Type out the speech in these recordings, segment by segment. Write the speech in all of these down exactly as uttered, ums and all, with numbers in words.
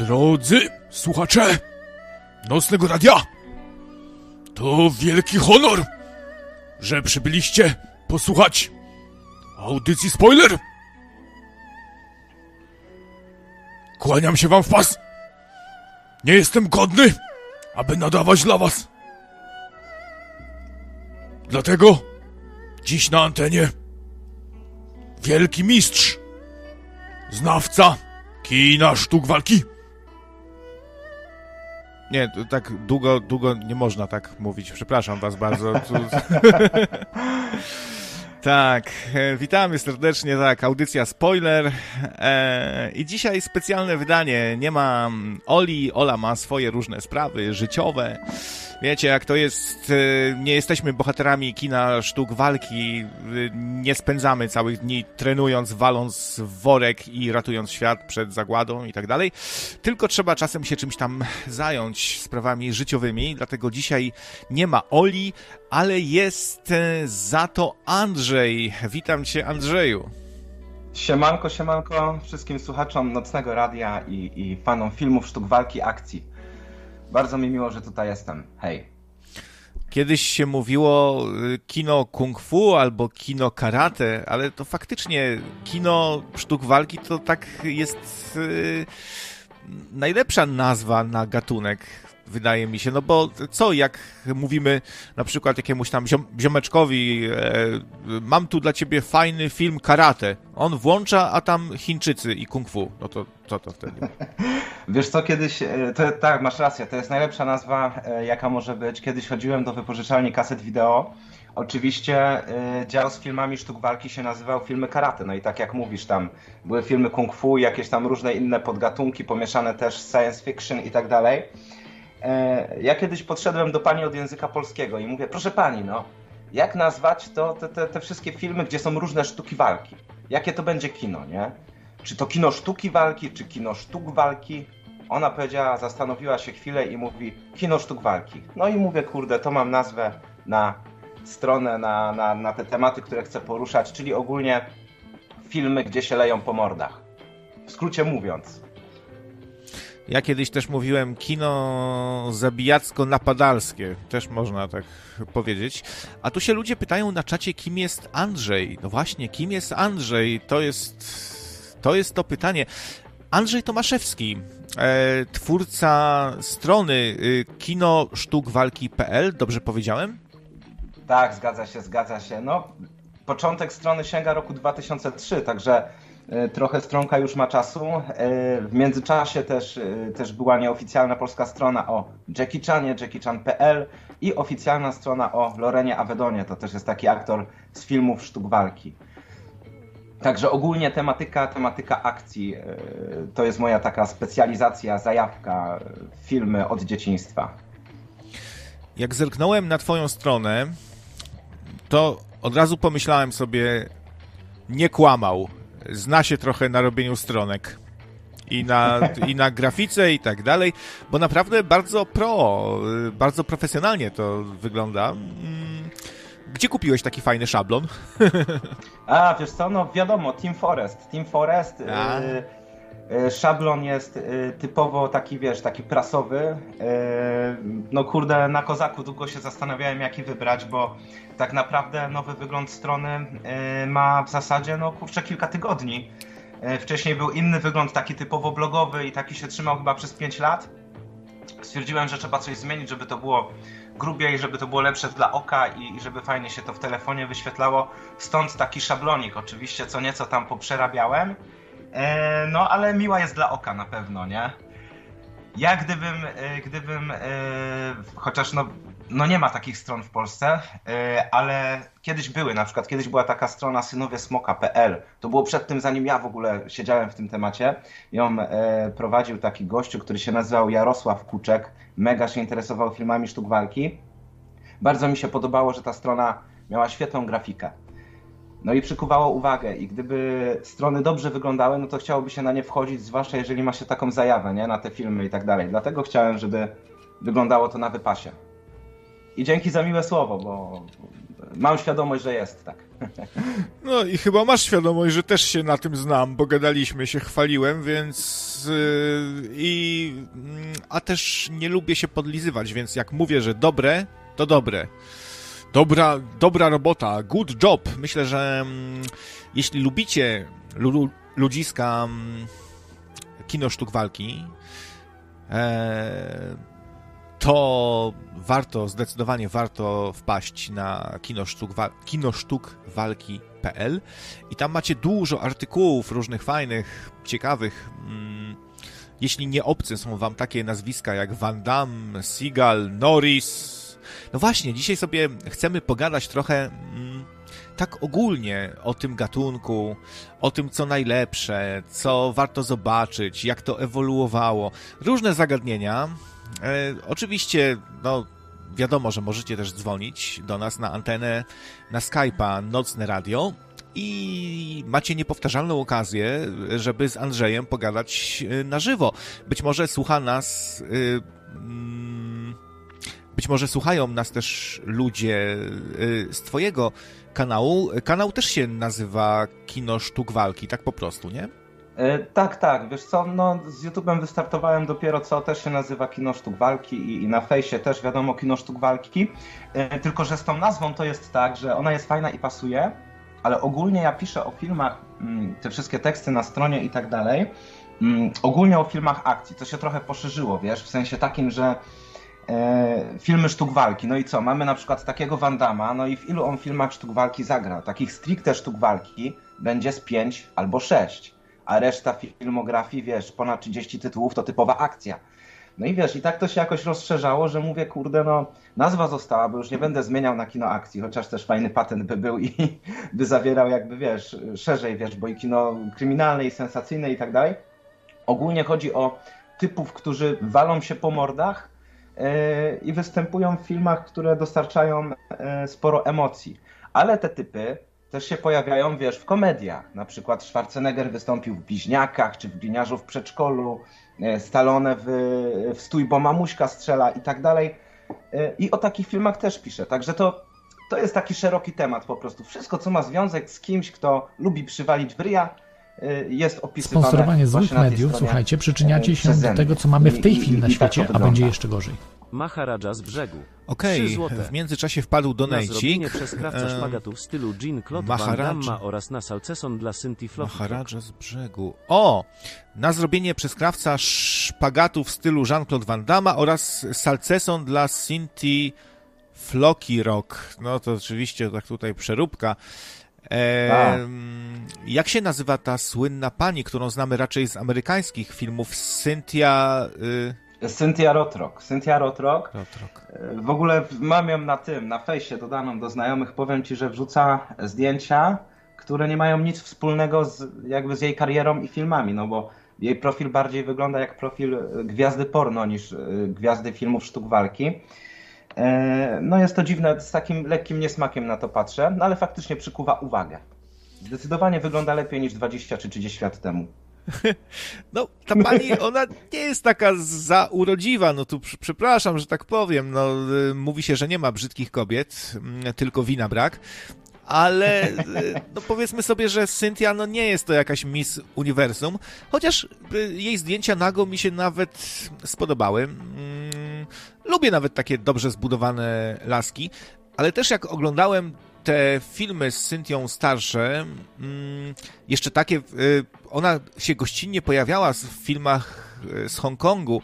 Drodzy słuchacze Nocnego Radia, to wielki honor, że przybyliście posłuchać audycji Spoiler. Kłaniam się wam w pas. Nie jestem godny, aby nadawać dla was. Dlatego dziś na antenie wielki mistrz, znawca kina sztuk walki. Nie, to tak długo, długo nie można tak mówić. Przepraszam was bardzo. Tak, e, witamy serdecznie, tak, audycja Spoiler e, i dzisiaj specjalne wydanie. Nie ma Oli, Ola ma swoje różne sprawy życiowe. Wiecie, jak to jest, e, nie jesteśmy bohaterami kina sztuk walki, e, nie spędzamy całych dni trenując, waląc w worek i ratując świat przed zagładą i tak dalej, tylko trzeba czasem się czymś tam zająć, sprawami życiowymi, dlatego dzisiaj nie ma Oli, ale jest e, za to Andrzej. Witam cię, Andrzeju. Siemanko, siemanko wszystkim słuchaczom Nocnego Radia i, i fanom filmów sztuk walki, akcji. Bardzo mi miło, że tutaj jestem. Hej. Kiedyś się mówiło kino kung fu albo kino karate, ale to faktycznie kino sztuk walki to tak jest yy, najlepsza nazwa na gatunek, wydaje mi się, no bo co, jak mówimy na przykład jakiemuś tam ziom, ziomeczkowi, e, mam tu dla ciebie fajny film karate, on włącza, a tam Chińczycy i kung fu, no to co to wtedy? Wiesz co, kiedyś, to, tak, masz rację, to jest najlepsza nazwa, jaka może być. Kiedyś chodziłem do wypożyczalni kaset wideo. Oczywiście y, dział z filmami sztuk walki się nazywał filmy karate, no i tak jak mówisz, tam były filmy kung fu, jakieś tam różne inne podgatunki, pomieszane też z science fiction i tak dalej. Ja kiedyś podszedłem do pani od języka polskiego i mówię, proszę pani, no, jak nazwać to te, te, te wszystkie filmy, gdzie są różne sztuki walki? Jakie to będzie kino, nie? Czy to kino sztuki walki, czy kino sztuk walki? Ona powiedziała, zastanowiła się chwilę i mówi, kino sztuk walki. No i mówię, kurde, to mam nazwę na stronę, na, na, na te tematy, które chcę poruszać, czyli ogólnie filmy, gdzie się leją po mordach. W skrócie mówiąc. Ja kiedyś też mówiłem kino zabijacko-napadalskie, też można tak powiedzieć. A tu się ludzie pytają na czacie, kim jest Andrzej. No właśnie, kim jest Andrzej? To jest to, jest to pytanie. Andrzej Tomaszewski, e, twórca strony e, kino sztuk walki kropka pe el, dobrze powiedziałem? Tak, zgadza się, zgadza się. No, początek strony sięga roku dwa tysiące trzeci, także trochę stronka już ma czasu. W międzyczasie też, też była nieoficjalna polska strona o Jackie Chanie, jackie chan kropka pe el i oficjalna strona o Lorenie Avedonie. To też jest taki aktor z filmów sztuk walki. Także ogólnie tematyka, tematyka akcji to jest moja taka specjalizacja, zajawka, filmy od dzieciństwa. Jak zerknąłem na twoją stronę, to od razu pomyślałem sobie, nie kłamał. Zna się trochę na robieniu stronek i na, i na grafice i tak dalej, bo naprawdę bardzo pro, bardzo profesjonalnie to wygląda. Gdzie kupiłeś taki fajny szablon? A, wiesz co, no wiadomo, Team Forest. Team Forest, y, y, szablon jest y, typowo taki, wiesz, taki prasowy. Y, no kurde, na Kozaku długo się zastanawiałem, jaki wybrać, bo tak naprawdę nowy wygląd strony y, ma w zasadzie, no kurczę, kilka tygodni. Y, wcześniej był inny wygląd, taki typowo blogowy i taki się trzymał chyba przez pięć lat. Stwierdziłem, że trzeba coś zmienić, żeby to było grubiej, żeby to było lepsze dla oka i, i żeby fajnie się to w telefonie wyświetlało. Stąd taki szablonik, oczywiście co nieco tam poprzerabiałem. E, no ale miła jest dla oka na pewno, nie? Ja gdybym, e, gdybym e, chociaż no, no nie ma takich stron w Polsce, e, ale kiedyś były, na przykład kiedyś była taka strona synowie smoka kropka pe el. To było przed tym, zanim ja w ogóle siedziałem w tym temacie. Ją e, prowadził taki gościu, który się nazywał Jarosław Kuczek. Mega się interesował filmami sztuk walki. Bardzo mi się podobało, że ta strona miała świetną grafikę. No i przykuwało uwagę i gdyby strony dobrze wyglądały, no to chciałoby się na nie wchodzić, zwłaszcza jeżeli ma się taką zajawę, nie, na te filmy i tak dalej. Dlatego chciałem, żeby wyglądało to na wypasie. I dzięki za miłe słowo, bo mam świadomość, że jest tak. No i chyba masz świadomość, że też się na tym znam, bo gadaliśmy, się chwaliłem, więc yy, i yy, a też nie lubię się podlizywać, więc jak mówię, że dobre, to dobre. Dobra, dobra robota, good job. Myślę, że yy, jeśli lubicie lu, ludziska yy, kino sztuk walki, yy, to warto, zdecydowanie warto wpaść na kinosztukwalki kropka p l i tam macie dużo artykułów różnych fajnych, ciekawych. Jeśli nie obce są wam takie nazwiska jak Van Damme, Seagal, Norris. No właśnie, dzisiaj sobie chcemy pogadać trochę tak ogólnie o tym gatunku, o tym, co najlepsze, co warto zobaczyć, jak to ewoluowało. Różne zagadnienia. E, oczywiście, no wiadomo, że możecie też dzwonić do nas na antenę, na Skype'a Nocne Radio i macie niepowtarzalną okazję, żeby z Andrzejem pogadać na żywo. Być może słucha nas, y, mm, być może słuchają nas też ludzie y, z twojego kanału. Kanał też się nazywa Kino Sztuk Walki, tak po prostu, nie? E, tak, tak, wiesz co, no z YouTube'em wystartowałem dopiero co, też się nazywa Kino Sztuk Walki i, i na fejsie też wiadomo Kino Sztuk Walki, e, tylko że z tą nazwą to jest tak, że ona jest fajna i pasuje, ale ogólnie ja piszę o filmach, m, te wszystkie teksty na stronie i tak dalej, m, ogólnie o filmach akcji, to się trochę poszerzyło, wiesz, w sensie takim, że e, filmy sztuk walki, no i co, mamy na przykład takiego Van Damma, no i w ilu on filmach sztuk walki zagra, takich stricte sztuk walki będzie z pięć albo sześć. A reszta filmografii, wiesz, ponad trzydzieści tytułów to typowa akcja. No i wiesz, i tak to się jakoś rozszerzało, że mówię, kurde, no nazwa została, bo już nie będę zmieniał na kino akcji, chociaż też fajny patent by był i by zawierał jakby, wiesz, szerzej, wiesz, bo i kino kryminalne i sensacyjne i tak dalej. Ogólnie chodzi o typów, którzy walą się po mordach yy, i występują w filmach, które dostarczają yy, sporo emocji. Ale te typy też się pojawiają, wiesz, w komediach. Na przykład Schwarzenegger wystąpił w Bliźniakach, czy w Gliniarzu w przedszkolu, Stallone w, w Stój, bo mamuśka strzela i tak dalej. I o takich filmach też piszę. Także to, to jest taki szeroki temat po prostu. Wszystko, co ma związek z kimś, kto lubi przywalić w ryja, jest opisywane. Sponsorowanie złych mediów, słuchajcie, przyczyniacie się do tego, co mamy w tej chwili na świecie, a będzie jeszcze gorzej. Maharadża z brzegu. Okej, okay. W międzyczasie wpadł donajcik. Na przez krawca szpagatów w stylu Jean-Claude Van Damme oraz na salceson dla Cynthii Flocky. Maharadża z brzegu. O! Na zrobienie przez krawca szpagatów w stylu Jean-Claude Van Damme oraz salceson dla Cynthii Flocky Rock. No to oczywiście tak tutaj przeróbka. E, jak się nazywa ta słynna pani, którą znamy raczej z amerykańskich filmów? Cynthia... Y... Cynthia Rothrock. Cynthia Rothrock. Rothrock. W ogóle mam ją na tym, na fejsie dodaną do znajomych. Powiem ci, że wrzuca zdjęcia, które nie mają nic wspólnego z, jakby z jej karierą i filmami, no bo jej profil bardziej wygląda jak profil gwiazdy porno niż gwiazdy filmów sztuk walki. No jest to dziwne, z takim lekkim niesmakiem na to patrzę, no ale faktycznie przykuwa uwagę. Zdecydowanie wygląda lepiej niż dwadzieścia czy trzydzieści lat temu. No, ta pani, ona nie jest taka zaurodziwa, no tu przepraszam, że tak powiem, no mówi się, że nie ma brzydkich kobiet, tylko wina brak, ale no powiedzmy sobie, że Cynthia no nie jest to jakaś Miss Uniwersum, chociaż jej zdjęcia nago mi się nawet spodobały. Lubię nawet takie dobrze zbudowane laski, ale też jak oglądałem te filmy z Cynthią starsze, jeszcze takie, ona się gościnnie pojawiała w filmach z Hongkongu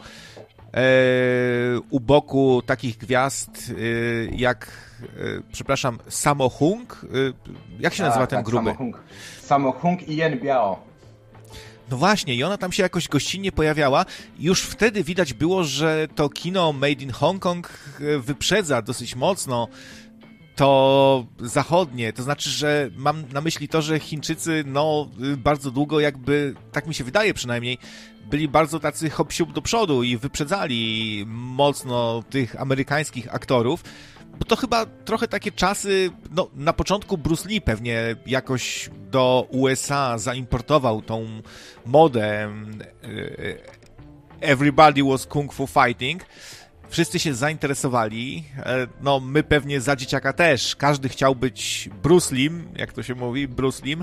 u boku takich gwiazd jak, przepraszam, Sammo Hung, jak się nazywa tak, ten tak, gruby? Sammo Hung. Sammo Hung i Yen Biao. No właśnie, i ona tam się jakoś gościnnie pojawiała. Już wtedy widać było, że to kino Made in Hong Kong wyprzedza dosyć mocno to zachodnie, to znaczy, że mam na myśli to, że Chińczycy no bardzo długo jakby, tak mi się wydaje przynajmniej, byli bardzo tacy hop-siup do przodu i wyprzedzali mocno tych amerykańskich aktorów, bo to chyba trochę takie czasy, no na początku Bruce Lee pewnie jakoś do U S A zaimportował tą modę Everybody was Kung Fu Fighting wszyscy się zainteresowali, no my pewnie za dzieciaka też, każdy chciał być Bruce Lim, jak to się mówi, Bruce Lim.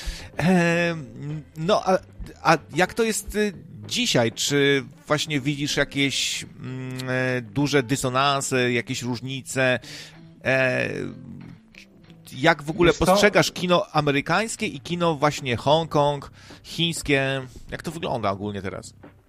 No a, a jak to jest dzisiaj? Czy właśnie widzisz jakieś mm, duże dysonanse, jakieś różnice? Jak w ogóle postrzegasz kino amerykańskie i kino właśnie Hongkong, chińskie? Jak to wygląda ogólnie teraz?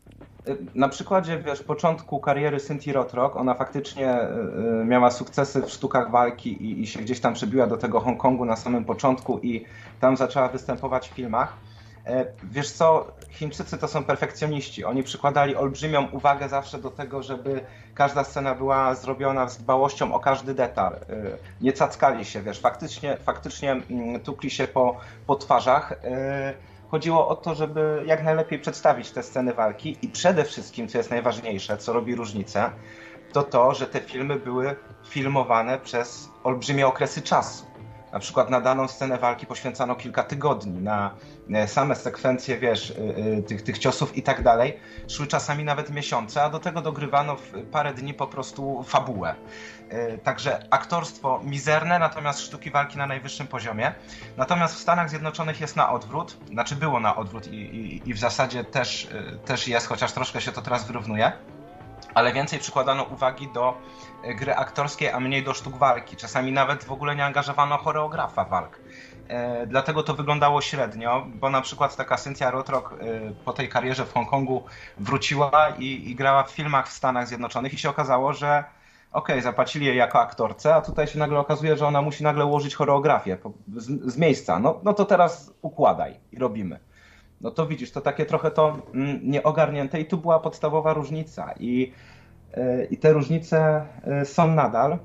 Na przykładzie, wiesz, początku kariery Cynthii Rothrock, ona faktycznie y, miała sukcesy w sztukach walki i, i się gdzieś tam przebiła do tego Hongkongu na samym początku i tam zaczęła występować w filmach. E, wiesz co, Chińczycy to są perfekcjoniści. Oni przykładali olbrzymią uwagę zawsze do tego, żeby każda scena była zrobiona z dbałością o każdy detal. E, nie cackali się, wiesz, faktycznie, faktycznie mm, tukli się po, po twarzach. E, Chodziło o to, żeby jak najlepiej przedstawić te sceny walki i przede wszystkim, co jest najważniejsze, co robi różnicę, to to, że te filmy były filmowane przez olbrzymie okresy czasu. Na przykład na daną scenę walki poświęcano kilka tygodni, na same sekwencje, wiesz, tych, tych ciosów i tak dalej. Szły czasami nawet miesiące, a do tego dogrywano w parę dni po prostu fabułę. Także aktorstwo mizerne, natomiast sztuki walki na najwyższym poziomie. Natomiast w Stanach Zjednoczonych jest na odwrót, znaczy było na odwrót i, i, i w zasadzie też, też jest, chociaż troszkę się to teraz wyrównuje. Ale więcej przykładano uwagi do gry aktorskiej, a mniej do sztuk walki. Czasami nawet w ogóle nie angażowano choreografa walk. E, dlatego to wyglądało średnio, bo na przykład taka Cynthia Rothrock e, po tej karierze w Hongkongu wróciła i, i grała w filmach w Stanach Zjednoczonych i się okazało, że okej, okay, zapłacili jej jako aktorce, a tutaj się nagle okazuje, że ona musi nagle ułożyć choreografię po, z, z miejsca. No, no to teraz układaj i robimy. No to widzisz, to takie trochę to mm, nieogarnięte i tu była podstawowa różnica i, yy, i te różnice yy, są nadal.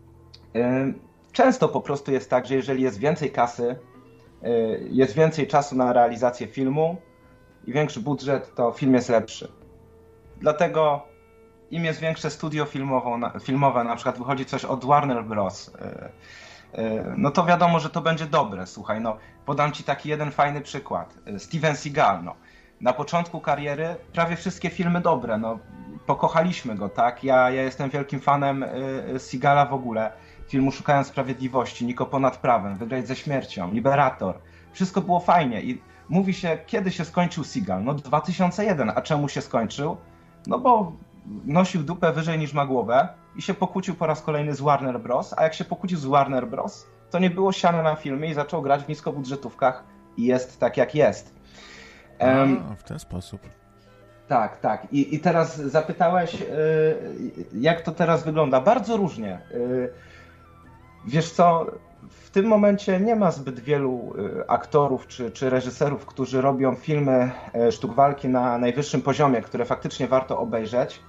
Yy, często po prostu jest tak, że jeżeli jest więcej kasy, yy, jest więcej czasu na realizację filmu i większy budżet, to film jest lepszy. Dlatego im jest większe studio filmowe, filmowe na przykład wychodzi coś od Warner Bros., yy, no to wiadomo, że to będzie dobre. Słuchaj, no podam ci taki jeden fajny przykład. Steven Seagal, no. Na początku kariery prawie wszystkie filmy dobre, no. Pokochaliśmy go, tak? Ja, ja jestem wielkim fanem Seagala w ogóle. Filmu Szukając Sprawiedliwości, Niko ponad prawem, Wygrać ze śmiercią, Liberator. Wszystko było fajnie i mówi się, kiedy się skończył Seagal? No dwa tysiące jeden. A czemu się skończył? No bo nosił dupę wyżej niż ma głowę i się pokłócił po raz kolejny z Warner Bros., a jak się pokłócił z Warner Bros., to nie było siana na filmie i zaczął grać w niskobudżetówkach i jest tak jak jest. Um, a, w ten sposób. Tak, tak. I, i teraz zapytałeś, yy, jak to teraz wygląda? Bardzo różnie. Yy, wiesz co, w tym momencie nie ma zbyt wielu yy, aktorów czy, czy reżyserów, którzy robią filmy yy, sztuk walki na najwyższym poziomie, które faktycznie warto obejrzeć.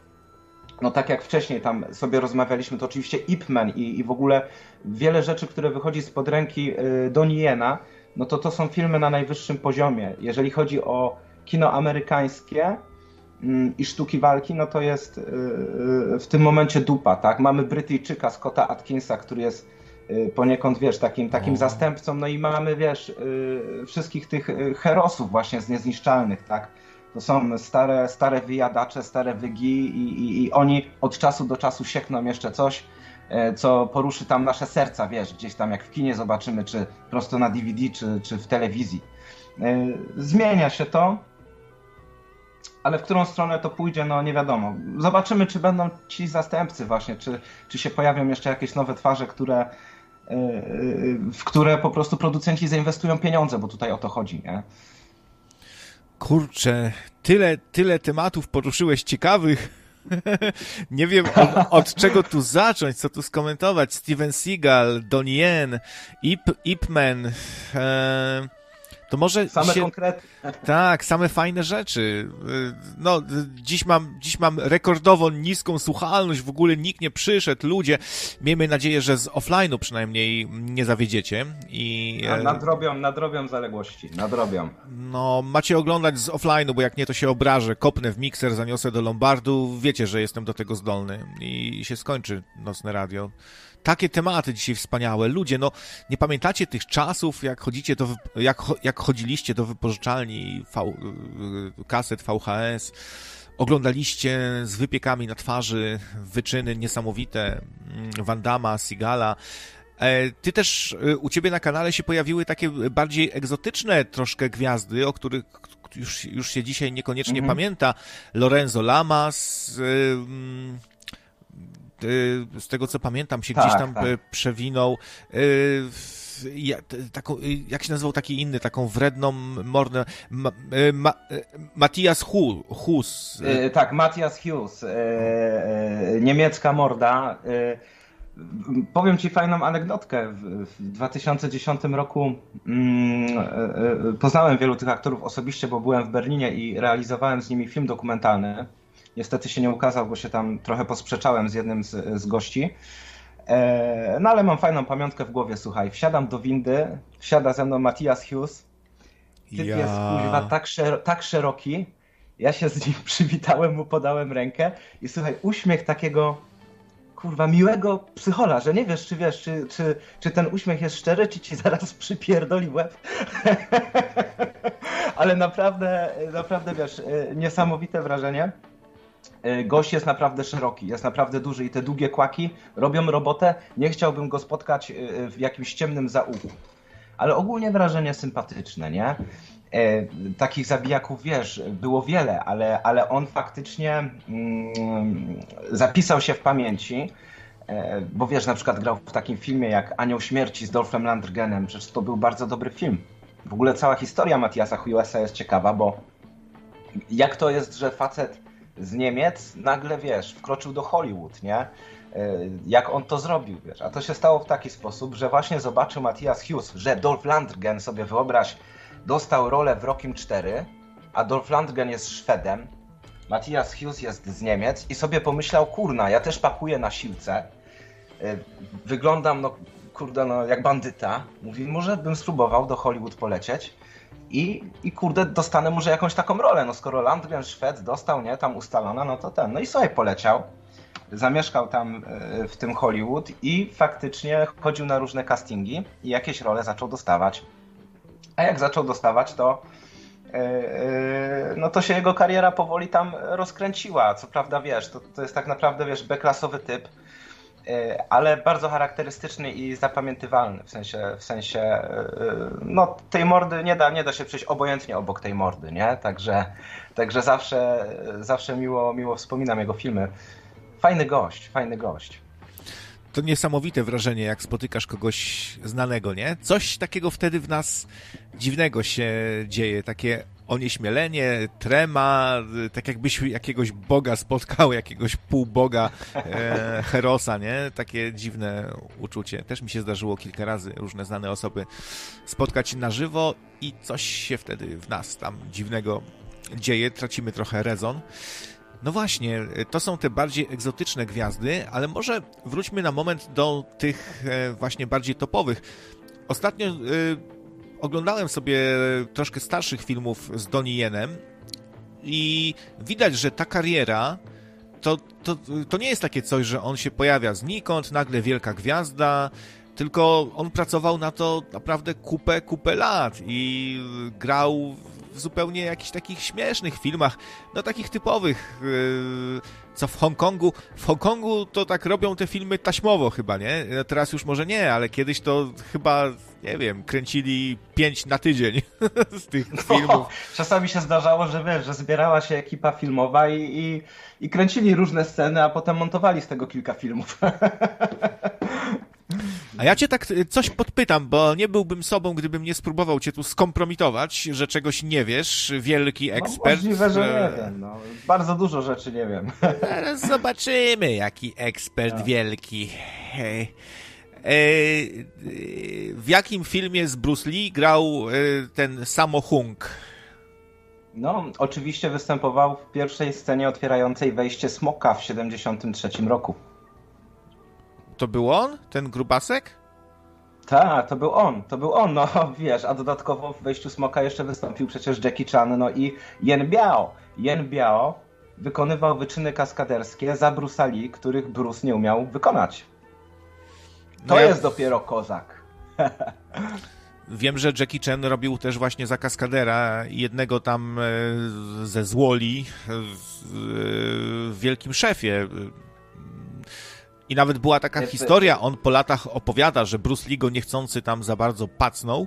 No tak jak wcześniej tam sobie rozmawialiśmy, to oczywiście Ip Man i, i w ogóle wiele rzeczy, które wychodzi spod ręki yy, Donnie Yena, no to to są filmy na najwyższym poziomie. Jeżeli chodzi o kino amerykańskie yy, i sztuki walki, no to jest yy, w tym momencie dupa, tak? Mamy Brytyjczyka Scotta Atkinsa, który jest yy, poniekąd, wiesz, takim, takim zastępcą, no i mamy, wiesz, yy, wszystkich tych yy, herosów właśnie z Niezniszczalnych, tak? To są stare, stare wyjadacze, stare wygi i, i, i oni od czasu do czasu siekną jeszcze coś, co poruszy tam nasze serca, wiesz, gdzieś tam jak w kinie zobaczymy, czy prosto na D V D, czy, czy w telewizji. Zmienia się to, ale w którą stronę to pójdzie, no nie wiadomo. Zobaczymy, czy będą ci zastępcy właśnie, czy, czy się pojawią jeszcze jakieś nowe twarze, które, w które po prostu producenci zainwestują pieniądze, bo tutaj o to chodzi, nie? Kurczę, tyle, tyle tematów poruszyłeś ciekawych. Nie wiem od, od czego tu zacząć, co tu skomentować. Steven Seagal, Donnie Yen, Ip, Ip Man. E, to może same się... konkrety. Tak, same fajne rzeczy. No, dziś mam, dziś mam rekordowo niską słuchalność, w ogóle nikt nie przyszedł, ludzie. Miejmy nadzieję, że z offline'u przynajmniej nie zawiedziecie. I nadrobią, nadrobią zaległości, nadrobią. No, macie oglądać z offline'u, bo jak nie, to się obrażę, kopnę w mikser, zaniosę do Lombardu, wiecie, że jestem do tego zdolny i się skończy Nocne Radio. takie tematy dzisiaj wspaniałe. Ludzie, no nie pamiętacie tych czasów, jak chodzicie do, jak, jak chodziliście do wypożyczalni v, kaset V H S, oglądaliście z wypiekami na twarzy wyczyny niesamowite Van Damme, Seagala. Ty też, u ciebie na kanale się pojawiły takie bardziej egzotyczne troszkę gwiazdy, o których już, już się dzisiaj niekoniecznie mhm. pamięta. Lorenzo Lamas, z tego co pamiętam się tak, gdzieś tam tak. przewinął. Taką, jak się nazywał taki inny, taką wredną mordę, ma, ma, Matthias Hus. Yy, tak, Matthias Hus, yy, yy, niemiecka morda. Yy, powiem ci fajną anegdotkę. W, w dwa tysiące dziesiątym roku yy, yy, poznałem wielu tych aktorów osobiście, bo byłem w Berlinie i realizowałem z nimi film dokumentalny. Niestety się nie ukazał, bo się tam trochę posprzeczałem z jednym z, z gości. No ale mam fajną pamiątkę w głowie, słuchaj, wsiadam do windy, wsiada ze mną Matthias Hughes, typ ja... jest kuźwa tak, szer- tak szeroki, ja się z nim przywitałem, mu podałem rękę i słuchaj, uśmiech takiego kurwa miłego psychola, że nie wiesz, czy wiesz, czy, czy, czy ten uśmiech jest szczery, czy ci zaraz przypierdoli łeb. Ale naprawdę, naprawdę wiesz, niesamowite wrażenie. Gość jest naprawdę szeroki, jest naprawdę duży i te długie kłaki robią robotę. Nie chciałbym go spotkać w jakimś ciemnym zaułku. Ale ogólnie wrażenie sympatyczne, nie? E, takich zabijaków, wiesz, było wiele, ale, ale on faktycznie mm, zapisał się w pamięci, e, bo wiesz, na przykład grał w takim filmie jak Anioł Śmierci z Dolphem Lundgrenem, przecież to był bardzo dobry film. W ogóle cała historia Matthiasa Hughesa jest ciekawa, bo jak to jest, że facet z Niemiec nagle, wiesz, wkroczył do Hollywood, nie? Jak on to zrobił, wiesz? A to się stało w taki sposób, że właśnie zobaczył Matthias Hughes, że Dolph Lundgren, sobie wyobraź, dostał rolę w Rockim cztery, a Dolph Lundgren jest Szwedem, Matthias Hughes jest z Niemiec i sobie pomyślał, kurna, ja też pakuję na siłce, wyglądam, no kurde, no jak bandyta, mówi, może bym spróbował do Hollywood polecieć. I, I kurde, dostanę może jakąś taką rolę, no skoro Lundgren, Szwed dostał, nie, tam ustalona, no to ten, no i sobie poleciał, zamieszkał tam w tym Hollywood i faktycznie chodził na różne castingi i jakieś role zaczął dostawać. A jak zaczął dostawać, to yy, no to się jego kariera powoli tam rozkręciła, co prawda, wiesz, to, to jest tak naprawdę, wiesz, B-klasowy typ, ale bardzo charakterystyczny i zapamiętywalny, w sensie, w sensie no tej mordy nie da, nie da się przejść obojętnie obok tej mordy, nie? Także, także zawsze, zawsze miło, miło wspominam jego filmy. Fajny gość, fajny gość. To niesamowite wrażenie, jak spotykasz kogoś znanego, nie? Coś takiego wtedy w nas dziwnego się dzieje, takie onieśmielenie, trema, tak jakbyś jakiegoś boga spotkał, jakiegoś półboga, e, herosa, nie? Takie dziwne uczucie. Też mi się zdarzyło kilka razy różne znane osoby spotkać na żywo i coś się wtedy w nas tam dziwnego dzieje, tracimy trochę rezon. No właśnie, to są te bardziej egzotyczne gwiazdy, ale może wróćmy na moment do tych właśnie bardziej topowych. Ostatnio y, oglądałem sobie troszkę starszych filmów z Donnie Yenem i widać, że ta kariera to, to, to nie jest takie coś, że on się pojawia znikąd, nagle wielka gwiazda, tylko on pracował na to naprawdę kupę, kupę lat i grał w zupełnie jakichś takich śmiesznych filmach, no takich typowych, yy, co w Hongkongu, w Hongkongu to tak robią te filmy taśmowo chyba, nie? No teraz już może nie, ale kiedyś to chyba, nie wiem, kręcili pięć na tydzień z tych filmów. No, czasami się zdarzało, że wiesz, że zbierała się ekipa filmowa i, i, i kręcili różne sceny, a potem montowali z tego kilka filmów. A ja cię tak coś podpytam, bo nie byłbym sobą, gdybym nie spróbował cię tu skompromitować, że czegoś nie wiesz, wielki ekspert. No możliwe, że nie wiem, no. Bardzo dużo rzeczy nie wiem. Zaraz zobaczymy, jaki ekspert no. wielki. W jakim filmie z Bruce Lee grał ten Sammo Hung? No, oczywiście występował w pierwszej scenie otwierającej wejście Smoka w siedemdziesiątym trzecim roku. To był on? Ten grubasek? Tak, to był on, to był on, no wiesz, a dodatkowo w wejściu Smoka jeszcze wystąpił przecież Jackie Chan, no i Yen Biao. Yen Biao wykonywał wyczyny kaskaderskie za Bruce'a Lee, których Bruce nie umiał wykonać. To no ja... jest dopiero kozak. Wiem, że Jackie Chan robił też właśnie za kaskadera jednego tam ze Złoli w Wielkim Szefie. I nawet była taka historia, on po latach opowiada, że Bruce Lee go niechcący tam za bardzo pacnął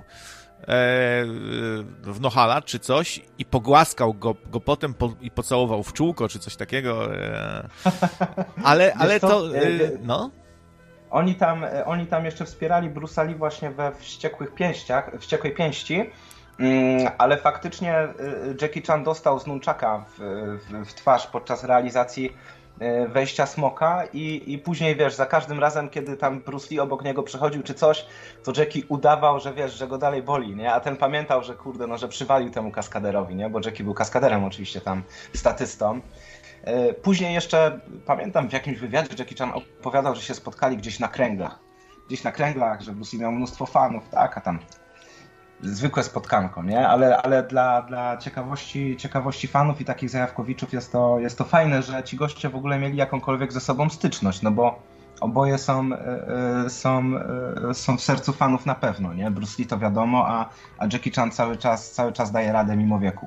w nohala czy coś i pogłaskał go, go potem po, i pocałował w czółko czy coś takiego. Ale, ale to... No... Oni tam, oni tam jeszcze wspierali Bruce'a Lee właśnie we Wściekłych Pięściach, Wściekłej Pięści, ale faktycznie Jackie Chan dostał z nunchaka w, w, w twarz podczas realizacji wejścia smoka i, i później, wiesz, za każdym razem, kiedy tam Bruce Lee obok niego przechodził czy coś, to Jackie udawał, że wiesz, że go dalej boli, nie? A ten pamiętał, że kurde, no, że przywalił temu kaskaderowi, nie? Bo Jackie był kaskaderem oczywiście tam, statystą. Później jeszcze, pamiętam w jakimś wywiadzie Jackie Chan opowiadał, że się spotkali gdzieś na kręglach. Gdzieś na kręglach, że Bruce Lee miał mnóstwo fanów, tak, a tam zwykłe spotkanko, nie? Ale, ale dla, dla ciekawości, ciekawości fanów i takich zajawkowiczów jest to, jest to fajne, że ci goście w ogóle mieli jakąkolwiek ze sobą styczność, no bo oboje są, są, są w sercu fanów na pewno, nie? Bruce Lee to wiadomo, a, a Jackie Chan cały czas, cały czas daje radę mimo wieku.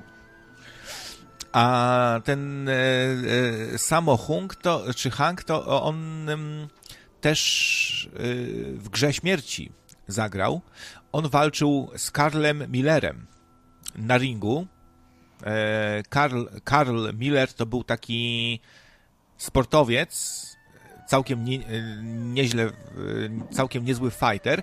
A ten e, e, Sammo Hung, to, czy Hung, to on e, też e, w Grze Śmierci zagrał. On walczył z Carlem Millerem na ringu. E, Carl, Carl Miller to był taki sportowiec, całkiem nie, nieźle, całkiem niezły fighter, e,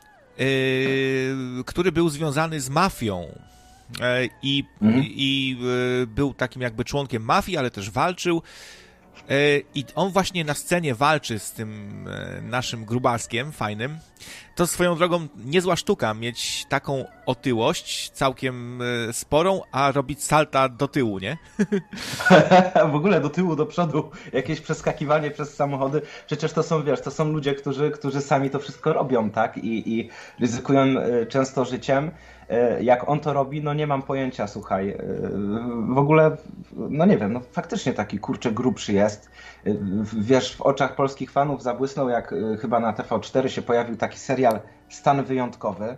który był związany z mafią. I, mhm. i był takim jakby członkiem mafii, ale też walczył. I on właśnie na scenie walczy z tym naszym grubaskiem fajnym. To swoją drogą niezła sztuka mieć taką otyłość całkiem sporą, a robić salta do tyłu, nie? W ogóle do tyłu, do przodu, jakieś przeskakiwanie przez samochody. Przecież to są, wiesz, to są ludzie, którzy, którzy sami to wszystko robią, tak? I, i ryzykują często życiem. Jak on to robi, no nie mam pojęcia, słuchaj. W ogóle, no nie wiem, no faktycznie taki kurczę grubszy jest. Wiesz, w oczach polskich fanów zabłysnął, jak chyba na T V cztery się pojawił taki serial Stan Wyjątkowy.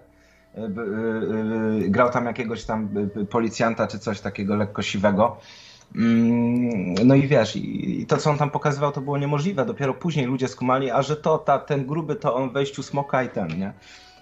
Grał tam jakiegoś tam policjanta czy coś takiego lekko siwego. No i wiesz, i to co on tam pokazywał, to było niemożliwe. Dopiero później ludzie skumali, a że to ta, ten gruby to on w wejściu smoka i ten, nie?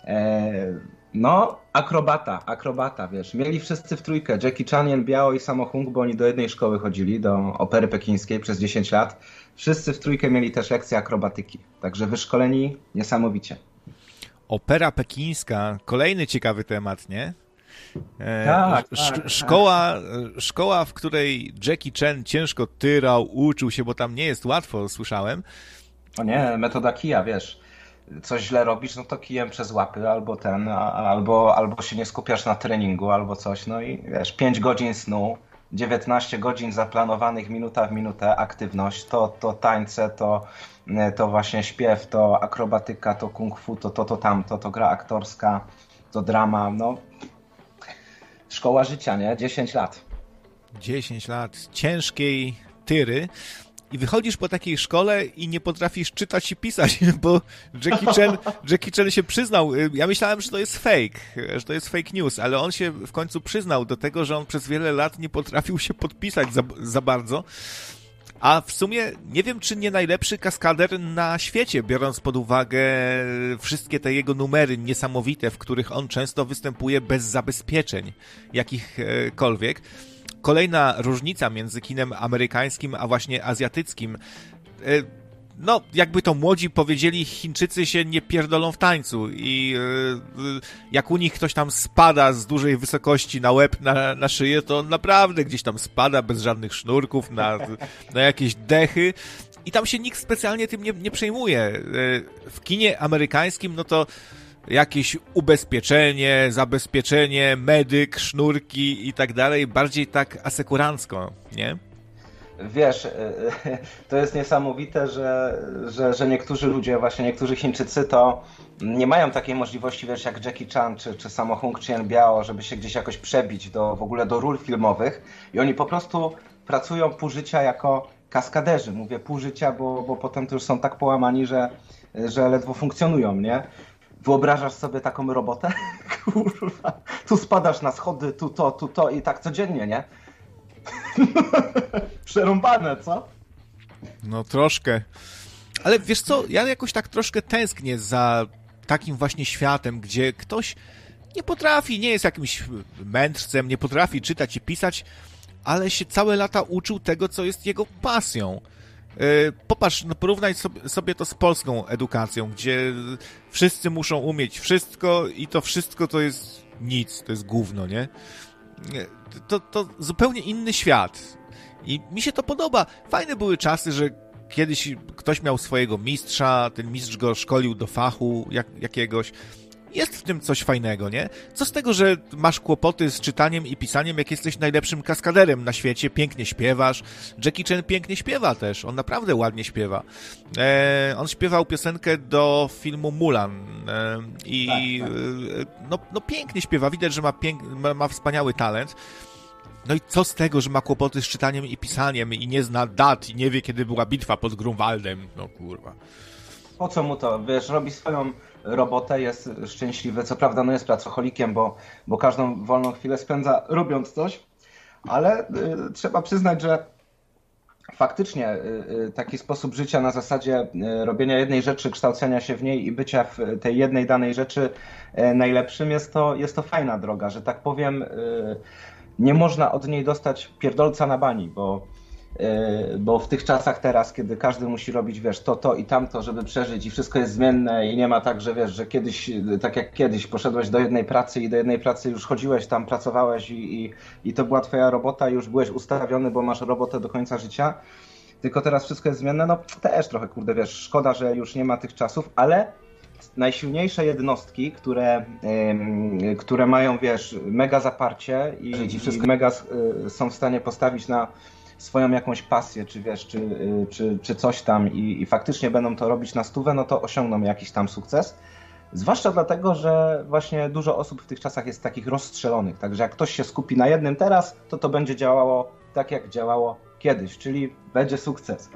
No, akrobata, akrobata, wiesz. Mieli wszyscy w trójkę, Jackie Chan, Jen Biao i Sammo Hung, bo oni do jednej szkoły chodzili, do opery pekińskiej przez dziesięć lat. Wszyscy w trójkę mieli też lekcje akrobatyki, także wyszkoleni niesamowicie. Opera pekińska, kolejny ciekawy temat, nie? E, tak, sz- tak, szkoła, tak. Szkoła, w której Jackie Chan ciężko tyrał, uczył się, bo tam nie jest łatwo, słyszałem. O nie, metoda kija, wiesz. Coś źle robisz, no to kijem przez łapy, albo ten, albo, albo się nie skupiasz na treningu, albo coś, no i wiesz, pięć godzin snu, dziewiętnaście godzin zaplanowanych minuta w minutę, aktywność, to, to tańce, to, to właśnie śpiew, to akrobatyka, to kung fu, to to, to tamto, to gra aktorska, to drama, no szkoła życia, nie? dziesięć lat. dziesięć lat ciężkiej tyry. I wychodzisz po takiej szkole i nie potrafisz czytać i pisać, bo Jackie Chan, Jackie Chan się przyznał, ja myślałem, że to jest fake, że to jest fake news, ale on się w końcu przyznał do tego, że on przez wiele lat nie potrafił się podpisać za, za bardzo, a w sumie nie wiem, czy nie najlepszy kaskader na świecie, biorąc pod uwagę wszystkie te jego numery niesamowite, w których on często występuje bez zabezpieczeń jakichkolwiek. Kolejna różnica między kinem amerykańskim a właśnie azjatyckim. No, jakby to młodzi powiedzieli, Chińczycy się nie pierdolą w tańcu i jak u nich ktoś tam spada z dużej wysokości na łeb, na, na szyję, to on naprawdę gdzieś tam spada bez żadnych sznurków na, na jakieś dechy i tam się nikt specjalnie tym nie, nie przejmuje. W kinie amerykańskim, no to jakieś ubezpieczenie, zabezpieczenie, medyk, sznurki i tak dalej, bardziej tak asekurancko, nie? Wiesz, to jest niesamowite, że, że, że niektórzy ludzie, właśnie niektórzy Chińczycy to nie mają takiej możliwości, wiesz, jak Jackie Chan, czy, czy Sammo Hung, czy Jen Biao, żeby się gdzieś jakoś przebić do, w ogóle do ról filmowych i oni po prostu pracują pół życia jako kaskaderzy, mówię pół życia, bo, bo potem to już są tak połamani, że, że ledwo funkcjonują, nie? Wyobrażasz sobie taką robotę? Kurwa, tu spadasz na schody, tu to, tu to i tak codziennie, nie? Przerąbane, co? No troszkę. Ale wiesz co, ja jakoś tak troszkę tęsknię za takim właśnie światem, gdzie ktoś nie potrafi, nie jest jakimś mędrcem, nie potrafi czytać i pisać, ale się całe lata uczył tego, co jest jego pasją. Yy, popatrz, no porównaj sobie, sobie to z polską edukacją, gdzie wszyscy muszą umieć wszystko i to wszystko to jest nic, to jest gówno, nie? To, to zupełnie inny świat. I mi się to podoba. Fajne były czasy, że kiedyś ktoś miał swojego mistrza, ten mistrz go szkolił do fachu jak, jakiegoś. Jest w tym coś fajnego, nie? Co z tego, że masz kłopoty z czytaniem i pisaniem, jak jesteś najlepszym kaskaderem na świecie, pięknie śpiewasz. Jackie Chan pięknie śpiewa też, on naprawdę ładnie śpiewa. E, on śpiewał piosenkę do filmu Mulan e, i tak, tak. No, no pięknie śpiewa, widać, że ma, pięk, ma, ma wspaniały talent. No i co z tego, że ma kłopoty z czytaniem i pisaniem i nie zna dat i nie wie, kiedy była bitwa pod Grunwaldem, no kurwa. Po co mu to? Wiesz, robi swoją robotę, jest szczęśliwy. Co prawda, no jest pracocholikiem, bo, bo każdą wolną chwilę spędza robiąc coś, ale y, trzeba przyznać, że faktycznie y, y, taki sposób życia na zasadzie y, robienia jednej rzeczy, kształcenia się w niej i bycia w tej jednej danej rzeczy y, najlepszym jest to, jest to fajna droga, że tak powiem. Y, nie można od niej dostać pierdolca na bani, bo bo w tych czasach teraz, kiedy każdy musi robić, wiesz, to, to i tamto, żeby przeżyć i wszystko jest zmienne i nie ma tak, że wiesz, że kiedyś, tak jak kiedyś poszedłeś do jednej pracy i do jednej pracy już chodziłeś tam, pracowałeś i, i, i to była twoja robota i już byłeś ustawiony, bo masz robotę do końca życia, tylko teraz wszystko jest zmienne, no też trochę, kurde, wiesz, szkoda, że już nie ma tych czasów, ale najsilniejsze jednostki, które, yy, które mają, wiesz, mega zaparcie i, i wszystko mega yy, są w stanie postawić na swoją jakąś pasję, czy wiesz, czy, czy, czy coś tam i, i faktycznie będą to robić na stówę, no to osiągną jakiś tam sukces. Zwłaszcza dlatego, że właśnie dużo osób w tych czasach jest takich rozstrzelonych, także jak ktoś się skupi na jednym teraz, to to będzie działało tak, jak działało kiedyś, czyli będzie sukces.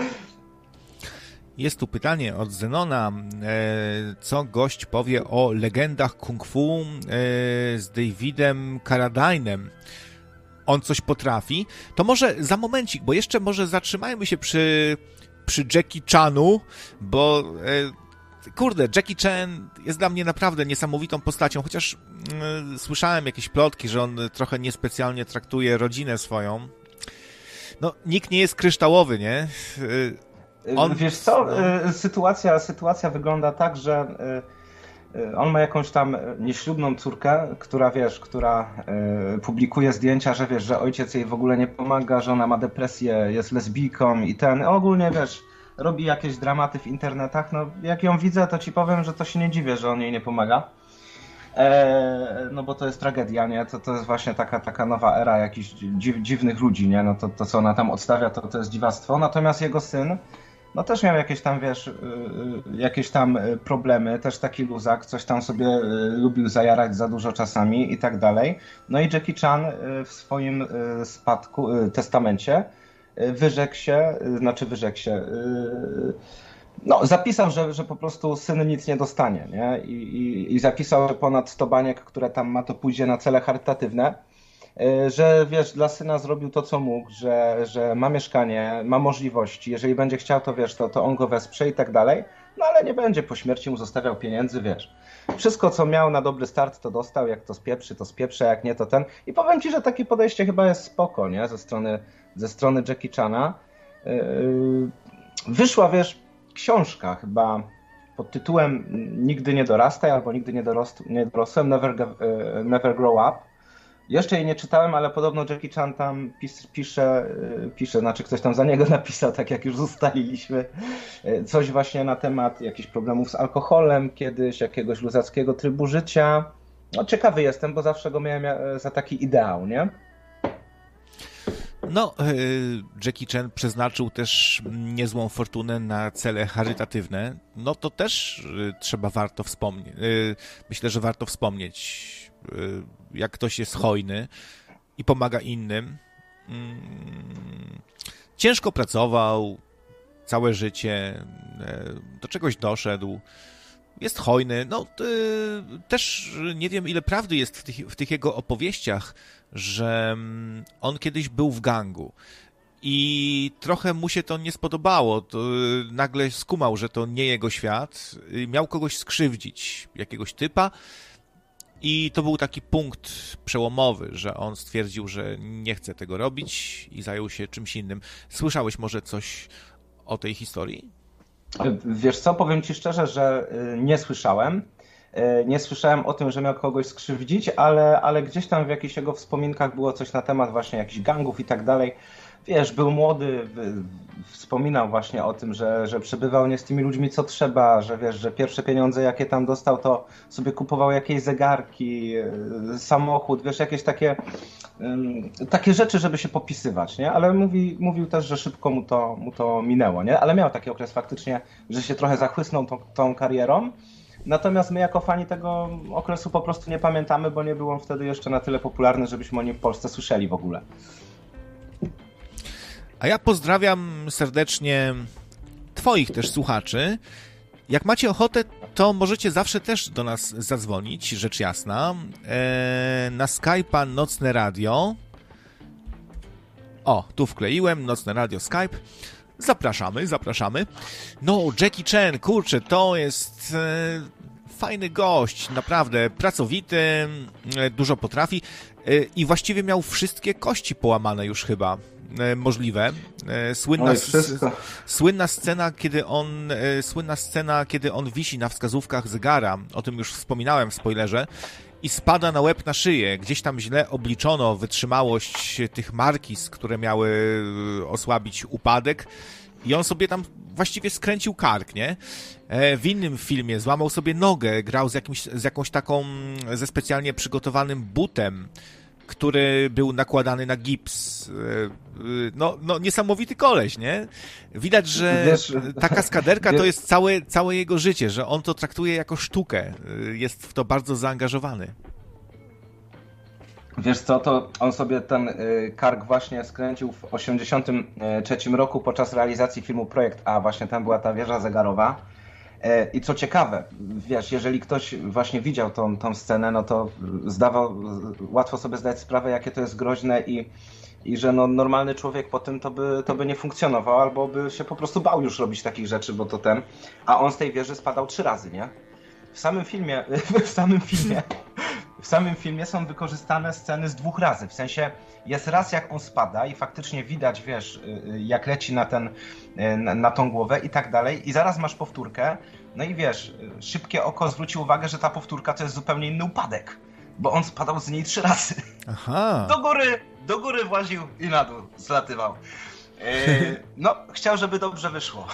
Jest tu pytanie od Zenona, co gość powie o legendach kung fu z Davidem Carradinem. On coś potrafi, to może za momencik, bo jeszcze może zatrzymajmy się przy, przy Jackie Chanu, bo e, kurde, Jackie Chan jest dla mnie naprawdę niesamowitą postacią, chociaż e, słyszałem jakieś plotki, że on trochę niespecjalnie traktuje rodzinę swoją. No, nikt nie jest kryształowy, nie? E, on, Wiesz co, no... sytuacja, sytuacja wygląda tak, że on ma jakąś tam nieślubną córkę, która, wiesz, która y, publikuje zdjęcia, że wiesz, że ojciec jej w ogóle nie pomaga, że ona ma depresję, jest lesbijką i ten, ogólnie, wiesz, robi jakieś dramaty w internetach, no jak ją widzę, to ci powiem, że to się nie dziwię, że on jej nie pomaga, e, no bo to jest tragedia, nie, to, to jest właśnie taka, taka nowa era jakichś dziw, dziwnych ludzi, nie, no to, to co ona tam odstawia, to, to jest dziwactwo, natomiast jego syn, no też miał jakieś tam, wiesz, jakieś tam problemy, też taki luzak, coś tam sobie lubił zajarać za dużo czasami i tak dalej. No i Jackie Chan w swoim spadku, testamencie wyrzekł się, znaczy wyrzekł się, no zapisał, że, że po prostu syn nic nie dostanie, nie? I, i, i zapisał, że ponad sto baniek, które tam ma, to pójdzie na cele charytatywne. Że wiesz, dla syna zrobił to, co mógł, że, że ma mieszkanie, ma możliwości, jeżeli będzie chciał, to wiesz, to, to on go wesprze i tak dalej, no ale nie będzie po śmierci mu zostawiał pieniędzy, wiesz. Wszystko, co miał na dobry start, to dostał, jak to spieprzy, to spieprzy, jak nie, to ten. I powiem ci, że takie podejście chyba jest spoko, nie, ze strony, ze strony Jackie Chana. Yy, wyszła, wiesz, książka chyba pod tytułem Nigdy nie dorastaj, albo Nigdy nie, dorost, nie dorosłem, never, uh, never Grow Up. Jeszcze jej nie czytałem, ale podobno Jackie Chan tam pis, pisze, pisze, znaczy ktoś tam za niego napisał, tak jak już ustaliliśmy, coś właśnie na temat jakichś problemów z alkoholem kiedyś, jakiegoś luzackiego trybu życia. No ciekawy jestem, bo zawsze go miałem za taki ideał, nie? No, Jackie Chan przeznaczył też niezłą fortunę na cele charytatywne. No to też trzeba, warto wspomnieć. Myślę, że warto wspomnieć, jak ktoś jest hojny i pomaga innym, ciężko pracował całe życie, do czegoś doszedł, jest hojny. No, też nie wiem, ile prawdy jest w tych, w tych jego opowieściach, że on kiedyś był w gangu. I trochę mu się to nie spodobało. To nagle skumał, że to nie jego świat. Miał kogoś skrzywdzić, jakiegoś typa. I to był taki punkt przełomowy, że on stwierdził, że nie chce tego robić i zajął się czymś innym. Słyszałeś może coś o tej historii? Wiesz co, powiem ci szczerze, że nie słyszałem. Nie słyszałem o tym, że miał kogoś skrzywdzić, ale, ale gdzieś tam w jakichś jego wspominkach było coś na temat właśnie jakichś gangów i tak dalej. Wiesz, był młody, wspominał właśnie o tym, że, że przebywał nie z tymi ludźmi co trzeba, że wiesz, że pierwsze pieniądze jakie tam dostał, to sobie kupował jakieś zegarki, samochód, wiesz, jakieś takie, takie rzeczy, żeby się popisywać, nie? Ale mówi, mówił też, że szybko mu to, mu to minęło, nie? Ale miał taki okres faktycznie, że się trochę zachłysnął tą, tą karierą. Natomiast my jako fani tego okresu po prostu nie pamiętamy, bo nie był on wtedy jeszcze na tyle popularny, żebyśmy o nim w Polsce słyszeli w ogóle. A ja pozdrawiam serdecznie twoich też słuchaczy. Jak macie ochotę, to możecie zawsze też do nas zadzwonić, rzecz jasna, eee, na Skype'a Nocne Radio. O, tu wkleiłem, Nocne Radio Skype. Zapraszamy, zapraszamy. No, Jackie Chan, kurczę, to jest e, fajny gość, naprawdę pracowity, e, dużo potrafi e, i właściwie miał wszystkie kości połamane już chyba. Możliwe. Słynna, Oj, słynna scena, kiedy on słynna scena, kiedy on wisi na wskazówkach zegara, o tym już wspominałem w spoilerze, i spada na łeb na szyję. Gdzieś tam źle obliczono wytrzymałość tych markiz, które miały osłabić upadek i on sobie tam właściwie skręcił kark, nie? W innym filmie złamał sobie nogę, grał z, jakimś, z jakąś taką, ze specjalnie przygotowanym butem, który był nakładany na gips. No, no niesamowity koleś, nie? Widać, że Wiesz, ta kaskaderka to jest całe, całe jego życie, że on to traktuje jako sztukę. Jest w to bardzo zaangażowany. Wiesz co, to on sobie ten kark właśnie skręcił w osiemdziesiątym trzecim roku podczas realizacji filmu Projekt A. Właśnie tam była ta wieża zegarowa. I co ciekawe, wiesz, jeżeli ktoś właśnie widział tą, tą scenę, no to zdawał, łatwo sobie zdać sprawę, jakie to jest groźne i, i że no, normalny człowiek po tym to by, to by nie funkcjonował, albo by się po prostu bał już robić takich rzeczy, bo to ten, a on z tej wieży spadał trzy razy, nie? W samym filmie, w samym filmie, w samym filmie są wykorzystane sceny z dwóch razy, w sensie jest raz jak on spada i faktycznie widać, wiesz, jak leci na ten, na, na tą głowę i tak dalej i zaraz masz powtórkę, no i wiesz, szybkie oko zwróci uwagę, że ta powtórka to jest zupełnie inny upadek, bo on spadał z niej trzy razy. Aha. Do góry, do góry właził i na dół zlatywał. Yy, no, chciał, żeby dobrze wyszło.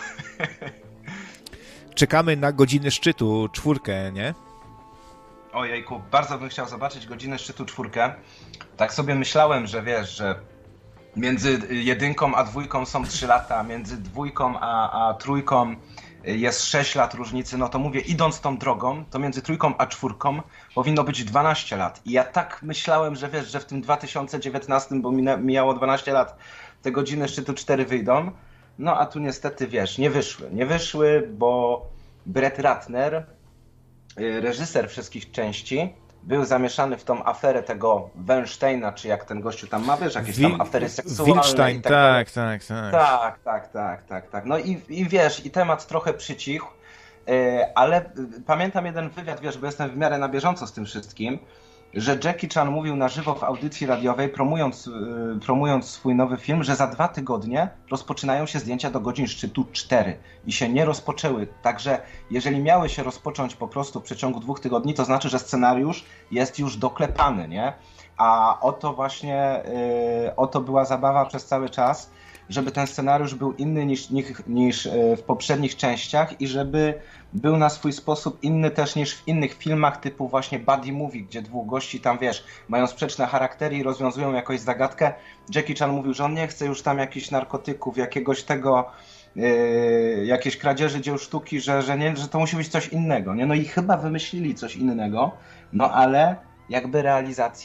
Czekamy na godzinę szczytu, czwórkę, nie? Ojejku, bardzo bym chciał zobaczyć godzinę szczytu czwórkę. Tak sobie myślałem, że wiesz, że między jedynką a dwójką są trzy lata, między dwójką a, a trójką jest sześć lat różnicy, no to mówię, idąc tą drogą, to między trójką a czwórką powinno być dwanaście lat. I ja tak myślałem, że wiesz, że w tym dwa tysiące dziewiętnastym, bo mijało dwanaście lat, te godziny szczytu cztery wyjdą. No a tu niestety, wiesz, nie wyszły. Nie wyszły, bo Brett Ratner, reżyser wszystkich części, był zamieszany w tą aferę tego Weinsteina, czy jak ten gościu tam ma, wiesz, jakieś tam afery seksualne. Weinstein, tak, tak, tak, tak. Tak, tak, tak, tak, tak. No i, i wiesz, i temat trochę przycichł, ale pamiętam jeden wywiad, wiesz, bo jestem w miarę na bieżąco z tym wszystkim, że Jackie Chan mówił na żywo w audycji radiowej, promując, promując swój nowy film, że za dwa tygodnie rozpoczynają się zdjęcia do godzin szczytu cztery i się nie rozpoczęły. Także jeżeli miały się rozpocząć po prostu w przeciągu dwóch tygodni, to znaczy, że scenariusz jest już doklepany, nie? A oto właśnie, yy, oto była zabawa przez cały czas, żeby ten scenariusz był inny niż, niż, niż w poprzednich częściach i żeby był na swój sposób inny też niż w innych filmach typu właśnie Buddy Movie, gdzie dwóch gości tam, wiesz, mają sprzeczne charaktery i rozwiązują jakąś zagadkę. Jackie Chan mówił, że on nie chce już tam jakichś narkotyków, jakiegoś tego, yy, jakieś kradzieży dzieł sztuki, że, że, nie, że to musi być coś innego, nie? No i chyba wymyślili coś innego, no ale jakby realizacji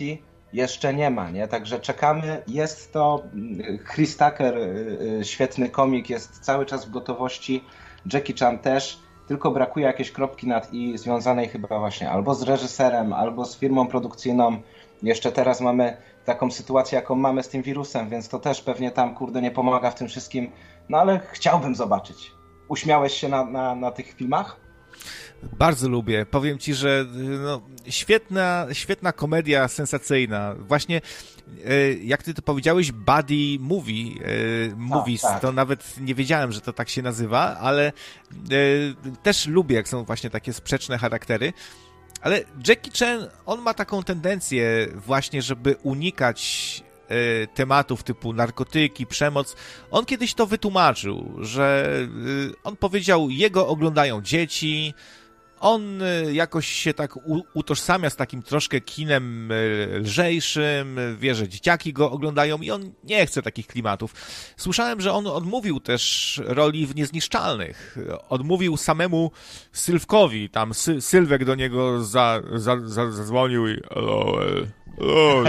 jeszcze nie ma, nie? Także czekamy. Jest to Chris Tucker, świetny komik, jest cały czas w gotowości. Jackie Chan też, tylko brakuje jakiejś kropki nad i związanej chyba właśnie albo z reżyserem, albo z firmą produkcyjną. Jeszcze teraz mamy taką sytuację, jaką mamy z tym wirusem, więc to też pewnie tam, kurde, nie pomaga w tym wszystkim. No ale chciałbym zobaczyć. Uśmiałeś się na, na, na tych filmach? Bardzo lubię. Powiem ci, że no, świetna, świetna komedia sensacyjna. Właśnie jak ty to powiedziałeś, buddy movie, movies, tak, tak. To nawet nie wiedziałem, że to tak się nazywa, ale też lubię, jak są właśnie takie sprzeczne charaktery. Ale Jackie Chan, on ma taką tendencję właśnie, żeby unikać y, tematów typu narkotyki, przemoc. On kiedyś to wytłumaczył, że y, on powiedział, jego oglądają dzieci, on y, jakoś się tak u, utożsamia z takim troszkę kinem y, lżejszym, wie, że dzieciaki go oglądają i on nie chce takich klimatów. Słyszałem, że on odmówił też roli w Niezniszczalnych. Odmówił samemu Sylwkowi, tam Sy- Sylwek do niego za, za, za, zadzwonił i hello, hello,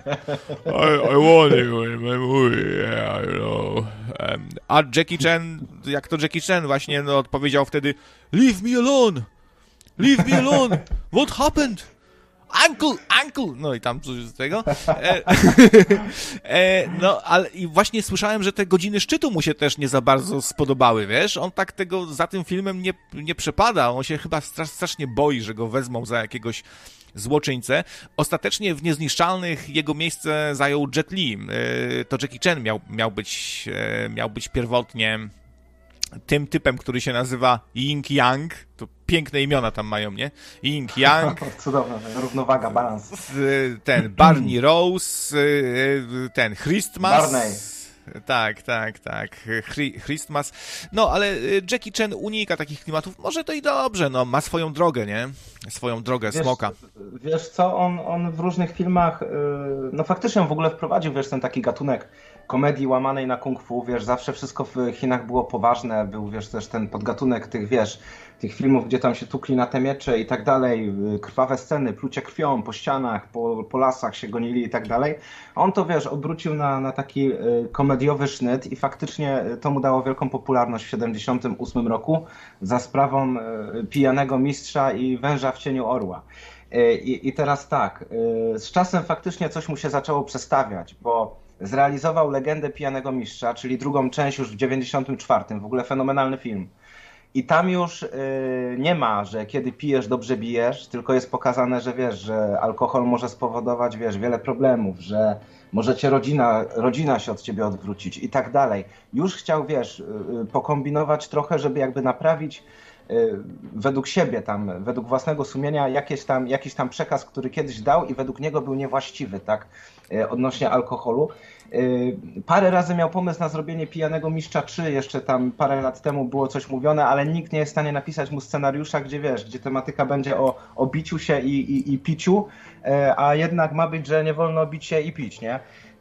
I, I want you in my movie, yeah, you know. Um, a Jackie Chan, jak to Jackie Chan właśnie no, odpowiedział wtedy, leave me alone! Leave me alone! What happened? Uncle! Uncle! No i tam coś z tego. E, e, no, ale i właśnie słyszałem, że te godziny szczytu mu się też nie za bardzo spodobały, wiesz? On tak tego za tym filmem nie, nie przepada. On się chyba strasznie boi, że go wezmą za jakiegoś złoczyńcę. Ostatecznie w Niezniszczalnych jego miejsce zajął Jet Li. E, to Jackie Chan miał, miał być, e, miał być pierwotnie tym typem, który się nazywa Ying Yang, to piękne imiona tam mają, nie? Ying Yang. Cudowna, równowaga, balans. Ten Barney Rose, ten Christmas. Barney. Tak, tak, tak. Christmas. No, ale Jackie Chan unika takich klimatów. Może to i dobrze, no, ma swoją drogę, nie? Swoją drogę, wiesz, smoka. Wiesz co, on, on w różnych filmach, no faktycznie on w ogóle wprowadził, wiesz, ten taki gatunek komedii łamanej na kung fu, wiesz, zawsze wszystko w Chinach było poważne, był, wiesz, też ten podgatunek tych, wiesz, tych filmów, gdzie tam się tukli na te miecze i tak dalej, krwawe sceny, plucie krwią po ścianach, po, po lasach się gonili i tak dalej. On to, wiesz, obrócił na, na taki komediowy sznyt i faktycznie to mu dało wielką popularność w siedemdziesiątym ósmym roku za sprawą Pijanego Mistrza i Węża w cieniu orła. I, I teraz tak, z czasem faktycznie coś mu się zaczęło przestawiać, bo zrealizował Legendę Pijanego Mistrza, czyli drugą część już w dziewięćdziesiątym czwartym, w ogóle fenomenalny film. I tam już yy, nie ma, że kiedy pijesz, dobrze bijesz, tylko jest pokazane, że wiesz, że alkohol może spowodować, wiesz, wiele problemów, że może cię rodzina, rodzina się od ciebie odwrócić i tak dalej. Już chciał, wiesz, yy, pokombinować trochę, żeby jakby naprawić yy, według siebie tam, według własnego sumienia jakieś tam, jakiś tam przekaz, który kiedyś dał i według niego był niewłaściwy, tak, yy, odnośnie alkoholu. Parę razy miał pomysł na zrobienie Pijanego Mistrza trzy, jeszcze tam parę lat temu było coś mówione, ale nikt nie jest w stanie napisać mu scenariusza, gdzie wiesz, gdzie tematyka będzie o, o biciu się i, i, i piciu, a jednak ma być, że nie wolno bić się i pić, nie?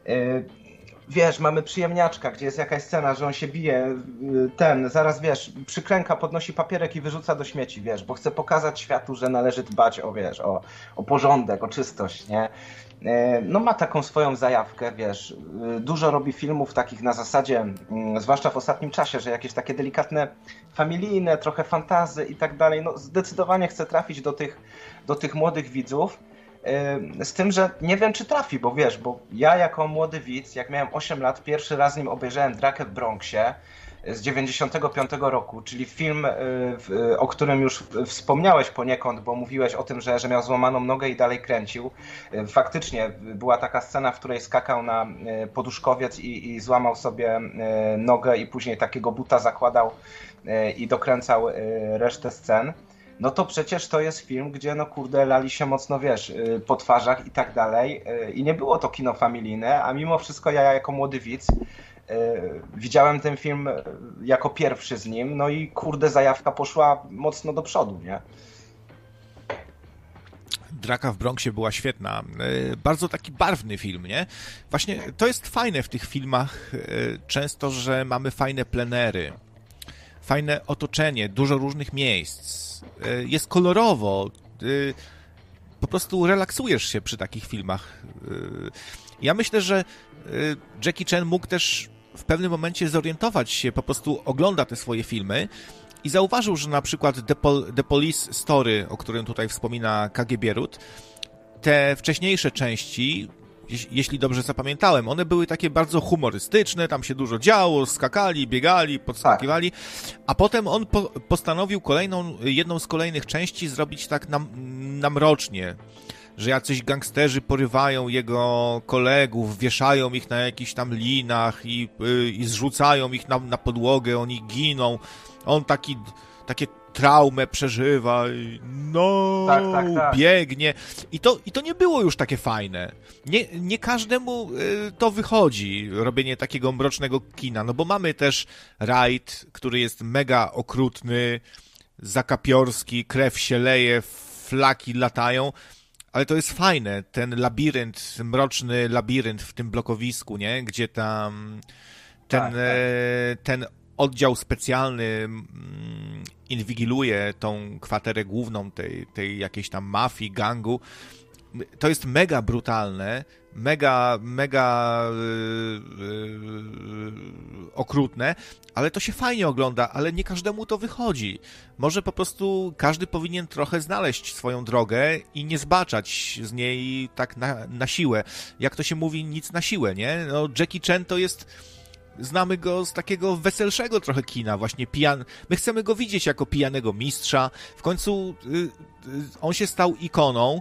Wiesz, mamy Przyjemniaczka, gdzie jest jakaś scena, że on się bije, ten, zaraz wiesz, przyklęka, podnosi papierek i wyrzuca do śmieci, wiesz, bo chce pokazać światu, że należy dbać o, wiesz, o, o porządek, o czystość, nie? No ma taką swoją zajawkę, wiesz, dużo robi filmów takich na zasadzie, zwłaszcza w ostatnim czasie, że jakieś takie delikatne, familijne, trochę fantazy i tak dalej, no zdecydowanie chce trafić do tych, do tych młodych widzów, z tym, że nie wiem, czy trafi, bo wiesz, bo ja jako młody widz, jak miałem osiem lat, pierwszy raz z nim obejrzałem Drakę w Bronxie z dziewięćdziesiątego piątego roku, czyli film, o którym już wspomniałeś poniekąd, bo mówiłeś o tym, że, że miał złamaną nogę i dalej kręcił. Faktycznie była taka scena, w której skakał na poduszkowiec i, i złamał sobie nogę i później takiego buta zakładał i dokręcał resztę scen. No to przecież to jest film, gdzie no kurde lali się mocno, wiesz, po twarzach i tak dalej i nie było to kino familijne, a mimo wszystko ja jako młody widz widziałem ten film jako pierwszy z nim, no i kurde zajawka poszła mocno do przodu, nie? Draka w Bronxie była świetna. Bardzo taki barwny film, nie? Właśnie to jest fajne w tych filmach często, że mamy fajne plenery, fajne otoczenie, dużo różnych miejsc. Jest kolorowo. po prostu relaksujesz się przy takich filmach. Ja myślę, że Jackie Chan mógł też w pewnym momencie zorientować się, po prostu ogląda te swoje filmy i zauważył, że na przykład The, Pol- The Police Story, o którym tutaj wspomina K G Bierut, te wcześniejsze części, jeśli dobrze zapamiętałem, one były takie bardzo humorystyczne, tam się dużo działo, skakali, biegali, podskakiwali, tak. A potem on po- postanowił kolejną, jedną z kolejnych części zrobić tak na, na mrocznie, że jacyś gangsterzy porywają jego kolegów, wieszają ich na jakichś tam linach i, yy, i zrzucają ich na, na podłogę, oni giną, on taki, takie traumę przeżywa, no, tak, tak, tak. biegnie. I to, I to nie było już takie fajne. Nie, nie każdemu y, to wychodzi, robienie takiego mrocznego kina, no bo mamy też rajd, który jest mega okrutny, zakapiorski, krew się leje, flaki latają, ale to jest fajne, ten labirynt, mroczny labirynt w tym blokowisku, nie? Gdzie tam ten, tak, tak. E, ten oddział specjalny mm, inwigiluje tą kwaterę główną tej, tej jakiejś tam mafii, gangu. To jest mega brutalne, mega, mega yy, yy, okrutne, ale to się fajnie ogląda, ale nie każdemu to wychodzi. Może po prostu każdy powinien trochę znaleźć swoją drogę i nie zbaczać z niej tak na, na siłę. Jak to się mówi, nic na siłę, nie? No, Jackie Chan to jest... Znamy go z takiego weselszego trochę kina, właśnie pijan... My chcemy go widzieć jako pijanego mistrza. W końcu y, y, on się stał ikoną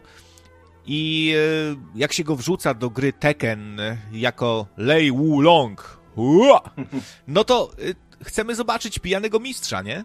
i y, jak się go wrzuca do gry Tekken jako Lei Wulong, no to y, chcemy zobaczyć pijanego mistrza, nie?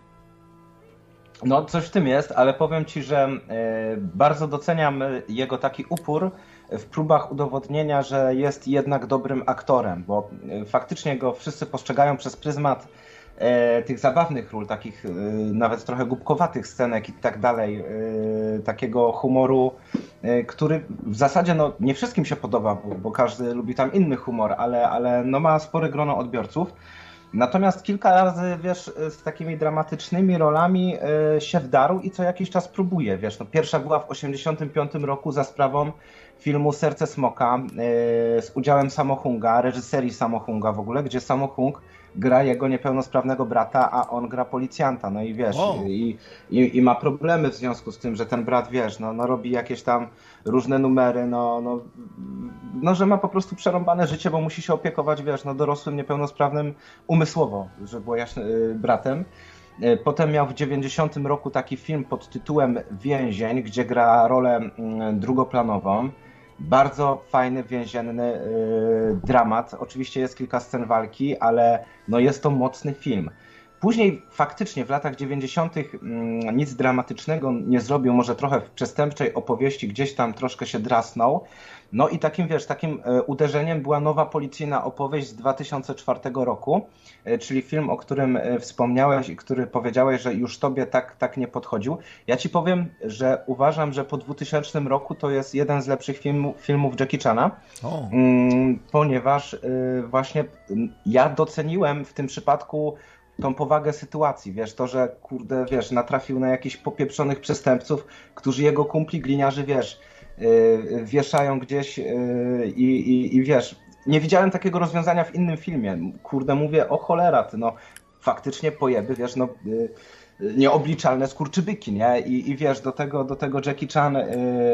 No, coś w tym jest, ale powiem ci, że y, bardzo doceniam jego taki upór w próbach udowodnienia, że jest jednak dobrym aktorem, bo faktycznie go wszyscy postrzegają przez pryzmat e, tych zabawnych ról, takich e, nawet trochę głupkowatych scenek i tak dalej, e, takiego humoru, e, który w zasadzie no, nie wszystkim się podoba, bo, bo każdy lubi tam inny humor, ale, ale no, ma spore grono odbiorców. Natomiast kilka razy, wiesz, z takimi dramatycznymi rolami e, się wdarł i co jakiś czas próbuje, wiesz. No, pierwsza była w osiemdziesiątym piątym roku za sprawą filmu Serce Smoka e, z udziałem Sammo Hunga, reżyserii Sammo Hunga w ogóle, gdzie Sammo Hung gra jego niepełnosprawnego brata, a on gra policjanta, no i wiesz, i, i, i ma problemy w związku z tym, że ten brat, wiesz, no, no robi jakieś tam różne numery, no, no, no, że ma po prostu przerąbane życie, bo musi się opiekować, wiesz, no dorosłym, niepełnosprawnym umysłowo, że było jaśne, bratem. Potem miał w dziewięćdziesiątym roku taki film pod tytułem Więzień, gdzie gra rolę drugoplanową. Bardzo fajny, więzienny yy, dramat. Oczywiście jest kilka scen walki, ale no jest to mocny film. Później faktycznie w latach dziewięćdziesiątych yy, nic dramatycznego nie zrobił, może trochę w przestępczej opowieści gdzieś tam troszkę się drasnął. No i takim, wiesz, takim yy, uderzeniem była nowa policyjna opowieść z dwa tysiące czwartego roku, yy, czyli film, o którym yy, wspomniałeś i który powiedziałeś, że już tobie tak, tak nie podchodził. Ja ci powiem, że uważam, że po dwutysięcznym roku to jest jeden z lepszych filmu, filmów Jackie Chana, yy, ponieważ yy, właśnie yy, ja doceniłem w tym przypadku tą powagę sytuacji, wiesz, to, że kurde, wiesz, natrafił na jakichś popieprzonych przestępców, którzy jego kumpli gliniarzy, wiesz, yy, wieszają gdzieś yy, i, i wiesz, nie widziałem takiego rozwiązania w innym filmie, kurde, mówię, o cholera, ty, no, faktycznie pojeby, wiesz, no, yy, nieobliczalne skurczybyki, nie, i, i wiesz, do tego, do tego Jackie Chan yy,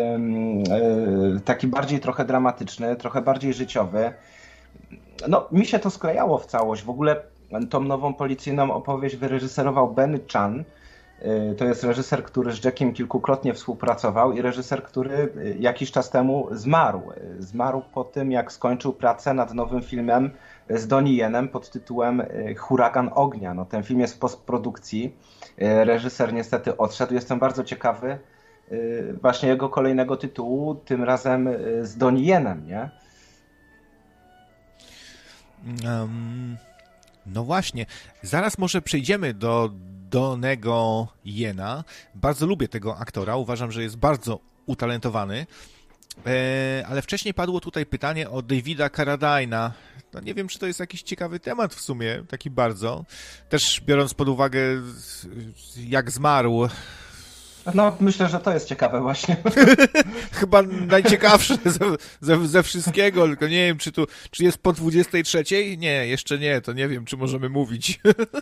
yy, taki bardziej trochę dramatyczny, trochę bardziej życiowy, no, mi się to sklejało w całość, w ogóle tą nową policyjną opowieść wyreżyserował Ben Chan. To jest reżyser, który z Jackiem kilkukrotnie współpracował i reżyser, który jakiś czas temu zmarł. Zmarł po tym, jak skończył pracę nad nowym filmem z Donnie Yenem pod tytułem Huragan Ognia. No, ten film jest w postprodukcji. Reżyser niestety odszedł. Jestem bardzo ciekawy właśnie jego kolejnego tytułu, tym razem z Donnie Yenem, nie? Um... No właśnie, zaraz może przejdziemy do Donnego Yena. Bardzo lubię tego aktora, uważam, że jest bardzo utalentowany, e, ale wcześniej padło tutaj pytanie o Davida Carradine'a. No nie wiem, czy to jest jakiś ciekawy temat w sumie, taki bardzo. Też biorąc pod uwagę, jak zmarł No, myślę, że to jest ciekawe właśnie. Chyba najciekawsze ze, ze, ze wszystkiego, tylko nie wiem, czy tu, czy jest po dwudziestej trzeciej? Nie, jeszcze nie, to nie wiem, czy możemy mówić.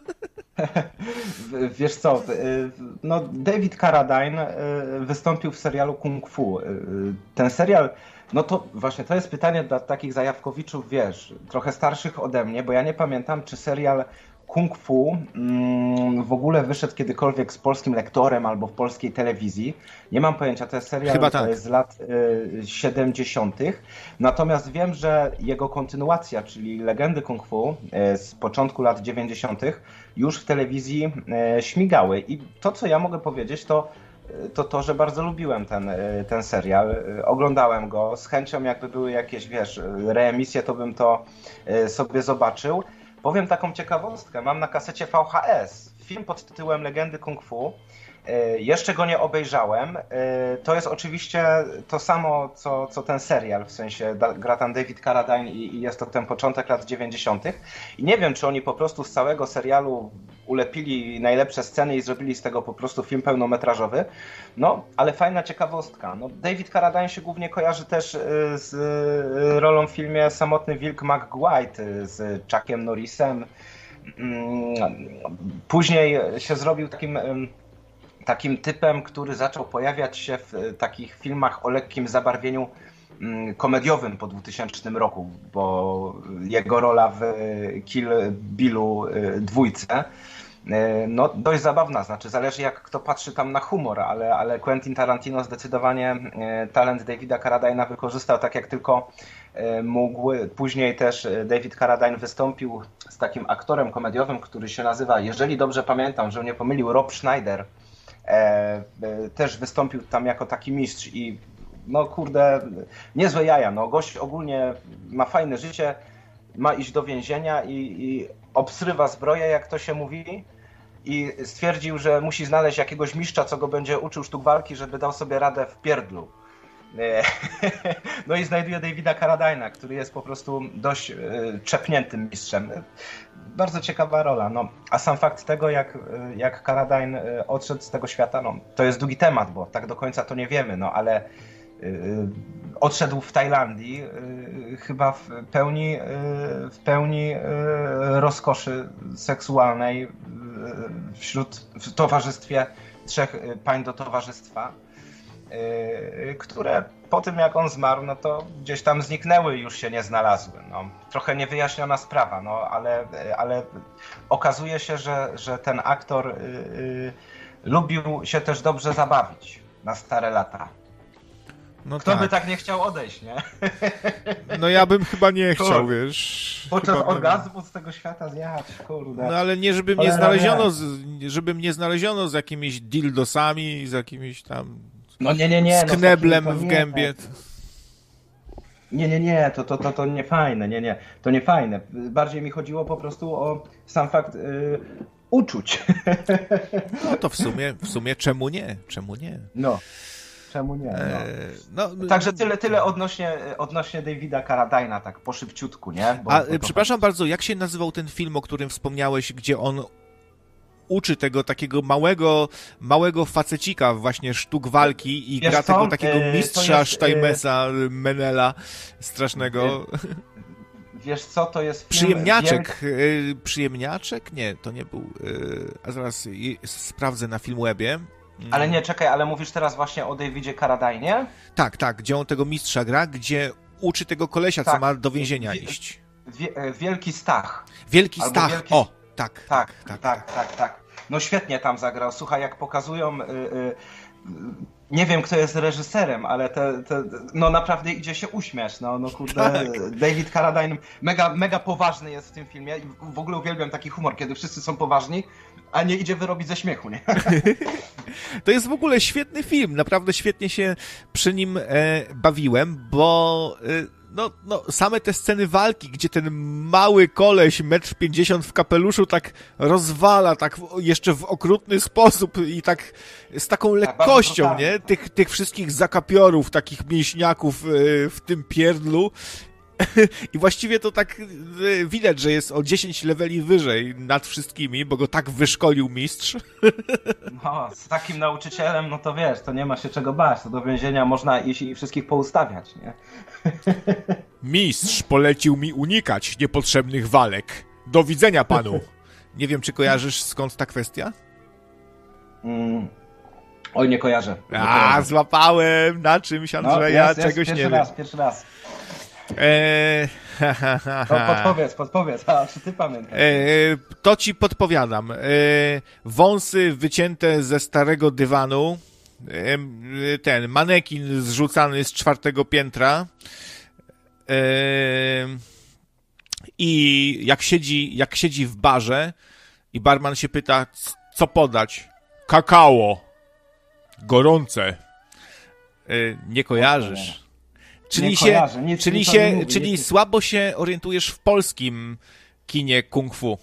Wiesz co, no David Carradine wystąpił w serialu Kung Fu. Ten serial, no to właśnie to jest pytanie dla takich zajawkowiczów, wiesz, trochę starszych ode mnie, bo ja nie pamiętam, czy serial Kung Fu mm, w ogóle wyszedł kiedykolwiek z polskim lektorem albo w polskiej telewizji. Nie mam pojęcia, to jest serial Chyba tak. z lat y, siedemdziesiątych. Natomiast wiem, że jego kontynuacja, czyli Legendy Kung Fu y, z początku lat dziewięćdziesiątych już w telewizji y, śmigały. I to, co ja mogę powiedzieć, to to to, że bardzo lubiłem ten, ten serial. Oglądałem go z chęcią, jakby były jakieś, wiesz, reemisje, to bym to sobie zobaczył. Powiem taką ciekawostkę. Mam na kasecie V H S film pod tytułem Legendy Kung Fu. Jeszcze go nie obejrzałem. To jest oczywiście to samo, co, co ten serial, w sensie gra tam David Carradine i, i jest to ten początek lat dziewięćdziesiątych. I nie wiem, czy oni po prostu z całego serialu ulepili najlepsze sceny i zrobili z tego po prostu film pełnometrażowy. No, ale fajna ciekawostka. No, David Carradine się głównie kojarzy też z rolą w filmie Samotny Wilk McGuire z Chuckiem Norrisem. Później się zrobił takim... takim typem, który zaczął pojawiać się w takich filmach o lekkim zabarwieniu komediowym po dwutysięcznym roku, bo jego rola w Kill Billu dwójce, no dość zabawna, znaczy zależy jak kto patrzy tam na humor, ale, ale Quentin Tarantino zdecydowanie talent Davida Carradine'a wykorzystał tak jak tylko mógł. Później też David Carradine wystąpił z takim aktorem komediowym, który się nazywa, jeżeli dobrze pamiętam, że nie pomylił, Rob Schneider. E, e, też wystąpił tam jako taki mistrz i no kurde, niezłe jaja, no gość ogólnie ma fajne życie, ma iść do więzienia i, i obsrywa zbroję, jak to się mówi, i stwierdził, że musi znaleźć jakiegoś mistrza, co go będzie uczył sztuk walki, żeby dał sobie radę w pierdlu. E, no i znajduje Davida Carradine'a, który jest po prostu dość e, czepniętym mistrzem. Bardzo ciekawa rola, no. A sam fakt tego, jak, jak Carradine odszedł z tego świata, no, to jest długi temat, bo tak do końca to nie wiemy, no, ale yy, odszedł w Tajlandii yy, chyba w pełni, yy, w pełni yy, rozkoszy seksualnej yy, wśród, w towarzystwie trzech pań do towarzystwa, yy, które po tym jak on zmarł, no to gdzieś tam zniknęły, już się nie znalazły. No, trochę niewyjaśniona sprawa, no, ale, ale okazuje się, że, że ten aktor y, y, lubił się też dobrze zabawić na stare lata. No Kto tak. by tak nie chciał odejść, nie? No ja bym chyba nie chciał, wiesz. Podczas chyba orgazmu bym... z tego świata zjechać, kurde. No ale nie, żeby mnie znaleziono, z, żeby mnie znaleziono z jakimiś dildosami, z jakimiś tam... No nie, nie, nie. Z kneblem no, w gębie. Nie, nie, nie, to, to, to, to nie fajne, nie, nie, to nie fajne. Bardziej mi chodziło po prostu o sam fakt yy, uczuć. No to w sumie, w sumie czemu nie, czemu nie? No, czemu nie, no. Eee, no Także tyle, tyle odnośnie, odnośnie Davida Carradine'a, tak po szybciutku, nie? Bo, A bo przepraszam to... bardzo, jak się nazywał ten film, o którym wspomniałeś, gdzie on uczy tego takiego małego, małego facecika właśnie sztuk walki i Wiesz gra co? tego takiego mistrza jest, Steinmessa, Menela strasznego. Wiesz co, to jest film... Przyjemniaczek. Wielk... Przyjemniaczek? Nie, to nie był... A zaraz sprawdzę na Filmwebie. Ale nie, czekaj, ale mówisz teraz właśnie o Davidzie Carradine'ie? Tak, tak, gdzie on tego mistrza gra, gdzie uczy tego kolesia, tak. co ma do więzienia iść. Wielki Stach. Wielki Stach, wielki... o! Tak tak tak, tak, tak, tak, tak. No świetnie tam zagrał. Słuchaj, jak pokazują, yy, yy, nie wiem kto jest reżyserem, ale te, te, no naprawdę idzie się uśmiać. No, no kurde, tak. David Carradine mega, mega poważny jest w tym filmie i w ogóle uwielbiam taki humor, kiedy wszyscy są poważni, a nie idzie wyrobić ze śmiechu, nie? To jest w ogóle świetny film, naprawdę świetnie się przy nim e, bawiłem, bo... E, No, no, same te sceny walki, gdzie ten mały koleś, metr pięćdziesiąt w kapeluszu tak rozwala, tak jeszcze w okrutny sposób i tak z taką lekkością, nie? Tych, tych wszystkich zakapiorów, takich mięśniaków w tym pierdlu. I właściwie to tak widać, że jest o dziesięć leveli wyżej nad wszystkimi, bo go tak wyszkolił mistrz. No, z takim nauczycielem, no to wiesz, to nie ma się czego bać, to do więzienia można iść i wszystkich poustawiać, nie? Mistrz polecił mi unikać niepotrzebnych walek. Do widzenia panu. Nie wiem, czy kojarzysz, skąd ta kwestia? Mm. Oj, nie kojarzę. Nie A, kojarzę. Złapałem na czymś Andrzeja, no, jest, czegoś jest, nie pierwszy wiem. raz, pierwszy raz. Eee, ha, ha, ha, To ha. podpowiedz, podpowiedz, a czy ty pamiętasz? Eee, to ci podpowiadam. Eee, wąsy wycięte ze starego dywanu. Eee, ten manekin zrzucany z czwartego piętra. Eee, I jak siedzi, jak siedzi w barze i barman się pyta, co podać? Kakao. Gorące. Eee, nie kojarzysz. Czyli Nie się, kojarzę, nic czyli mi to się, nie mówi, czyli nic- słabo się orientujesz w polskim kinie kung fu.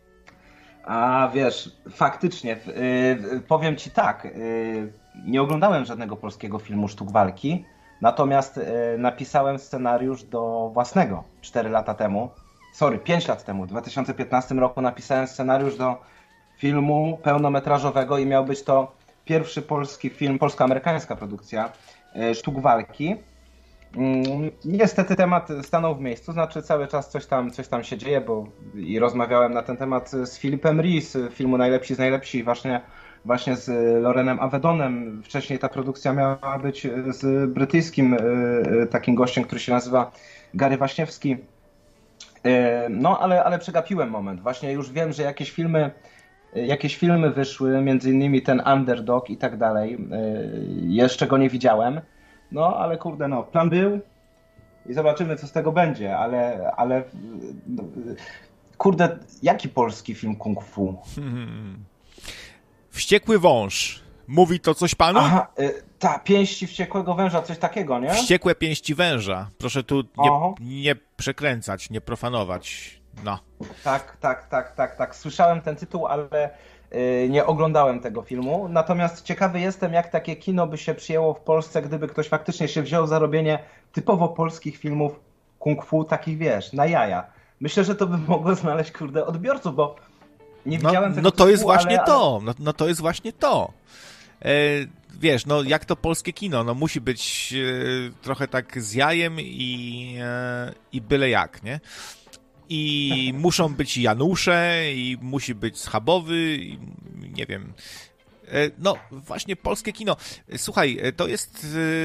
A wiesz, faktycznie, yy, powiem ci tak, yy, nie oglądałem żadnego polskiego filmu sztuk walki, natomiast yy, napisałem scenariusz do własnego cztery lata temu, sorry, pięć lat temu, w dwa tysiące piętnastym roku napisałem scenariusz do filmu pełnometrażowego i miał być to pierwszy polski film, polsko-amerykańska produkcja yy, sztuk walki. Mm, Niestety temat stanął w miejscu, znaczy cały czas coś tam, coś tam się dzieje, bo i rozmawiałem na ten temat z Philipem Rees z filmu Najlepsi z Najlepsi, właśnie, właśnie z Lorenem Avedonem. Wcześniej ta produkcja miała być z brytyjskim takim gościem, który się nazywa Gary Waśniewski. No ale, ale przegapiłem moment. Właśnie już wiem, że jakieś filmy, jakieś filmy wyszły, między innymi ten Underdog i tak dalej. Jeszcze go nie widziałem. No, ale kurde, no, plan był i zobaczymy, co z tego będzie, ale, ale no, kurde, jaki polski film kung fu? Hmm. Wściekły wąż. Mówi to coś panu? Aha, y, ta, pięści wściekłego węża, coś takiego, nie? Wściekłe pięści węża. Proszę tu nie, nie przekręcać, nie profanować. No. Tak, tak, tak, tak, tak. Słyszałem ten tytuł, ale y, nie oglądałem tego filmu. Natomiast ciekawy jestem, jak takie kino by się przyjęło w Polsce, gdyby ktoś faktycznie się wziął za robienie typowo polskich filmów kung fu, takich wiesz, na jaja. Myślę, że to by mogło znaleźć, kurde, odbiorców, bo nie No, widziałem tego no to tytułu, jest właśnie ale, to. No, no to jest właśnie to. E, wiesz, no jak to polskie kino, no musi być e, trochę tak z jajem i, e, i byle jak, nie? I muszą być Janusze, i musi być schabowy, i nie wiem. E, no właśnie polskie kino. Słuchaj, to jest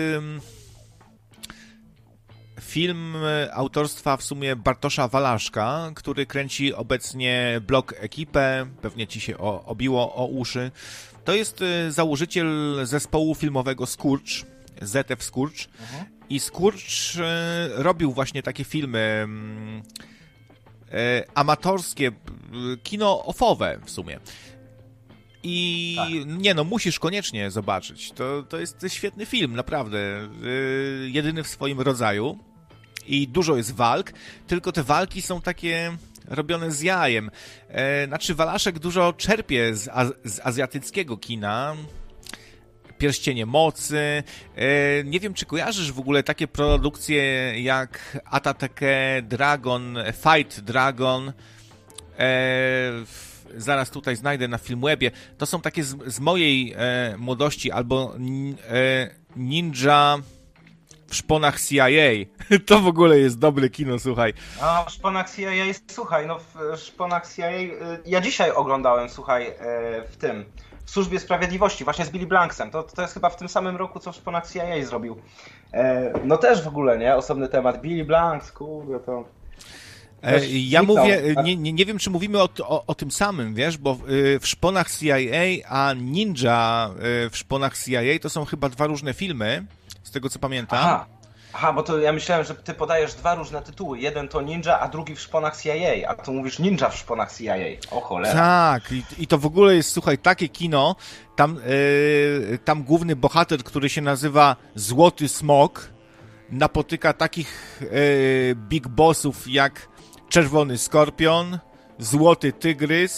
e, film autorstwa w sumie Bartosza Walaszka, który kręci obecnie Blok Ekipę, pewnie ci się o, obiło o uszy. To jest założyciel zespołu filmowego Skurcz, Z F Skurcz. Mhm. I Skurcz robił właśnie takie filmy e, amatorskie, kino offowe w sumie. I tak. Nie no, musisz koniecznie zobaczyć. To, to jest świetny film, naprawdę. E, jedyny w swoim rodzaju. I dużo jest walk, tylko te walki są takie robione z jajem. E, znaczy Walaszek dużo czerpie z, az, z azjatyckiego kina. Pierścienie Mocy. E, nie wiem, czy kojarzysz w ogóle takie produkcje jak Atateke Dragon, Fight Dragon. E, zaraz tutaj znajdę na Filmwebie. To są takie z, z mojej e, młodości, albo e, Ninja w szponach C I A. To w ogóle jest dobre kino, słuchaj. A w szponach C I A, słuchaj, no w szponach C I A, ja dzisiaj oglądałem, słuchaj, w tym, w Służbie Sprawiedliwości, właśnie z Billy Blanksem. To, to jest chyba w tym samym roku, co w szponach C I A zrobił. No też w ogóle, nie? Osobny temat. Billy Blanks, kurde, to... Ja mówię, nie, nie, nie wiem, czy mówimy o, o, o tym samym, wiesz, bo w szponach C I A, a Ninja w szponach C I A to są chyba dwa różne filmy, z tego co pamiętam. Aha, Aha bo to ja myślałem, że ty podajesz dwa różne tytuły. Jeden to Ninja, a drugi w szponach C I A, a tu mówisz Ninja w szponach C I A. O cholera. Tak, i, i to w ogóle jest, słuchaj, takie kino, tam, yy, tam główny bohater, który się nazywa Złoty Smok, napotyka takich yy, big bossów jak Czerwony Skorpion, Złoty Tygrys,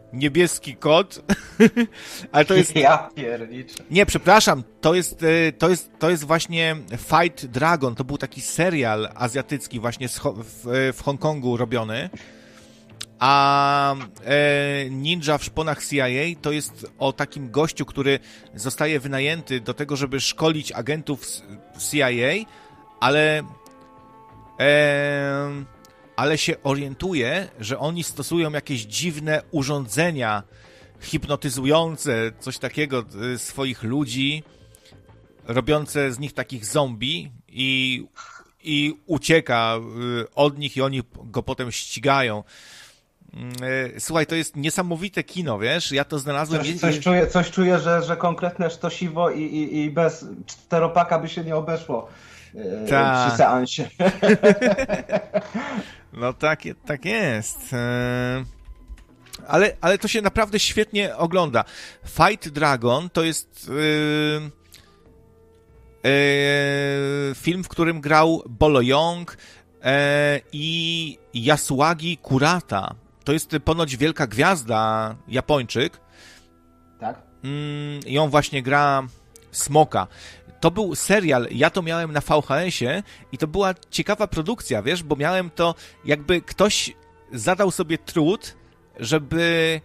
Niebieski kot. Ale to jest... Ja pierniczę. Nie, przepraszam, to jest, to jest, to jest właśnie Fight Dragon. To był taki serial azjatycki właśnie w, w Hongkongu robiony. A e, Ninja w szponach C I A to jest o takim gościu, który zostaje wynajęty do tego, żeby szkolić agentów C I A, ale e, ale się orientuje, że oni stosują jakieś dziwne urządzenia hipnotyzujące, coś takiego swoich ludzi, robiące z nich takich zombie i, i ucieka od nich i oni go potem ścigają. Słuchaj, to jest niesamowite kino, wiesz? Ja to znalazłem... Coś, coś, czuję, coś czuję, że, że konkretne sztosiwo i, i, i bez czteropaka by się nie obeszło Ta. przy seansie. No tak, tak jest. Ale, ale to się naprawdę świetnie ogląda. Fight Dragon to jest yy, yy, film, w którym grał Bolo Yeong yy, i Yasuagi Kurata. To jest ponoć wielka gwiazda, Japończyk. Tak. Yy, I on właśnie gra Smoka. To był serial, ja to miałem na V H S-ie i to była ciekawa produkcja, wiesz, bo miałem to, jakby ktoś zadał sobie trud, żeby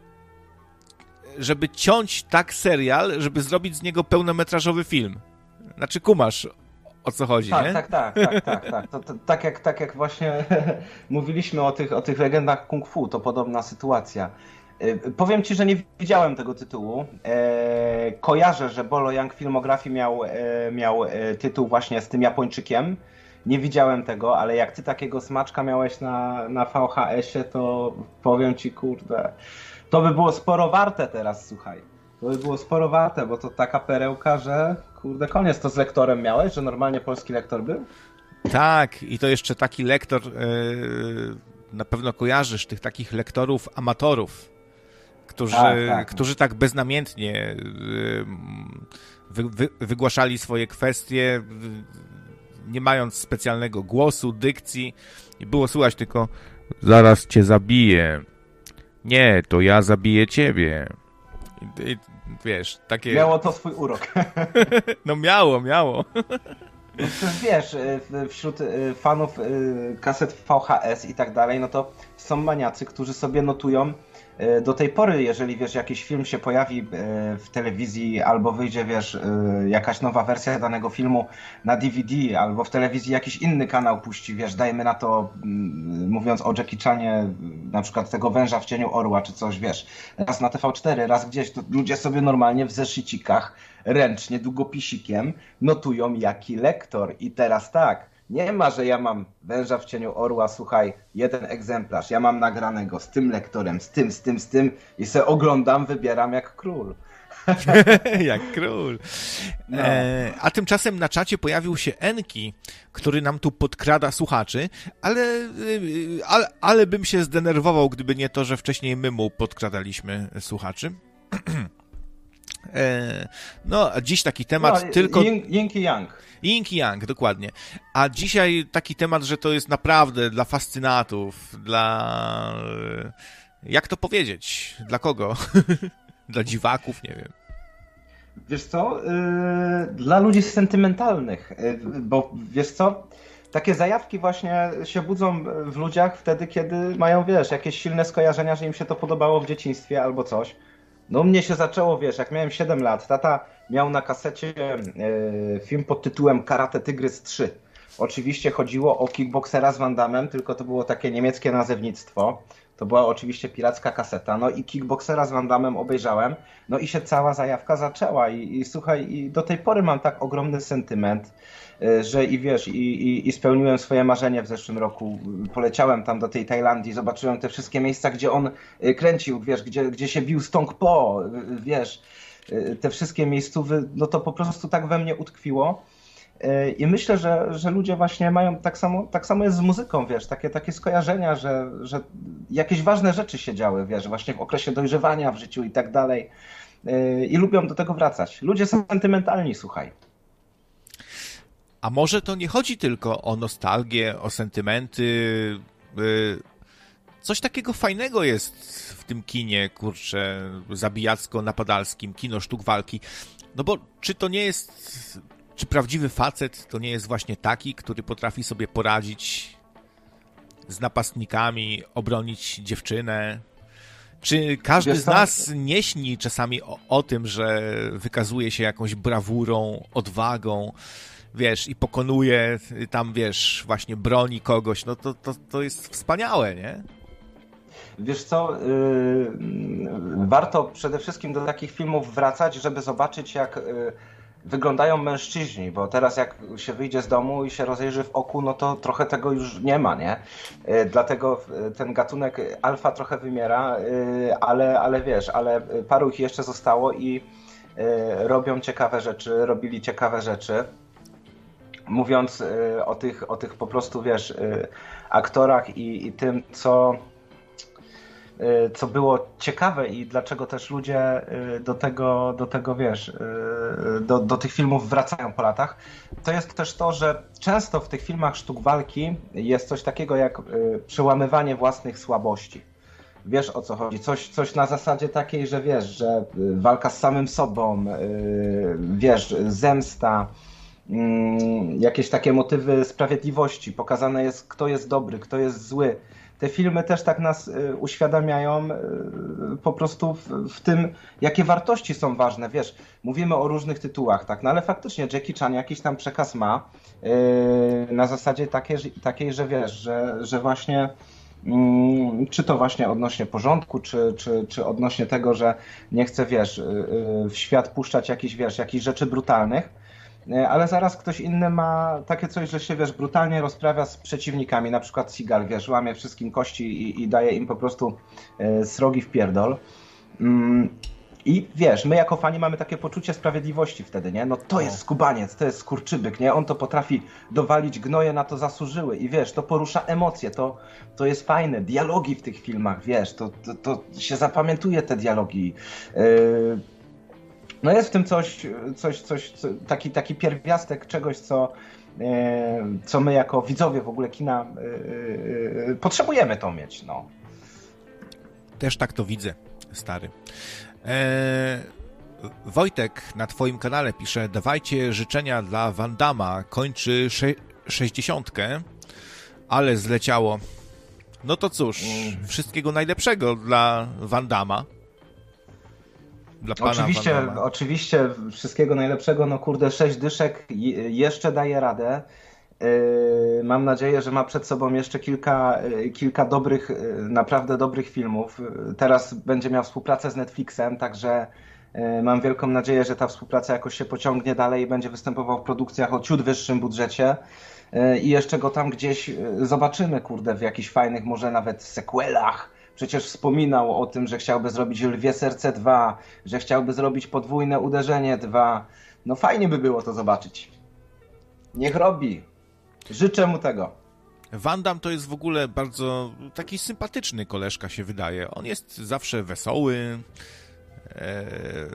żeby ciąć tak serial, żeby zrobić z niego pełnometrażowy film. Znaczy kumasz, o co chodzi, tak, nie? Tak, tak, tak, tak, tak. To, to, tak, jak, tak jak właśnie mówiliśmy o tych, o tych legendach kung fu, to podobna sytuacja. Powiem ci, że nie widziałem tego tytułu. E, kojarzę, że Bolo Yeong Filmografii miał, e, miał e, tytuł właśnie z tym Japończykiem. Nie widziałem tego, ale jak ty takiego smaczka miałeś na, na V H S-ie, to powiem ci, kurde, to by było sporo warte teraz, słuchaj. To by było sporo warte, bo to taka perełka, że kurde, koniec. To z lektorem miałeś, że normalnie polski lektor był? Tak, i to jeszcze taki lektor, yy, na pewno kojarzysz tych takich lektorów amatorów, którzy tak, tak. którzy tak beznamiętnie wy, wy, wygłaszali swoje kwestie, nie mając specjalnego głosu, dykcji. I było słychać tylko: zaraz cię zabiję. Nie, to ja zabiję ciebie. I, i, wiesz, takie... Miało to swój urok. No miało, miało. No przecież wiesz, wśród fanów kaset V H S i tak dalej, no to są maniacy, którzy sobie notują do tej pory, jeżeli wiesz, jakiś film się pojawi w telewizji albo wyjdzie, wiesz, jakaś nowa wersja danego filmu na D V D, albo w telewizji jakiś inny kanał puści, wiesz, dajmy na to, mówiąc o Jackie Chanie, na przykład tego Węża w cieniu orła, czy coś, wiesz, raz na T V cztery, raz gdzieś, to ludzie sobie normalnie w zeszycikach, ręcznie, długopisikiem notują jaki lektor. I teraz tak, nie ma, że ja mam Węża w cieniu orła, słuchaj, jeden egzemplarz, ja mam nagranego z tym lektorem, z tym, z tym, z tym i se oglądam, wybieram jak król. Jak król. No. E, a tymczasem na czacie pojawił się Enki, który nam tu podkrada słuchaczy, ale, ale, ale bym się zdenerwował, gdyby nie to, że wcześniej my mu podkradaliśmy słuchaczy. E, no, a dziś taki temat no, tylko... Yin i Yang. Yin i Yang, dokładnie. A dzisiaj taki temat, że to jest naprawdę dla fascynatów, dla... Jak to powiedzieć? Dla kogo? Dla dziwaków, nie wiem. Wiesz co? Yy, dla ludzi sentymentalnych, yy, bo wiesz co? Takie zajawki właśnie się budzą w ludziach wtedy, kiedy mają, wiesz, jakieś silne skojarzenia, że im się to podobało w dzieciństwie albo coś. No u mnie się zaczęło, wiesz, jak miałem siedem lat, tata miał na kasecie yy, film pod tytułem Karate Tygrys trzy. Oczywiście chodziło o kickboksera z Van Damme, tylko to było takie niemieckie nazewnictwo. To była oczywiście piracka kaseta, no i kickboksera z Van Damme obejrzałem, no i się cała zajawka zaczęła i, i słuchaj, i do tej pory mam tak ogromny sentyment, że i wiesz, i, i, i spełniłem swoje marzenie w zeszłym roku, poleciałem tam do tej Tajlandii, zobaczyłem te wszystkie miejsca, gdzie on kręcił, wiesz, gdzie, gdzie się bił z Tong Po, wiesz, te wszystkie miejscówy, no to po prostu tak we mnie utkwiło. I myślę, że, że ludzie właśnie mają tak samo, tak samo jest z muzyką, wiesz, takie, takie skojarzenia, że, że jakieś ważne rzeczy się działy, wiesz, właśnie w okresie dojrzewania w życiu i tak dalej. I lubią do tego wracać. Ludzie są sentymentalni, słuchaj. A może to nie chodzi tylko o nostalgię, o sentymenty, coś takiego fajnego jest w tym kinie, kurczę, zabijacko-napadalskim, kino sztuk walki. No bo czy to nie jest, czy prawdziwy facet to nie jest właśnie taki, który potrafi sobie poradzić z napastnikami, obronić dziewczynę? Czy każdy Wiesz z co? nas nie śni czasami o, o tym, że wykazuje się jakąś brawurą, odwagą, wiesz, i pokonuje tam, wiesz, właśnie broni kogoś? No to, to, to jest wspaniałe, nie? Wiesz co, yy, warto przede wszystkim do takich filmów wracać, żeby zobaczyć, jak yy, wyglądają mężczyźni, bo teraz jak się wyjdzie z domu i się rozejrzy w oku, no to trochę tego już nie ma, nie? Yy, dlatego ten gatunek alfa trochę wymiera, yy, ale, ale wiesz, ale paru ich jeszcze zostało i yy, robią ciekawe rzeczy, robili ciekawe rzeczy. Mówiąc yy, o tych, o tych po prostu, wiesz, yy, aktorach i, i tym, co... co było ciekawe i dlaczego też ludzie do tego, do tego wiesz, do, do tych filmów wracają po latach, to jest też to, że często w tych filmach sztuk walki jest coś takiego jak przełamywanie własnych słabości. Wiesz, o co chodzi? Coś, coś na zasadzie takiej, że wiesz, że walka z samym sobą, wiesz, zemsta, jakieś takie motywy sprawiedliwości, pokazane jest, kto jest dobry, kto jest zły. Te filmy też tak nas y, uświadamiają y, po prostu w, w tym, jakie wartości są ważne. Wiesz, mówimy o różnych tytułach, tak, no ale faktycznie Jackie Chan jakiś tam przekaz ma y, na zasadzie takiej, takiej, że wiesz, że, że właśnie y, czy to właśnie odnośnie porządku, czy, czy, czy odnośnie tego, że nie chce, wiesz, y, y, w świat puszczać jakichś, wiesz, jakichś rzeczy brutalnych. Ale zaraz ktoś inny ma takie coś, że się, wiesz, brutalnie rozprawia z przeciwnikami, na przykład Seagal, wiesz, łamie wszystkim kości i, i daje im po prostu e, srogi w pierdol. Mm, I wiesz, my jako fani mamy takie poczucie sprawiedliwości wtedy, nie? No to jest skubaniec, to jest skurczybyk, nie? On to potrafi dowalić, gnoje na to zasłużyły i wiesz, to porusza emocje, to, to jest fajne, dialogi w tych filmach, wiesz, to, to, to się zapamiętuje te dialogi. Yy, No jest w tym coś, coś, coś, co, taki, taki pierwiastek czegoś, co, e, co my jako widzowie w ogóle kina e, e, potrzebujemy to mieć, no. Też tak to widzę, stary. Eee, Wojtek na twoim kanale pisze: dawajcie życzenia dla Van Damma, kończy sze- sześćdziesiątkę, ale zleciało. No to cóż, mm. wszystkiego najlepszego dla Van Damma. Dla pana oczywiście, Van Damma. Oczywiście wszystkiego najlepszego, no kurde, sześć dyszek jeszcze daje radę. Mam nadzieję, że ma przed sobą jeszcze kilka, kilka dobrych, naprawdę dobrych filmów. Teraz będzie miał współpracę z Netflixem, także mam wielką nadzieję, że ta współpraca jakoś się pociągnie dalej i będzie występował w produkcjach o ciut wyższym budżecie. I jeszcze go tam gdzieś zobaczymy, kurde, w jakichś fajnych, może nawet sequelach. Przecież wspominał o tym, że chciałby zrobić Lwie Serce dwa, że chciałby zrobić Podwójne Uderzenie dwa. No fajnie by było to zobaczyć. Niech robi. Życzę mu tego. Van Damme to jest w ogóle bardzo taki sympatyczny koleżka, się wydaje. On jest zawsze wesoły. Eee,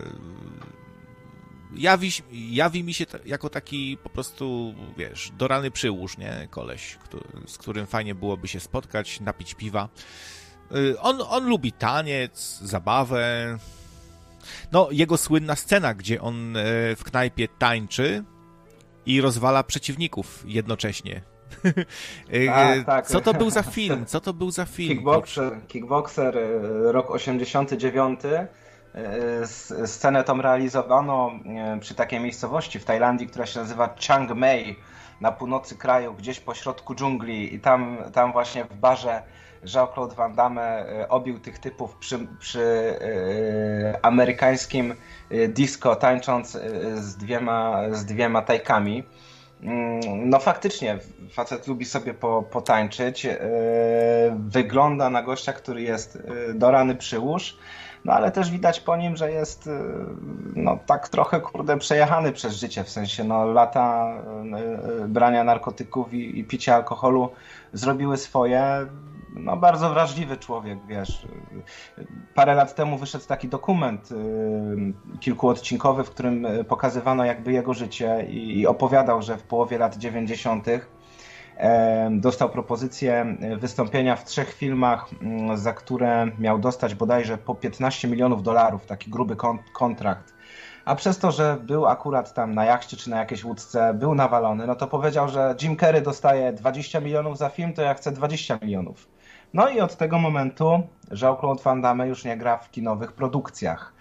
jawi, jawi mi się t- jako taki po prostu, wiesz, do rany przyłóż, nie? Koleś, który, z którym fajnie byłoby się spotkać, napić piwa. Eee, on, on lubi taniec, zabawę. No, jego słynna scena, gdzie on e, w knajpie tańczy i rozwala przeciwników jednocześnie. Tak, tak. Co to był za film? Co to był za film? Kickboxer, Kickboxer rok osiemdziesiąty dziewiąty. Scenę tą realizowano przy takiej miejscowości w Tajlandii, która się nazywa Chiang Mai, na północy kraju, gdzieś po środku dżungli, i tam, tam właśnie w barze Jean-Claude Van Damme obił tych typów przy, przy yy, amerykańskim disco, tańcząc z dwiema, z dwiema tajkami. No faktycznie, facet lubi sobie po, potańczyć, yy, wygląda na gościa, który jest do rany przyłóż, no ale też widać po nim, że jest yy, no tak trochę, kurde, przejechany przez życie, w sensie no lata yy, brania narkotyków i, i picia alkoholu zrobiły swoje. No bardzo wrażliwy człowiek, wiesz. Parę lat temu wyszedł taki dokument yy, kilkuodcinkowy, w którym pokazywano jakby jego życie i, i opowiadał, że w połowie lat dziewięćdziesiątych Dostał propozycję wystąpienia w trzech filmach, za które miał dostać bodajże po piętnaście milionów dolarów, taki gruby kontrakt. A przez to, że był akurat tam na jachcie czy na jakiejś łódce, był nawalony, no to powiedział, że Jim Carrey dostaje dwadzieścia milionów za film, to ja chcę dwadzieścia milionów. No i od tego momentu Jean-Claude Van Damme już nie gra w kinowych produkcjach.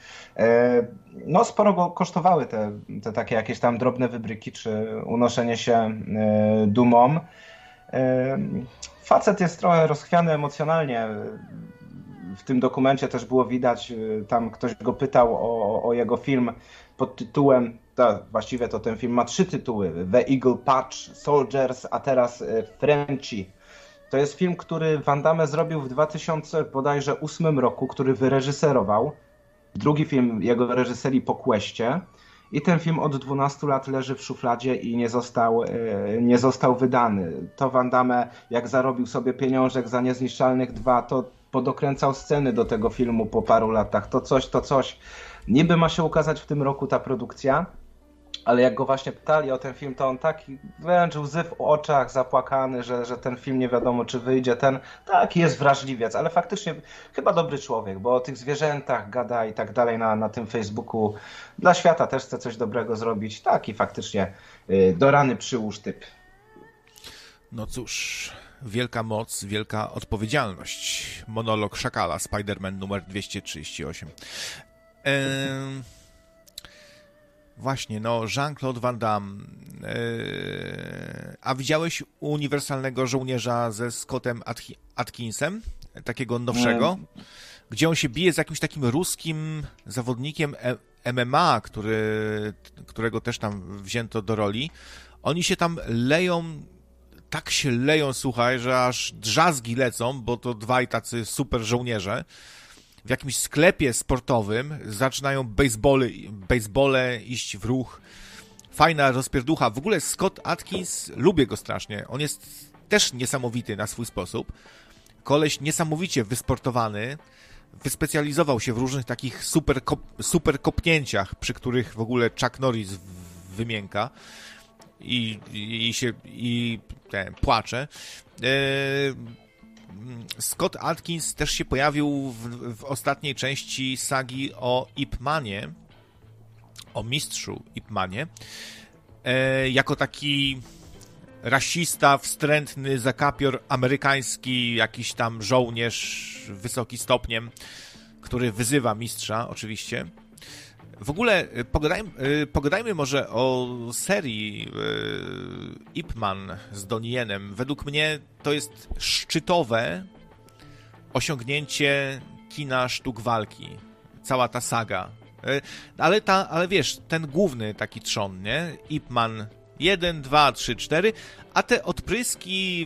No sporo go kosztowały te, te takie jakieś tam drobne wybryki, czy unoszenie się dumą. Facet jest trochę rozchwiany emocjonalnie. W tym dokumencie też było widać, tam ktoś go pytał o, o jego film pod tytułem, to, właściwie to ten film ma trzy tytuły, The Eagle Patch, Soldiers, a teraz Frenchie. To jest film, który Van Damme zrobił w dwa tysiące ósmym roku, który wyreżyserował. Drugi film jego reżyserii po Questie. I ten film od dwunastu lat leży w szufladzie i nie został, nie został wydany. To Van Damme, jak zarobił sobie pieniążek za Niezniszczalnych dwa, to podokręcał sceny do tego filmu po paru latach. To coś, to coś. Niby ma się ukazać w tym roku ta produkcja, ale jak go właśnie pytali o ten film, to on taki wręcz łzy w oczach, zapłakany, że, że ten film nie wiadomo czy wyjdzie. Ten taki jest wrażliwiec, ale faktycznie chyba dobry człowiek, bo o tych zwierzętach gada i tak dalej na, na tym Facebooku. Dla świata też chce coś dobrego zrobić. Taki faktycznie yy, do rany przyłóż typ. No cóż, wielka moc, wielka odpowiedzialność. Monolog Szakala, Spider-Man numer dwieście trzydzieści osiem. Ehm... Właśnie, no Jean-Claude Van Damme. Yy, a widziałeś Uniwersalnego Żołnierza ze Scottem Atki- Atkinsem? Takiego nowszego? Mm. Gdzie on się bije z jakimś takim ruskim zawodnikiem M M A, który, którego też tam wzięto do roli. Oni się tam leją, tak się leją, słuchaj, że aż drzazgi lecą, bo to dwaj tacy super żołnierze. W jakimś sklepie sportowym zaczynają basebole, basebole iść w ruch. Fajna rozpierducha. W ogóle Scott Adkins, lubię go strasznie. On jest też niesamowity na swój sposób. Koleś niesamowicie wysportowany. Wyspecjalizował się w różnych takich super, kop, super kopnięciach, przy których w ogóle Chuck Norris wymięka i, i, i się i, te, płacze. Eee, Scott Adkins też się pojawił w, w ostatniej części sagi o Ip Manie, o mistrzu Ip Manie, e, jako taki rasista, wstrętny zakapior amerykański, jakiś tam żołnierz wysoki stopniem, który wyzywa mistrza oczywiście. W ogóle pogadajmy, pogadajmy może o serii Ip Man z Donnie Yenem. Według mnie to jest szczytowe osiągnięcie kina sztuk walki. Cała ta saga. Ale, ta, ale wiesz, ten główny taki trzon, nie? Ip Man jeden, dwa, trzy, cztery, a te odpryski,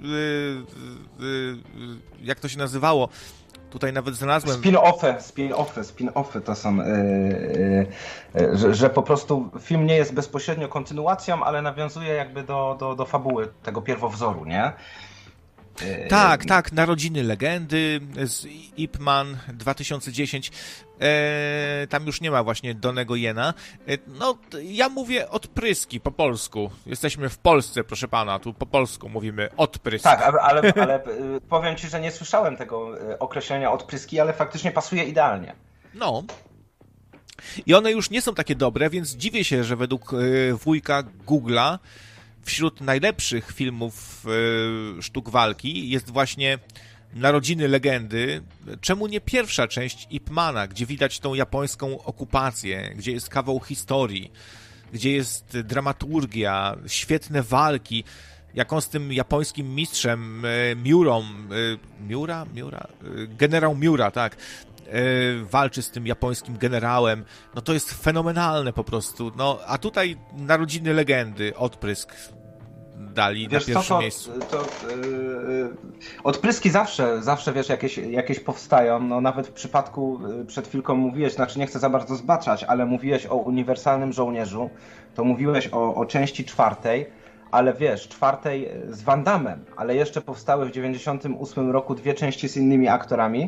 jak to się nazywało? Tutaj nawet znalazłem... Spin-offy, spin-offy, spin-offy to są, yy, yy, że, że po prostu film nie jest bezpośrednio kontynuacją, ale nawiązuje jakby do, do, do fabuły tego pierwowzoru, nie? Yy... Tak, tak, Narodziny Legendy z Ip Man dwa tysiące dziesięć. E, tam już nie ma właśnie Donnego Yena. E, no, ja mówię odpryski po polsku. Jesteśmy w Polsce, proszę pana, tu po polsku mówimy odprysk. Tak, ale, ale, ale powiem ci, że nie słyszałem tego określenia odpryski, ale faktycznie pasuje idealnie. No. I one już nie są takie dobre, więc dziwię się, że według wujka Google'a wśród najlepszych filmów sztuk walki jest właśnie Narodziny Legendy. Czemu nie pierwsza część Ip Mana, gdzie widać tą japońską okupację, gdzie jest kawał historii, gdzie jest dramaturgia, świetne walki, jak on z tym japońskim mistrzem Miurą, Miura? Miura? Generał Miura, tak, walczy z tym japońskim generałem, no to jest fenomenalne po prostu, no a tutaj Narodziny Legendy, odprysk dali wiesz, na pierwszym to, to, miejscu. To, yy, odpryski zawsze, zawsze wiesz, jakieś, jakieś powstają, no nawet w przypadku, przed chwilką mówiłeś, znaczy nie chcę za bardzo zbaczać, ale mówiłeś o Uniwersalnym Żołnierzu, to mówiłeś o, o części czwartej, ale wiesz, czwartej z Van Dammem, ale jeszcze powstały w dziewięćdziesiątym ósmym roku dwie części z innymi aktorami,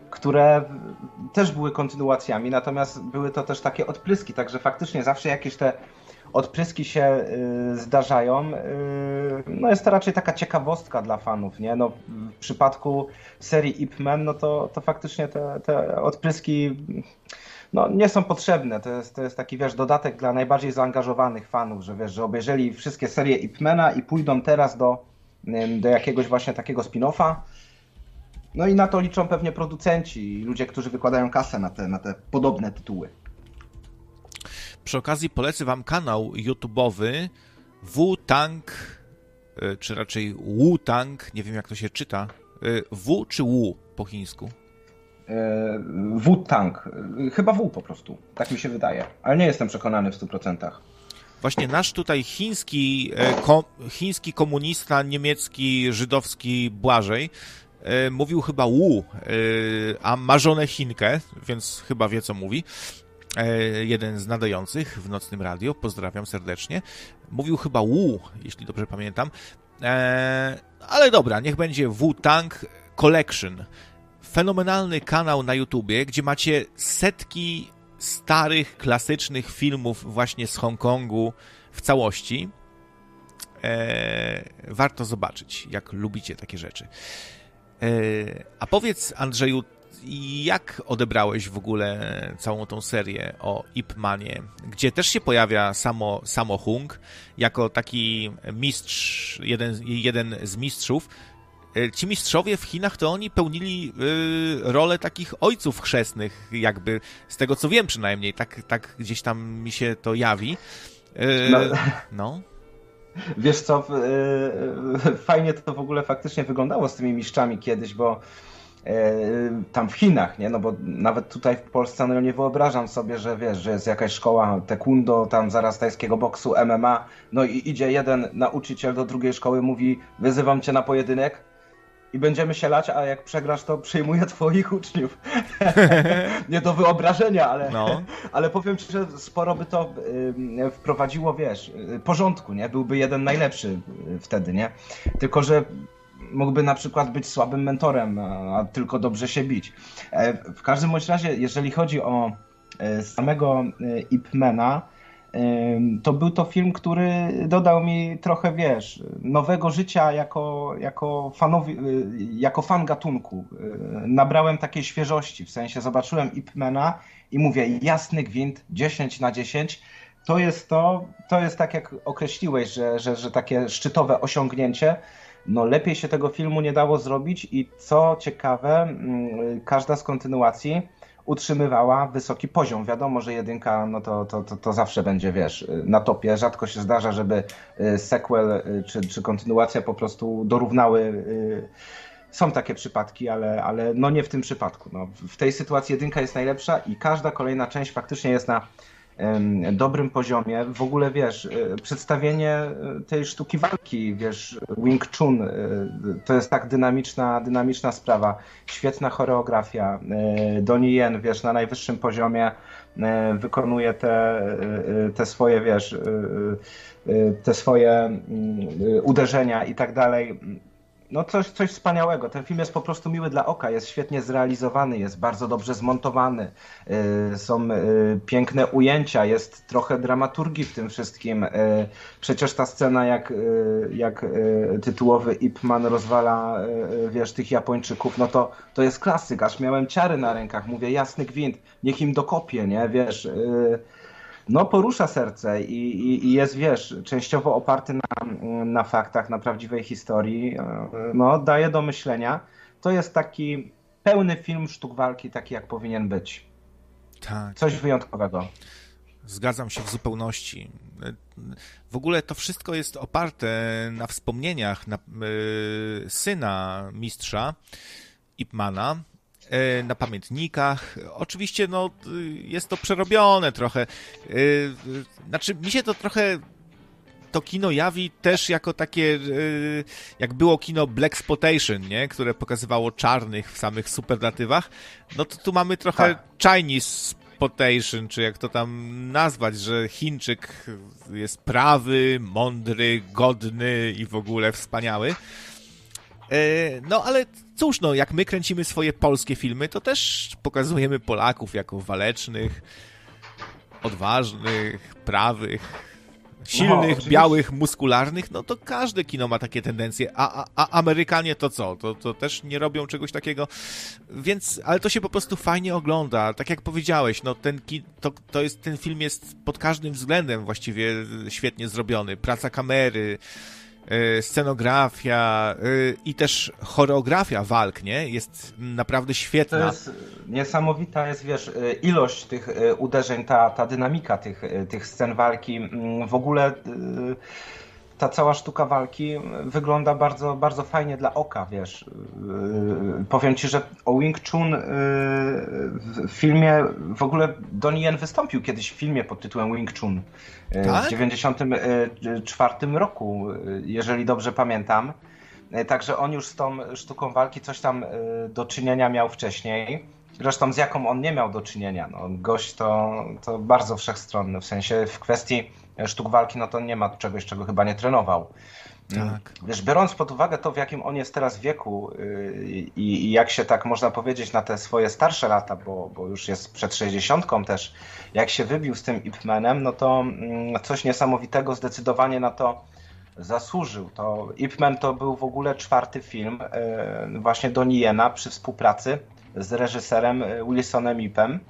które też były kontynuacjami, natomiast były to też takie odpryski, także faktycznie zawsze jakieś te odpryski się y, zdarzają. Y, no jest to raczej taka ciekawostka dla fanów, nie? No, w przypadku serii Ip Man, no to, to faktycznie te, te odpryski no, nie są potrzebne. To jest, to jest taki, wiesz, dodatek dla najbardziej zaangażowanych fanów, że wiesz, że obejrzeli wszystkie serie Ip Mana i pójdą teraz do, do jakiegoś właśnie takiego spin-offa. No i na to liczą pewnie producenci i ludzie, którzy wykładają kasę na te, na te podobne tytuły. Przy okazji polecę wam kanał YouTube'owy Wu-Tang, czy raczej Wu-Tang, nie wiem jak to się czyta. W czy Wu po chińsku? Wu-Tang. Chyba W po prostu. Tak mi się wydaje. Ale nie jestem przekonany w stu procentach. Właśnie nasz tutaj chiński, ko, chiński komunista, niemiecki, żydowski Błażej mówił chyba Wu, a ma żonę Chinkę, więc chyba wie co mówi. Jeden z nadających w Nocnym Radio, pozdrawiam serdecznie, mówił chyba Wu, jeśli dobrze pamiętam, ale dobra, niech będzie Wu-Tang Collection. Fenomenalny kanał na YouTubie, gdzie macie setki starych, klasycznych filmów właśnie z Hongkongu w całości. Warto zobaczyć, jak lubicie takie rzeczy. A powiedz, Andrzeju, jak odebrałeś w ogóle całą tą serię o Ip Manie, gdzie też się pojawia samo, samo Hung jako taki mistrz, jeden, jeden z mistrzów. Ci mistrzowie w Chinach to oni pełnili y, rolę takich ojców chrzestnych, jakby z tego co wiem przynajmniej, tak, tak gdzieś tam mi się to jawi. Y, no. no. Wiesz co, y, fajnie to w ogóle faktycznie wyglądało z tymi mistrzami kiedyś, bo tam w Chinach, nie? No bo nawet tutaj w Polsce no nie wyobrażam sobie, że wiesz, że jest jakaś szkoła taekwondo, tam zaraz tajskiego boksu, M M A, no i idzie jeden nauczyciel do drugiej szkoły, mówi wyzywam cię na pojedynek i będziemy się lać, a jak przegrasz, to przyjmuję twoich uczniów. Nie do wyobrażenia, ale, no. ale powiem ci, że sporo by to y, wprowadziło, wiesz, porządku, nie? Byłby jeden najlepszy wtedy, nie? Tylko, że mógłby na przykład być słabym mentorem, a tylko dobrze się bić. W każdym bądź razie, jeżeli chodzi o samego Ip Mana, to był to film, który dodał mi trochę, wiesz, nowego życia jako, jako, fanowi, jako fan gatunku. Nabrałem takiej świeżości, w sensie zobaczyłem Ip Mana i mówię, jasny gwint, dziesięć na dziesięć. To jest to, to jest tak jak określiłeś, że, że, że takie szczytowe osiągnięcie. No lepiej się tego filmu nie dało zrobić i co ciekawe, każda z kontynuacji utrzymywała wysoki poziom. Wiadomo, że jedynka, no to, to, to, to zawsze będzie, wiesz, na topie. Rzadko się zdarza, żeby sequel czy, czy kontynuacja po prostu dorównały. Są takie przypadki, ale, ale no nie w tym przypadku. No, w tej sytuacji jedynka jest najlepsza i każda kolejna część faktycznie jest na dobrym poziomie. W ogóle, wiesz, przedstawienie tej sztuki walki, wiesz, Wing Chun, to jest tak dynamiczna, dynamiczna sprawa. Świetna choreografia. Donnie Yen, wiesz, na najwyższym poziomie wykonuje te, te swoje, wiesz, te swoje uderzenia i tak dalej. No coś, coś wspaniałego. Ten film jest po prostu miły dla oka, jest świetnie zrealizowany, jest bardzo dobrze zmontowany, yy, są yy, piękne ujęcia, jest trochę dramaturgii w tym wszystkim. Yy, przecież ta scena, jak, yy, jak yy, tytułowy Ip Man rozwala, yy, wiesz, tych Japończyków, no to, to jest klasyk, aż miałem ciary na rękach, mówię, jasny gwint, niech im dokopie, nie, wiesz... Yy, No porusza serce i, i, i jest, wiesz, częściowo oparty na, na faktach, na prawdziwej historii, no daje do myślenia. To jest taki pełny film sztuk walki, taki jak powinien być. Tak. Coś wyjątkowego. Zgadzam się w zupełności. W ogóle to wszystko jest oparte na wspomnieniach na, yy, syna mistrza Ip Mana, na pamiętnikach. Oczywiście no, jest to przerobione trochę. Znaczy, mi się to trochę to kino jawi też jako takie, jak było kino Blaxploitation, nie? Które pokazywało czarnych w samych superlatywach. No to tu mamy trochę tak. Chinese Spotation, czy jak to tam nazwać, że Chińczyk jest prawy, mądry, godny i w ogóle wspaniały. No ale cóż, no, jak my kręcimy swoje polskie filmy, to też pokazujemy Polaków jako walecznych, odważnych, prawych, silnych, no, białych, muskularnych, no to każde kino ma takie tendencje, a, a, a Amerykanie to co? To, to też nie robią czegoś takiego, więc, ale to się po prostu fajnie ogląda, tak jak powiedziałeś, no ten, to, to jest, ten film jest pod każdym względem właściwie świetnie zrobiony, praca kamery, scenografia i też choreografia walk, nie? Jest naprawdę świetna. To jest niesamowita, jest, wiesz, ilość tych uderzeń, ta, ta dynamika tych, tych scen walki. W ogóle ta cała sztuka walki wygląda bardzo, bardzo fajnie dla oka, wiesz. Powiem ci, że o Wing Chun w filmie, w ogóle Donnie Yen wystąpił kiedyś w filmie pod tytułem Wing Chun. Tak? W dziewięćdziesiątym czwartym roku, jeżeli dobrze pamiętam. Także on już z tą sztuką walki coś tam do czynienia miał wcześniej. Zresztą z jaką on nie miał do czynienia. No, gość to, to bardzo wszechstronny, w sensie w kwestii sztuk walki, no to nie ma czegoś, czego chyba nie trenował. Tak. Wiesz, biorąc pod uwagę to, w jakim on jest teraz wieku i, i jak się tak można powiedzieć na te swoje starsze lata, bo, bo już jest przed sześćdziesiątką też, jak się wybił z tym Ip Manem, no to coś niesamowitego zdecydowanie na to zasłużył. To Ip Man to był w ogóle czwarty film właśnie Donnie Yena przy współpracy z reżyserem Wilsonem Ipem.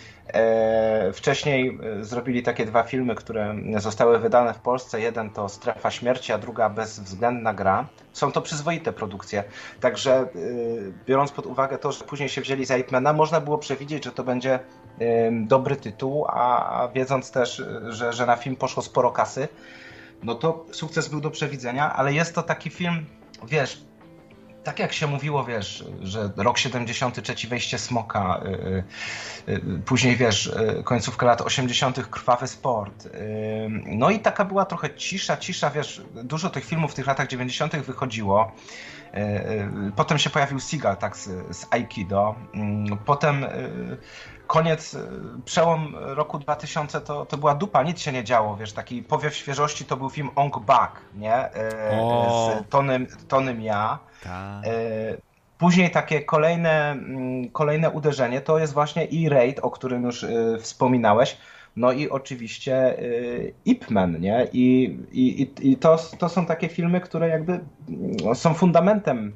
Wcześniej zrobili takie dwa filmy, które zostały wydane w Polsce. Jeden to Strefa Śmierci, a druga Bezwzględna gra. Są to przyzwoite produkcje. Także biorąc pod uwagę to, że później się wzięli za Ip Mana, można było przewidzieć, że to będzie dobry tytuł, a wiedząc też, że, że na film poszło sporo kasy, no to sukces był do przewidzenia, ale jest to taki film, wiesz, tak jak się mówiło, wiesz, że rok siedemdziesiąty trzeci wejście Smoka, yy, yy, później, wiesz, yy, końcówka lat osiemdziesiątych krwawy sport. Yy, no i taka była trochę cisza, cisza, wiesz, dużo tych filmów w tych latach dziewięćdziesiątych wychodziło. Yy, yy, potem się pojawił Seagal, tak, z, z Aikido. Yy, potem yy, koniec, przełom roku dwa tysiące to, to była dupa, nic się nie działo, wiesz, taki powiew świeżości to był film Ong Bak, nie? Yy, z Tonym, Tonym Ja. Tak. Później takie kolejne, kolejne uderzenie to jest właśnie E-Raid, o którym już wspominałeś, no i oczywiście Ip Man, nie? I, i, i to, to są takie filmy, które jakby są fundamentem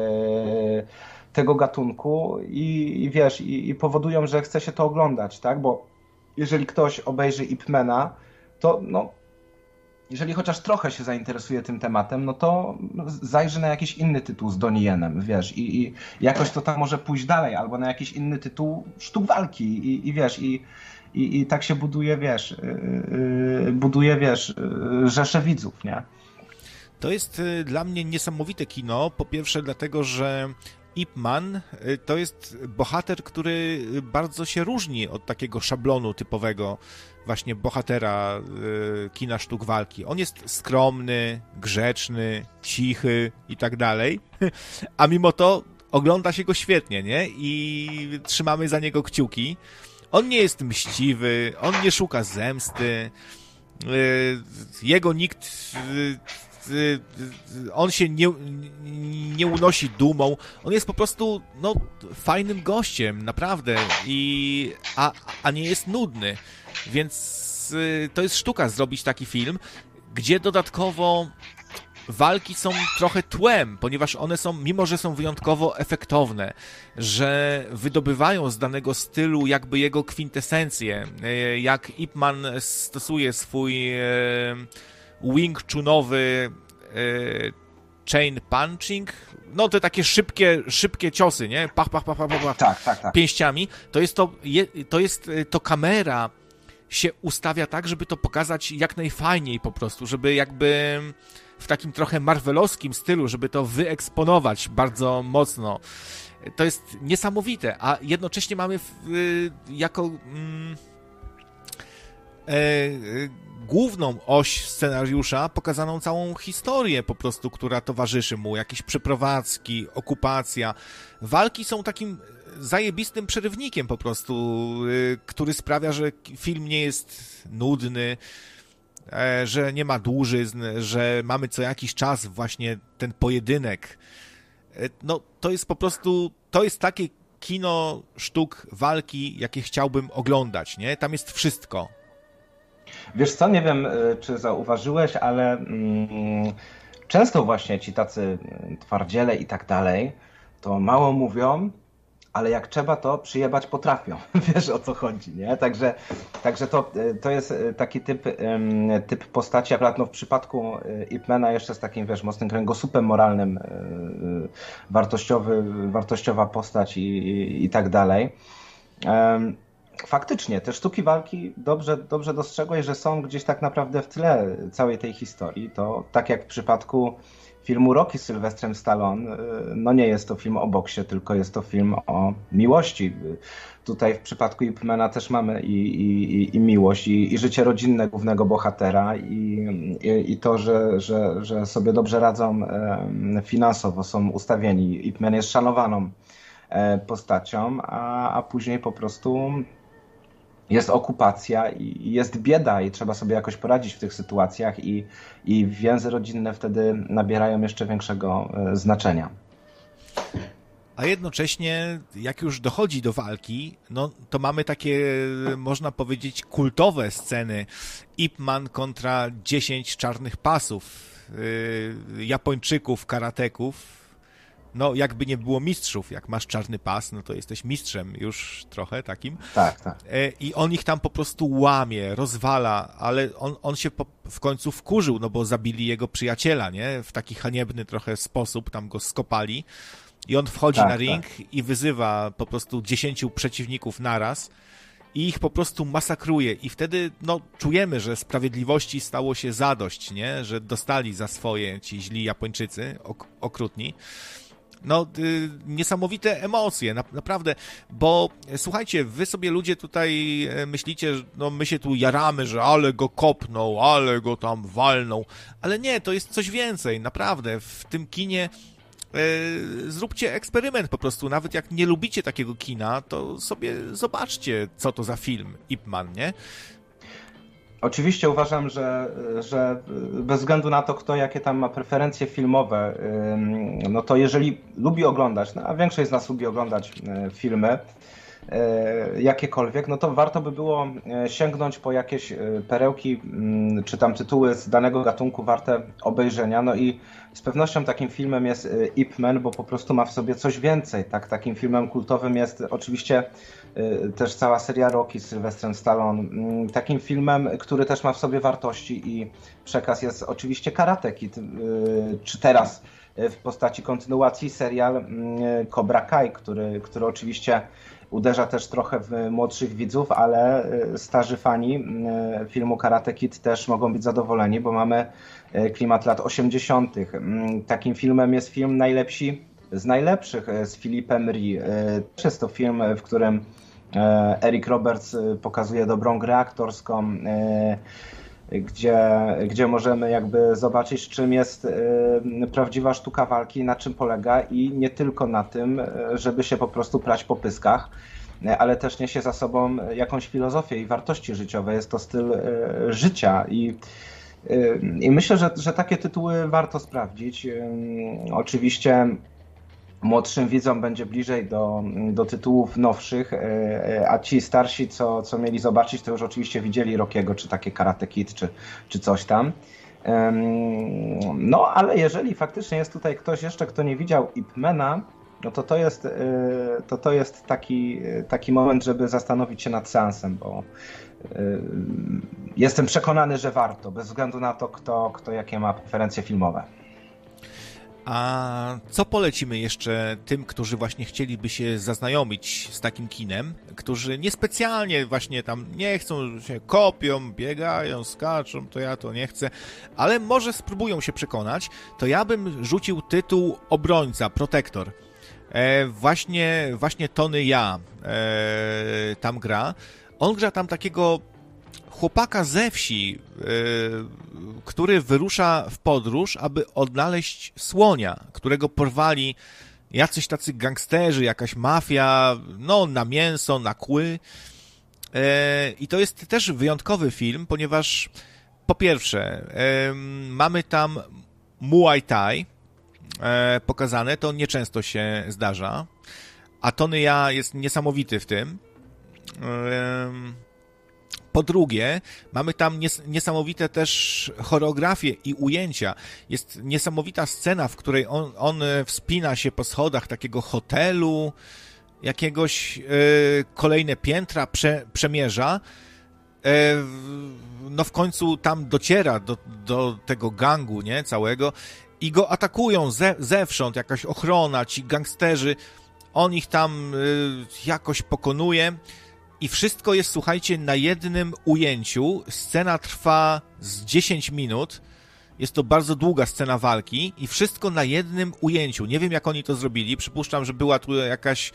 tego gatunku i, i wiesz, i, i powodują, że chce się to oglądać, tak? Bo jeżeli ktoś obejrzy Ip Mana, to no jeżeli chociaż trochę się zainteresuje tym tematem, no to zajrzy na jakiś inny tytuł z Donnie Yenem, wiesz, i, i jakoś to tam może pójść dalej, albo na jakiś inny tytuł sztuk walki i, i wiesz, i, i, i tak się buduje, wiesz, yy, buduje, wiesz, yy, rzesze widzów, nie? To jest y, dla mnie niesamowite kino, po pierwsze dlatego, że Ip Man to jest bohater, który bardzo się różni od takiego szablonu typowego właśnie bohatera y, kina sztuk walki. On jest skromny, grzeczny, cichy i tak dalej, a mimo to ogląda się go świetnie, nie? I trzymamy za niego kciuki. On nie jest mściwy, on nie szuka zemsty, y, jego nikt... Y, on się nie, nie unosi dumą, on jest po prostu no, fajnym gościem, naprawdę, i, a, a nie jest nudny, więc y, to jest sztuka zrobić taki film, gdzie dodatkowo walki są trochę tłem, ponieważ one są, mimo że są wyjątkowo efektowne, że wydobywają z danego stylu jakby jego kwintesencję, y, jak Ip Man stosuje swój y, Wing Chunowy y, chain punching, no te takie szybkie, szybkie ciosy, nie? Pach, pach, pach, pach, pach, tak, tak, tak. pięściami. To jest to, je, to jest to kamera się ustawia tak, żeby to pokazać jak najfajniej po prostu, żeby jakby w takim trochę marvelowskim stylu, żeby to wyeksponować bardzo mocno. To jest niesamowite, a jednocześnie mamy w, y, jako mm, y, y, główną oś scenariusza pokazaną całą historię po prostu, która towarzyszy mu, jakieś przeprowadzki, okupacja. Walki są takim zajebistym przerywnikiem po prostu, yy, który sprawia, że film nie jest nudny, e, że nie ma dłużyzn, że mamy co jakiś czas właśnie ten pojedynek. no to jest po prostu, to jest takie kino sztuk walki, jakie chciałbym oglądać, nie? Tam jest wszystko. Wiesz co, nie wiem, czy zauważyłeś, ale mm, często właśnie ci tacy twardziele i tak dalej, to mało mówią, ale jak trzeba, to przyjebać potrafią. Wiesz, o co chodzi, nie? Także, także to, to jest taki typ, typ postaci, akurat no w przypadku Ip Mana jeszcze z takim, wiesz, mocnym kręgosłupem moralnym, wartościowy, wartościowa postać i, i, i tak dalej. Faktycznie, te sztuki walki dobrze, dobrze dostrzegłeś, że są gdzieś tak naprawdę w tle całej tej historii. To tak jak w przypadku filmu Rocky z Sylwestrem Stallone, no nie jest to film o boksie, tylko jest to film o miłości. Tutaj w przypadku Ip Mana też mamy i, i, i miłość, i, i życie rodzinne głównego bohatera, i, i, i to, że, że, że sobie dobrze radzą finansowo, są ustawieni. Ip Man jest szanowaną postacią, a, a później po prostu jest okupacja i jest bieda i trzeba sobie jakoś poradzić w tych sytuacjach i, i więzy rodzinne wtedy nabierają jeszcze większego znaczenia. A jednocześnie, jak już dochodzi do walki, no to mamy takie, można powiedzieć, kultowe sceny. Ip Man kontra dziesięć czarnych pasów, yy, Japończyków, karateków. No, jakby nie było mistrzów, jak masz czarny pas, no to jesteś mistrzem już trochę takim. Tak, tak. I on ich tam po prostu łamie, rozwala, ale on, on się po, w końcu wkurzył, no bo zabili jego przyjaciela, nie? W taki haniebny trochę sposób, tam go skopali. I on wchodzi tak, na ring tak. i wyzywa po prostu dziesięciu przeciwników naraz i ich po prostu masakruje. I wtedy, no, czujemy, że sprawiedliwości stało się zadość, nie? Że dostali za swoje ci źli Japończycy, ok- okrutni. No, y, niesamowite emocje, na, naprawdę, bo y, słuchajcie, wy sobie ludzie tutaj y, myślicie, że no, my się tu jaramy, że ale go kopnął, ale go tam walnął, ale nie, to jest coś więcej, naprawdę, w tym kinie y, zróbcie eksperyment po prostu, nawet jak nie lubicie takiego kina, to sobie zobaczcie, co to za film, Ip Man, nie? Oczywiście uważam, że, że bez względu na to, kto jakie tam ma preferencje filmowe, no to jeżeli lubi oglądać, no a większość z nas lubi oglądać filmy, jakiekolwiek, no to warto by było sięgnąć po jakieś perełki czy tam tytuły z danego gatunku warte obejrzenia. No i z pewnością takim filmem jest Ip Man, bo po prostu ma w sobie coś więcej. Tak? Takim filmem kultowym jest oczywiście też cała seria Rocky z Sylwestrem Stallone. Takim filmem, który też ma w sobie wartości i przekaz, jest oczywiście Karate Kid, czy teraz w postaci kontynuacji serial Cobra Kai, który, który oczywiście uderza też trochę w młodszych widzów, ale starzy fani filmu Karate Kid też mogą być zadowoleni, bo mamy klimat lat osiemdziesiątych. Takim filmem jest film Najlepsi z najlepszych z Philipem Ree. Też jest to film, w którym Eric Roberts pokazuje dobrą grę aktorską, gdzie, gdzie możemy jakby zobaczyć, czym jest prawdziwa sztuka walki, na czym polega i nie tylko na tym, żeby się po prostu prać po pyskach, ale też niesie za sobą jakąś filozofię i wartości życiowe. Jest to styl życia i, i myślę, że, że takie tytuły warto sprawdzić. Oczywiście młodszym widzom będzie bliżej do, do tytułów nowszych, a ci starsi, co, co mieli zobaczyć, to już oczywiście widzieli Rockiego, czy takie Karate Kid, czy, czy coś tam. No, ale jeżeli faktycznie jest tutaj ktoś jeszcze, kto nie widział Ip Mana, no to to jest, to to jest taki, taki moment, żeby zastanowić się nad seansem, bo jestem przekonany, że warto, bez względu na to, kto, kto jakie ma preferencje filmowe. A co polecimy jeszcze tym, którzy właśnie chcieliby się zaznajomić z takim kinem, którzy niespecjalnie właśnie tam nie chcą, się kopią, biegają, skaczą, to ja to nie chcę, ale może spróbują się przekonać, to ja bym rzucił tytuł Obrońca, Protector. E, właśnie, właśnie Tony Jaa e, tam gra. On gra tam takiego chłopaka ze wsi, yy, który wyrusza w podróż, aby odnaleźć słonia, którego porwali jacyś tacy gangsterzy, jakaś mafia, no na mięso, na kły. Yy, I to jest też wyjątkowy film, ponieważ po pierwsze yy, mamy tam Muay Thai, e, pokazane, to nieczęsto się zdarza. A Tony Jaa jest niesamowity w tym. E, po drugie, mamy tam nies- niesamowite też choreografie i ujęcia. Jest niesamowita scena, w której on, on wspina się po schodach takiego hotelu, jakiegoś e, kolejne piętra prze, przemierza. E, no w końcu tam dociera do, do tego gangu, nie, całego i go atakują ze, zewsząd, jakaś ochrona, ci gangsterzy, on ich tam y, jakoś pokonuje i wszystko jest, słuchajcie, na jednym ujęciu. Scena trwa z dziesięć minut, jest to bardzo długa scena walki i wszystko na jednym ujęciu. Nie wiem, jak oni to zrobili, przypuszczam, że była tu jakaś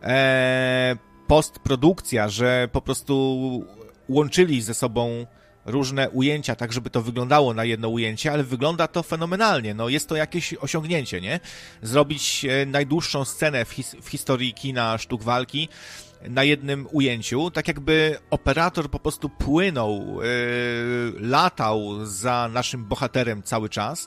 e, postprodukcja, że po prostu łączyli ze sobą różne ujęcia, tak żeby to wyglądało na jedno ujęcie, ale wygląda to fenomenalnie. No jest to jakieś osiągnięcie, nie? Zrobić najdłuższą scenę w, his- w historii kina sztuk walki na jednym ujęciu, tak jakby operator po prostu płynął, yy, latał za naszym bohaterem cały czas.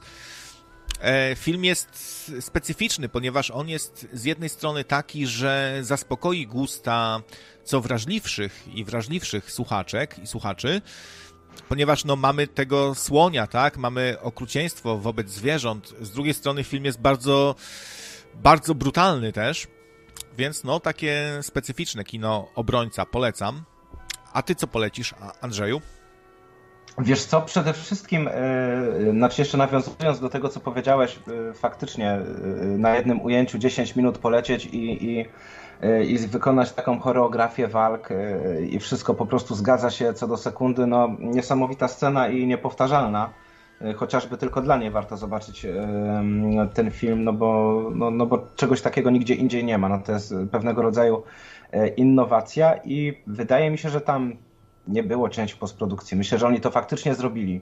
E, film jest specyficzny, ponieważ on jest z jednej strony taki, że zaspokoi gusta co wrażliwszych i wrażliwszych słuchaczek i słuchaczy, ponieważ no mamy tego słonia, tak, mamy okrucieństwo wobec zwierząt. Z drugiej strony film jest bardzo, bardzo brutalny też, więc no takie specyficzne kino obrońca polecam. A ty co polecisz, Andrzeju? Wiesz co, przede wszystkim, yy, znaczy jeszcze nawiązując do tego, co powiedziałeś, yy, faktycznie yy, na jednym ujęciu dziesięć minut polecieć i, i, yy, i wykonać taką choreografię walk yy, i wszystko po prostu zgadza się co do sekundy, no niesamowita scena i niepowtarzalna. Yy, chociażby tylko dla niej warto zobaczyć yy, ten film, no bo, no, no bo czegoś takiego nigdzie indziej nie ma. No to jest pewnego rodzaju yy, innowacja i wydaje mi się, że tam nie było części postprodukcji. Myślę, że oni to faktycznie zrobili,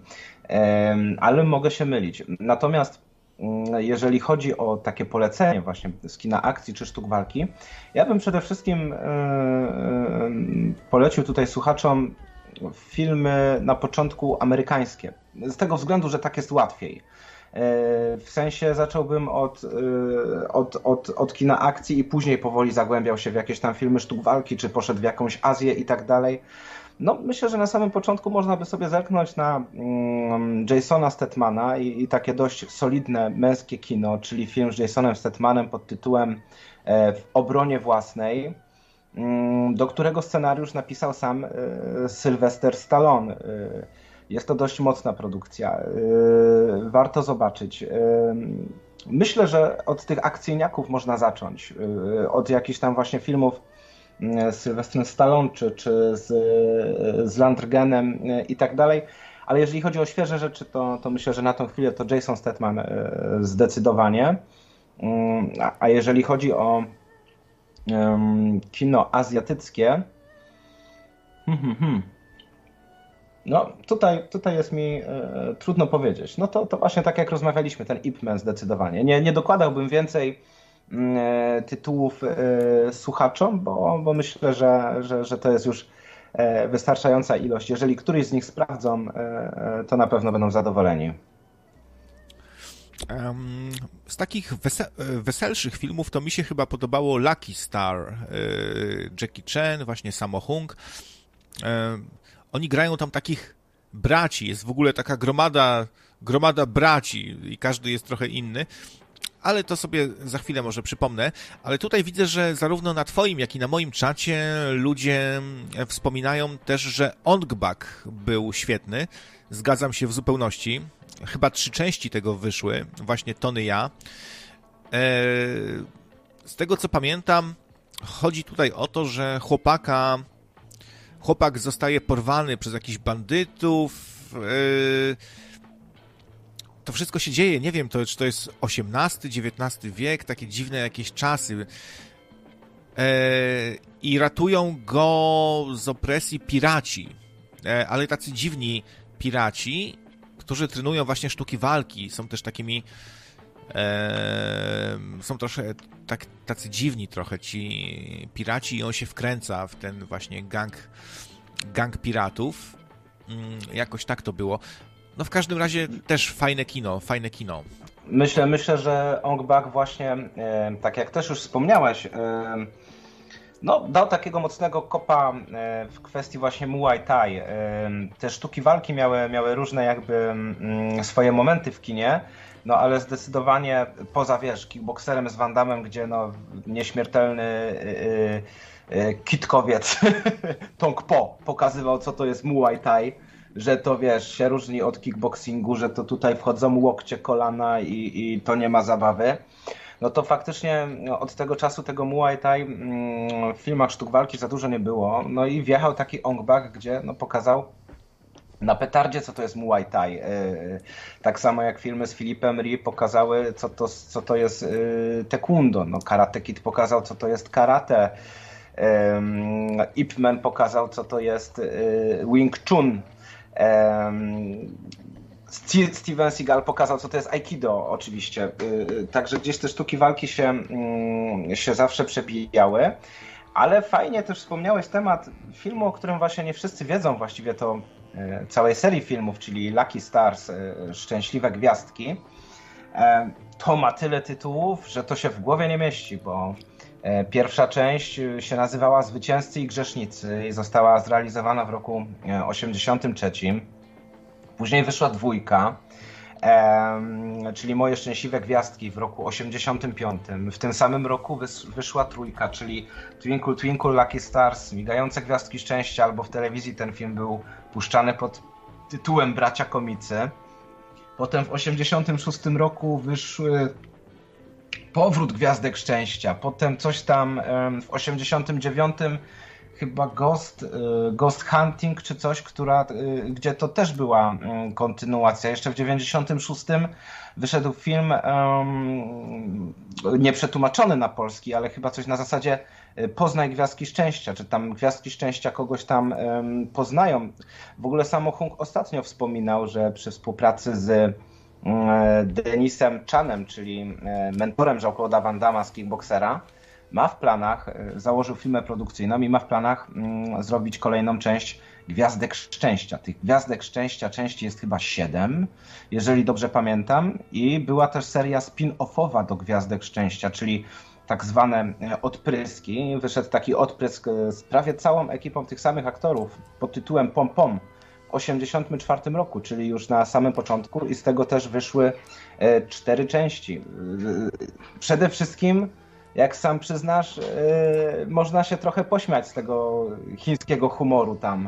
ale mogę się mylić. Natomiast jeżeli chodzi o takie polecenie właśnie z kina akcji czy sztuk walki, ja bym przede wszystkim polecił tutaj słuchaczom filmy na początku amerykańskie. Z tego względu, że tak jest łatwiej. W sensie zacząłbym od, od, od, od kina akcji i później powoli zagłębiał się w jakieś tam filmy sztuk walki, czy poszedł w jakąś Azję i tak dalej. No, myślę, że na samym początku można by sobie zerknąć na mm, Jasona Stathamana i, i takie dość solidne męskie kino, czyli film z Jasonem Stathanem pod tytułem e, W obronie własnej, mm, do którego scenariusz napisał sam e, Sylvester Stallone. E, jest to dość mocna produkcja. E, warto zobaczyć. E, myślę, że od tych akcyjniaków można zacząć. E, od jakichś tam właśnie filmów z Sylwestrem Stallone, czy, czy z, z Landgrenem i tak dalej, ale jeżeli chodzi o świeże rzeczy, to, to myślę, że na tą chwilę to Jason Statham zdecydowanie, a, a jeżeli chodzi o um, kino azjatyckie, hmm, hmm, hmm. no tutaj, tutaj jest mi e, trudno powiedzieć. No to, to właśnie tak jak rozmawialiśmy, ten Ip Man zdecydowanie. Nie, nie dokładałbym więcej tytułów słuchaczom, bo, bo myślę, że, że, że to jest już wystarczająca ilość. Jeżeli któryś z nich sprawdzą, to na pewno będą zadowoleni. Um, z takich wesel- weselszych filmów to mi się chyba podobało Lucky Star, Jackie Chan, właśnie Sammo Hung. Oni grają tam takich braci, jest w ogóle taka gromada, gromada braci i każdy jest trochę inny. Ale to sobie za chwilę może przypomnę. Ale tutaj widzę, że zarówno na twoim, jak i na moim czacie ludzie wspominają też, że Ong Bak był świetny. Zgadzam się w zupełności. Chyba trzy części tego wyszły. Właśnie Tony Jaa. Z tego, co pamiętam, chodzi tutaj o to, że chłopaka... Chłopak zostaje porwany przez jakichś bandytów... To wszystko się dzieje, nie wiem, to, czy to jest osiemnasty, dziewiętnasty wiek, takie dziwne jakieś czasy. E, I ratują go z opresji piraci. E, ale tacy dziwni piraci, którzy trenują właśnie sztuki walki. Są też takimi... E, są troszkę tak, tacy dziwni trochę ci piraci i on się wkręca w ten właśnie gang, gang piratów. Mm, jakoś tak to było. No w każdym razie też fajne kino, fajne kino. Myślę, myślę, że Ong Bak właśnie, e, tak jak też już wspomniałeś, e, no, dał takiego mocnego kopa e, w kwestii właśnie Muay Thai. E, te sztuki walki miały, miały różne jakby mm, swoje momenty w kinie, no ale zdecydowanie poza, wiesz, kickbokserem z Van Damme, gdzie no nieśmiertelny e, e, kitkowiec Tong Po pokazywał, co to jest Muay Thai, że to, wiesz, się różni od kickboxingu, że to tutaj wchodzą łokcie, kolana i, i to nie ma zabawy. No to faktycznie od tego czasu tego Muay Thai w filmach sztuk walki za dużo nie było. No i wjechał taki Ong Bak, gdzie no pokazał na petardzie, co to jest Muay Thai. Tak samo jak filmy z Philipem Ree pokazały, co to, co to jest taekwondo. No, Karate Kid pokazał, co to jest karate. Ip Man pokazał, co to jest Wing Chun. Steven Seagal pokazał, co to jest Aikido oczywiście. Także gdzieś te sztuki walki się, się zawsze przebijały. Ale fajnie też wspomniałeś temat filmu, o którym właśnie nie wszyscy wiedzą, właściwie to całej serii filmów, czyli Lucky Stars, Szczęśliwe Gwiazdki. To ma tyle tytułów, że to się w głowie nie mieści, bo pierwsza część się nazywała Zwycięzcy i Grzesznicy i została zrealizowana w roku osiemdziesiątym trzecim. Później wyszła dwójka, e, czyli Moje Szczęśliwe Gwiazdki w roku osiemdziesiątym piątym. W tym samym roku wys, wyszła trójka, czyli Twinkle Twinkle Lucky Stars, Migające Gwiazdki Szczęścia, albo w telewizji ten film był puszczany pod tytułem Bracia Komicy. Potem w osiemdziesiątym szóstym roku wyszły Powrót Gwiazdek Szczęścia, potem coś tam w osiemdziesiątym dziewiątym chyba Ghost, Ghost Hunting czy coś, która, gdzie to też była kontynuacja. Jeszcze w dziewięćdziesiątym szóstym wyszedł film um, nieprzetłumaczony na polski, ale chyba coś na zasadzie Poznaj Gwiazdki Szczęścia, czy tam Gwiazdki Szczęścia kogoś tam um, poznają. W ogóle Sammo Hung ostatnio wspominał, że przy współpracy z Denisem Chanem, czyli mentorem Jean-Claude'a Van Damme z Kickboxera, ma w planach, założył firmę produkcyjną i ma w planach mm, zrobić kolejną część Gwiazdek Szczęścia. Tych Gwiazdek Szczęścia części jest chyba siedem, jeżeli dobrze pamiętam. I była też seria spin-offowa do Gwiazdek Szczęścia, czyli tak zwane odpryski. Wyszedł taki odprysk z prawie całą ekipą tych samych aktorów pod tytułem Pom Pom w osiemdziesiątym czwartym roku, czyli już na samym początku, i z tego też wyszły cztery części. Przede wszystkim, jak sam przyznasz, yy, można się trochę pośmiać z tego chińskiego humoru tam.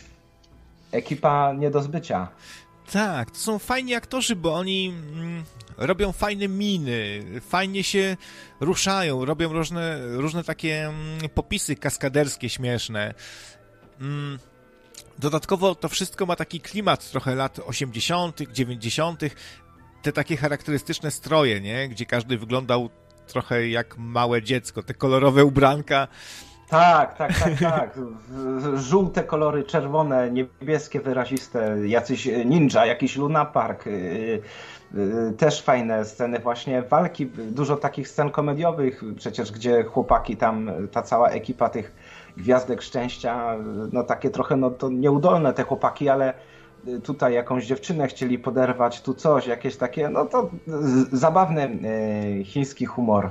Ekipa nie do zbycia. Tak, to są fajni aktorzy, bo oni mm, robią fajne miny, fajnie się ruszają, robią różne, różne takie mm, popisy kaskaderskie śmieszne. Mm, dodatkowo to wszystko ma taki klimat trochę lat osiemdziesiątych, dziewięćdziesiątych. Te takie charakterystyczne stroje, nie? Gdzie każdy wyglądał trochę jak małe dziecko, te kolorowe ubranka. Tak, tak, tak, tak. Żółte kolory, czerwone, niebieskie, wyraziste, jacyś ninja, jakiś Luna Park. Też fajne sceny właśnie walki, dużo takich scen komediowych, przecież gdzie chłopaki tam, ta cała ekipa tych Gwiazdek Szczęścia, no takie trochę, no to nieudolne te chłopaki, ale tutaj jakąś dziewczynę chcieli poderwać, tu coś, jakieś takie, no to zabawny chiński humor.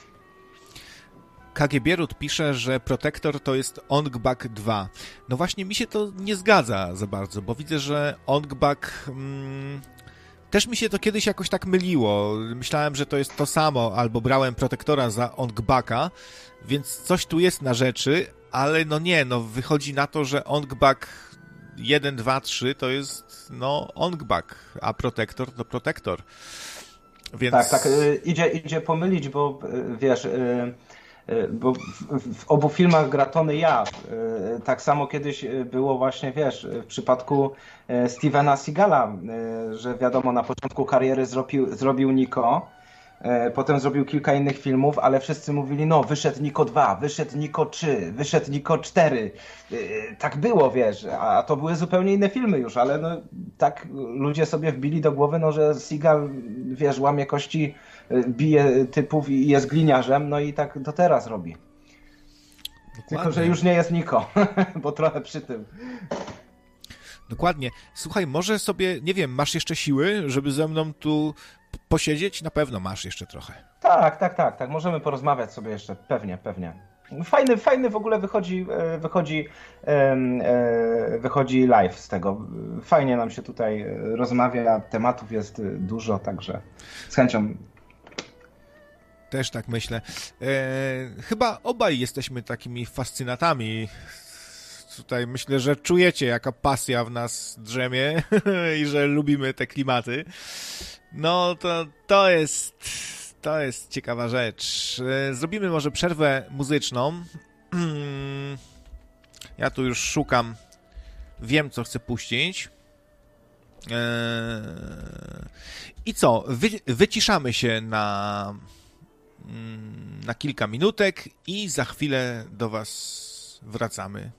K G Bierut pisze, że Protector to jest Ong Bak dwa. No właśnie mi się to nie zgadza za bardzo, bo widzę, że Ong Bak... Mm, też mi się to kiedyś jakoś tak myliło. Myślałem, że to jest to samo, albo brałem Protektora za Ong Baka, więc coś tu jest na rzeczy, ale no nie, no wychodzi na to, że Ong Bak jeden, dwa, trzy to jest no Ong Bak, a Protector to Protector. Więc... Tak, tak, y, idzie, idzie pomylić, bo y, wiesz... Y... Bo w, w obu filmach gra Tony Jaa. Tak samo kiedyś było właśnie, wiesz, w przypadku Stevena Seagala, że wiadomo, na początku kariery zrobił, zrobił Nico, potem zrobił kilka innych filmów, ale wszyscy mówili, no wyszedł Nico dwa, wyszedł Nico trzy, wyszedł Nico cztery. Tak było, wiesz, a to były zupełnie inne filmy już, ale no tak ludzie sobie wbili do głowy, no że Seagal, wiesz, łamie kości, bije typów i jest gliniarzem, no i tak do teraz robi. Dokładnie. Tylko że już nie jest Nico, bo trochę przy tym. Dokładnie. Słuchaj, może sobie, nie wiem, masz jeszcze siły, żeby ze mną tu posiedzieć na pewno masz jeszcze trochę. Tak, tak, tak, tak. Możemy porozmawiać sobie jeszcze, pewnie, pewnie. Fajny, fajny w ogóle wychodzi, wychodzi, wychodzi live z tego. Fajnie nam się tutaj rozmawia, tematów jest dużo, także z chęcią. Też tak myślę. E, chyba obaj jesteśmy takimi fascynatami. Tutaj myślę, że czujecie, jaka pasja w nas drzemie i że lubimy te klimaty. No to, to jest... To jest ciekawa rzecz. Zrobimy może przerwę muzyczną. Ja tu już szukam. Wiem, co chcę puścić. I co? Wy, wyciszamy się na, na kilka minutek i za chwilę do was wracamy.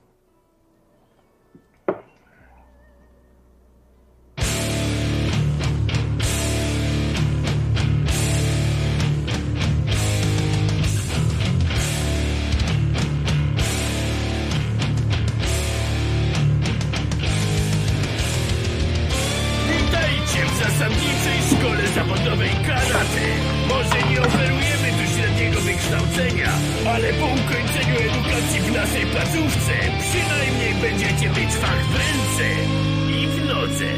Zasadniczej szkole zawodowej karate. Może nie oferujemy tu średniego wykształcenia, ale po ukończeniu edukacji w naszej placówce przynajmniej będziecie mieć fach w ręce i w nodze.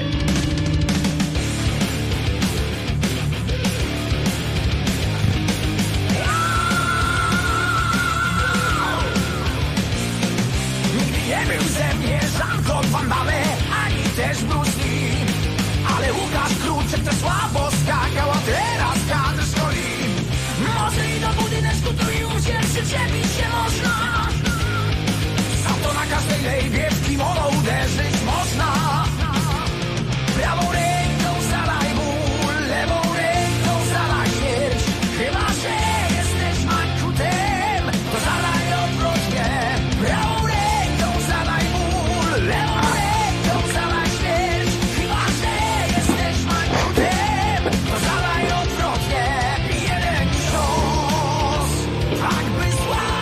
Nigdy nie był ze mnie Jean-Claude Van Damme, ani też Bruce Lee. Ale Łukasz Kruczek to słabo skakał, a teraz kadr szkoli. Może i do budyneczku tu już jeszcze czepić się można. Za to na każdej lejbie w kimono uderzyć można. Prawą ręką zadaj ból, lewą ręką zadaj śmierć. Chyba że jesteś mańkutem, to zadaj odwrotnie. Prawą ręką zadaj ból, lewą ręką zadaj śmierć. Chyba że jesteś mańkutem, to zadaj odwrotnie. Jeden cios, tak by zła.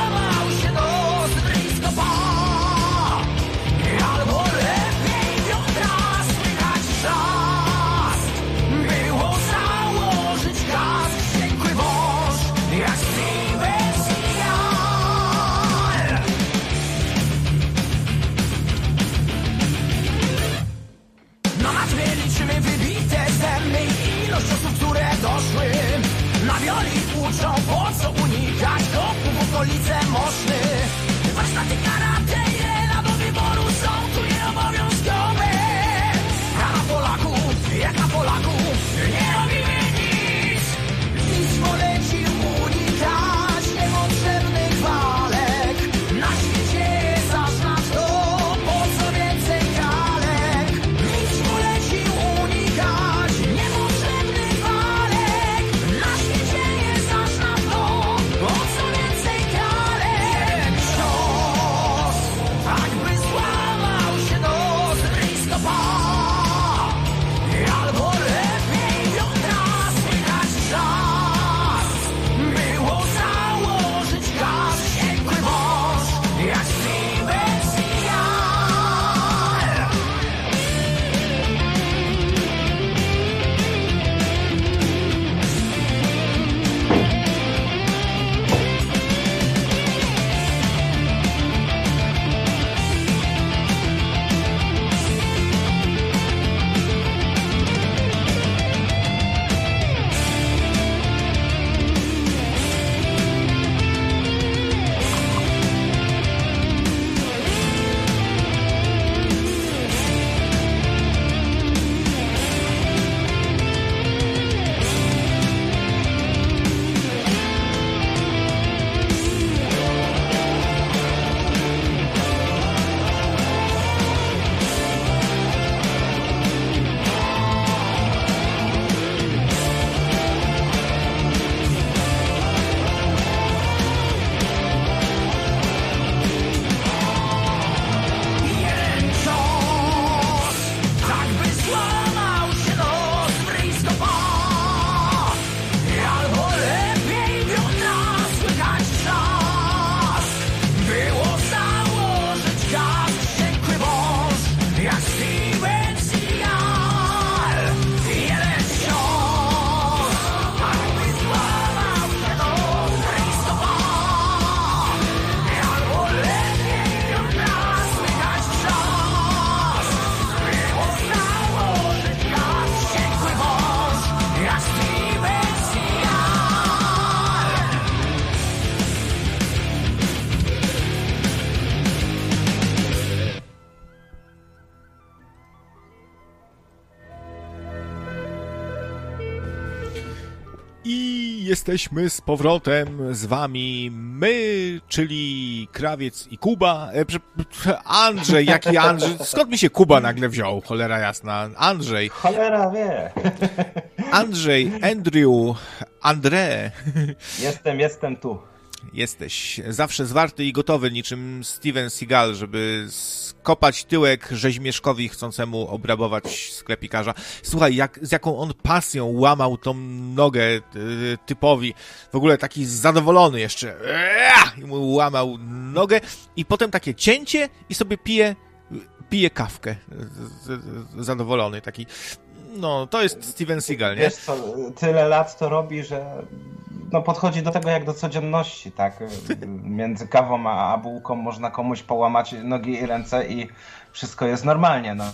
jesteśmy z powrotem z wami my, czyli Krawiec i Kuba. E, prze, prze, Andrzej, jaki Andrzej? Skąd mi się Kuba nagle wziął? Cholera jasna. Andrzej. Cholera wie. Andrzej, Andrew, André. Jestem, jestem tu. Jesteś zawsze zwarty i gotowy niczym Steven Seagal, żeby skopać tyłek rzeźmieszkowi chcącemu obrabować sklepikarza. Słuchaj, jak, z jaką on pasją łamał tą nogę y, typowi. W ogóle taki zadowolony jeszcze. I mu łamał nogę i potem takie cięcie i sobie pije, pije kawkę. Z, z, zadowolony taki. No, to jest Steven Seagal, nie? Wiesz co, tyle lat to robi, że no podchodzi do tego jak do codzienności, tak? Między kawą a, a bułką można komuś połamać nogi i ręce i wszystko jest normalnie, no.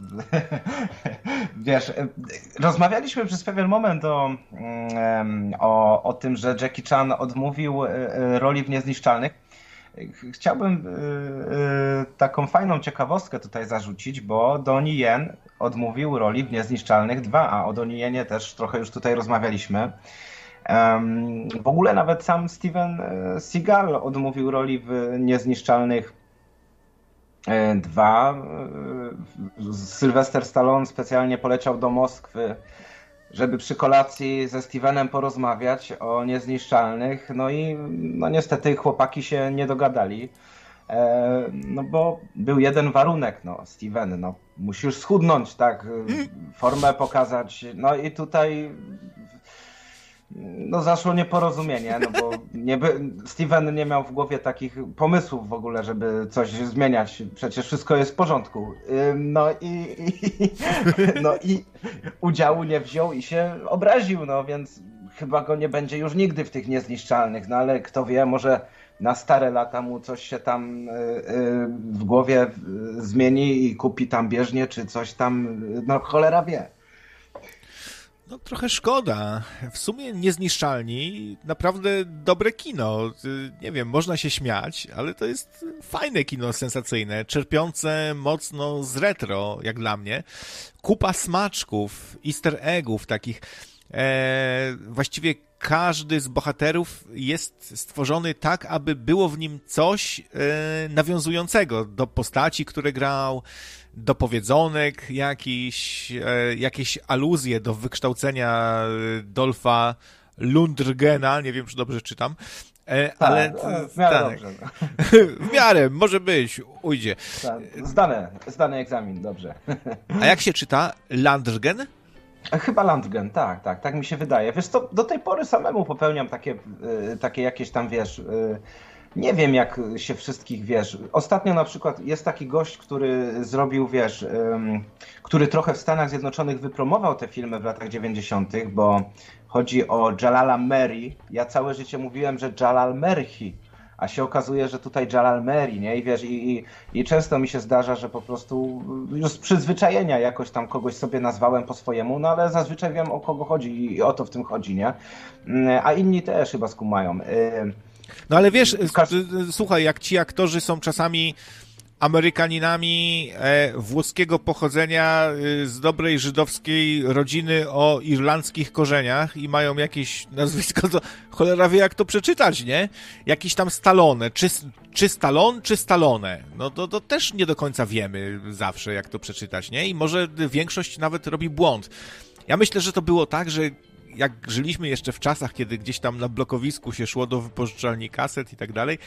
Wiesz, rozmawialiśmy przez pewien moment o, o, o tym, że Jackie Chan odmówił roli w Niezniszczalnych. Chciałbym y, y, taką fajną ciekawostkę tutaj zarzucić, bo Donnie Yen odmówił roli w Niezniszczalnych dwa, a o Donnie Yenie też trochę już tutaj rozmawialiśmy. Um, w ogóle nawet sam Steven Seagal odmówił roli w Niezniszczalnych dwa. Sylvester Stallone specjalnie poleciał do Moskwy, żeby przy kolacji ze Stevenem porozmawiać o Niezniszczalnych, no i no niestety chłopaki się nie dogadali, e, no bo był jeden warunek, no Steven, no musisz schudnąć, tak, formę pokazać, no i tutaj no zaszło nieporozumienie, no bo nie by, Steven nie miał w głowie takich pomysłów w ogóle, żeby coś zmieniać, przecież wszystko jest w porządku. No i, i, no i udziału nie wziął i się obraził, no więc chyba go nie będzie już nigdy w tych Niezniszczalnych, no ale kto wie, może na stare lata mu coś się tam w głowie zmieni i kupi tam bieżnię, czy coś tam, no cholera wie. No trochę szkoda. W sumie Niezniszczalni, naprawdę dobre kino. Nie wiem, można się śmiać, ale to jest fajne kino sensacyjne, czerpiące mocno z retro, jak dla mnie. Kupa smaczków, easter eggów takich. E, właściwie każdy z bohaterów jest stworzony tak, aby było w nim coś e, nawiązującego do postaci, które grał, do powiedzonek jakiś, e, jakieś aluzje do wykształcenia Dolpha Lundgrena, nie wiem, czy dobrze czytam, e, tak, ale w miarę tak. dobrze. W miarę, może być, ujdzie. Zdane, zdany egzamin, dobrze. A jak się czyta? Landgren? Chyba Landgren, tak, tak, tak mi się wydaje. Wiesz co, do tej pory samemu popełniam takie, takie jakieś tam, wiesz, nie wiem jak się wszystkich, wiesz. Ostatnio na przykład jest taki gość, który zrobił, wiesz, który trochę w Stanach Zjednoczonych wypromował te filmy w latach dziewięćdziesiątych, bo chodzi o Jalala Mary. Ja całe życie mówiłem, że Jalal Merhi, a się okazuje, że tutaj Jalal Mary, nie? I wiesz, i, i, i często mi się zdarza, że po prostu już z przyzwyczajenia jakoś tam kogoś sobie nazwałem po swojemu, no ale zazwyczaj wiem, o kogo chodzi i o to w tym chodzi, nie? A inni też chyba skumają. No ale wiesz, słuchaj, jak ci aktorzy są czasami Amerykaninami e, włoskiego pochodzenia, e, z dobrej żydowskiej rodziny o irlandzkich korzeniach i mają jakieś nazwisko, to cholera wie jak to przeczytać, nie? Jakiś tam Stallone, czy, czy Stallone, czy Stallone. No to, to też nie do końca wiemy zawsze jak to przeczytać, nie? I może większość nawet robi błąd. Ja myślę, że to było tak, że jak żyliśmy jeszcze w czasach, kiedy gdzieś tam na blokowisku się szło do wypożyczalni kaset i tak dalej,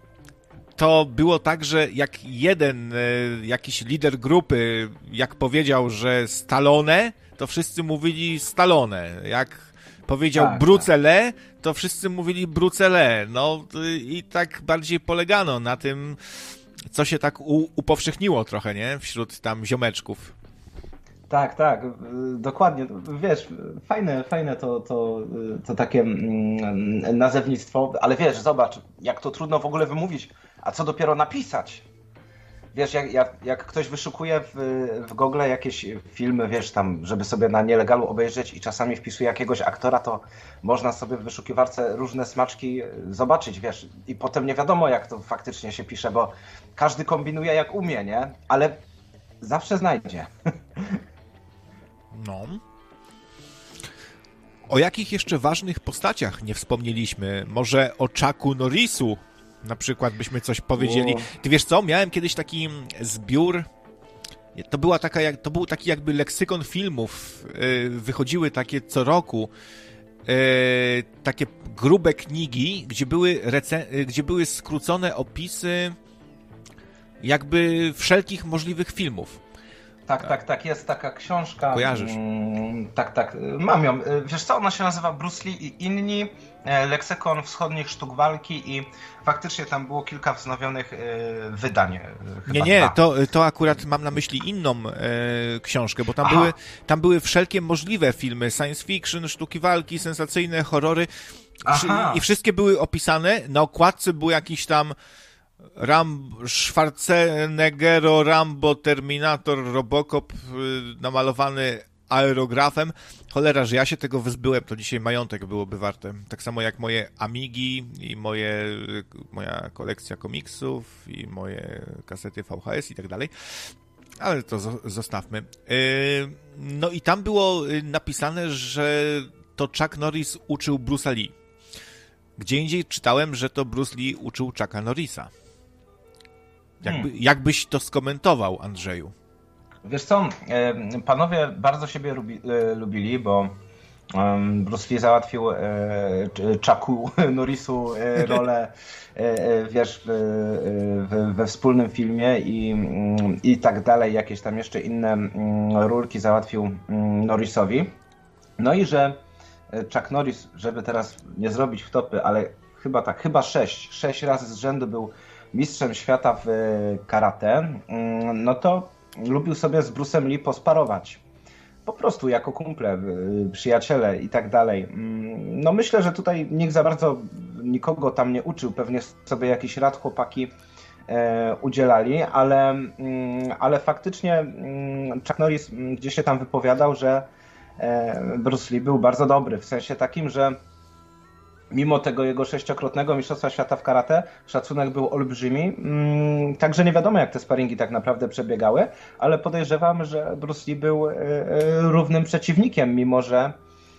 to było tak, że jak jeden e, jakiś lider grupy, jak powiedział, że Stallone, to wszyscy mówili Stallone. Jak powiedział tak, Brucele, to wszyscy mówili Brucele. No i tak bardziej polegano na tym, co się tak u, upowszechniło trochę, nie? Wśród tam ziomeczków. Tak, tak, dokładnie. Wiesz, fajne, fajne to, to, to takie nazewnictwo, ale wiesz, zobacz, jak to trudno w ogóle wymówić, a co dopiero napisać. Wiesz, jak, jak, jak ktoś wyszukuje w, w Google jakieś filmy, wiesz, tam, żeby sobie na nielegalu obejrzeć i czasami wpisuje jakiegoś aktora, to można sobie w wyszukiwarce różne smaczki zobaczyć, wiesz, i potem nie wiadomo, jak to faktycznie się pisze, bo każdy kombinuje jak umie, nie? Ale zawsze znajdzie. No. O jakich jeszcze ważnych postaciach nie wspomnieliśmy? Może o Chucku Norrisu na przykład byśmy coś powiedzieli. Ty wiesz co, miałem kiedyś taki zbiór, to była taka, jak, to był taki jakby leksykon filmów, yy, wychodziły takie co roku, yy, takie grube knigi, gdzie były, recen- gdzie były skrócone opisy jakby wszelkich możliwych filmów. Tak, tak, tak, jest taka książka. Kojarzysz? Mm, tak, tak, mam ją. Wiesz co, ona się nazywa Bruce Lee i inni, leksykon wschodnich sztuk walki i faktycznie tam było kilka wznowionych wydań. Nie, nie, to, to akurat mam na myśli inną e, książkę, bo tam były, tam były wszelkie możliwe filmy, science fiction, sztuki walki, sensacyjne, horrory Aha. i wszystkie były opisane. Na okładce był jakiś tam Ram, Schwarzeneggero, Rambo, Terminator, Robocop namalowany aerografem. Cholera, że ja się tego wyzbyłem, to dzisiaj majątek byłoby warte. Tak samo jak moje Amigi i moje, moja kolekcja komiksów i moje kasety V H S i tak dalej. Ale to zostawmy. No i tam było napisane, że to Chuck Norris uczył Bruce'a Lee. Gdzie indziej czytałem, że to Bruce Lee uczył Chucka Norrisa. Jakby, hmm. Jakbyś to skomentował, Andrzeju? Wiesz co, panowie bardzo siebie lubi, lubili, bo Bruce Lee załatwił Chucku Norrisu rolę, wiesz, we wspólnym filmie i, i tak dalej, jakieś tam jeszcze inne rólki załatwił Norrisowi. No i że Chuck Norris, żeby teraz nie zrobić wtopy, ale chyba tak, chyba sześć, sześć razy z rzędu był mistrzem świata w karate, no to lubił sobie z Bruce'em Lee posparować. Po prostu jako kumple, przyjaciele i tak dalej. No myślę, że tutaj nikt za bardzo nikogo tam nie uczył, pewnie sobie jakiś rad chłopaki udzielali, ale, ale faktycznie Chuck Norris gdzieś się tam wypowiadał, że Bruce Lee był bardzo dobry, w sensie takim, że mimo tego jego sześciokrotnego mistrzostwa świata w karate, szacunek był olbrzymi, także nie wiadomo, jak te sparingi tak naprawdę przebiegały, ale podejrzewam, że Bruce Lee był równym przeciwnikiem, mimo że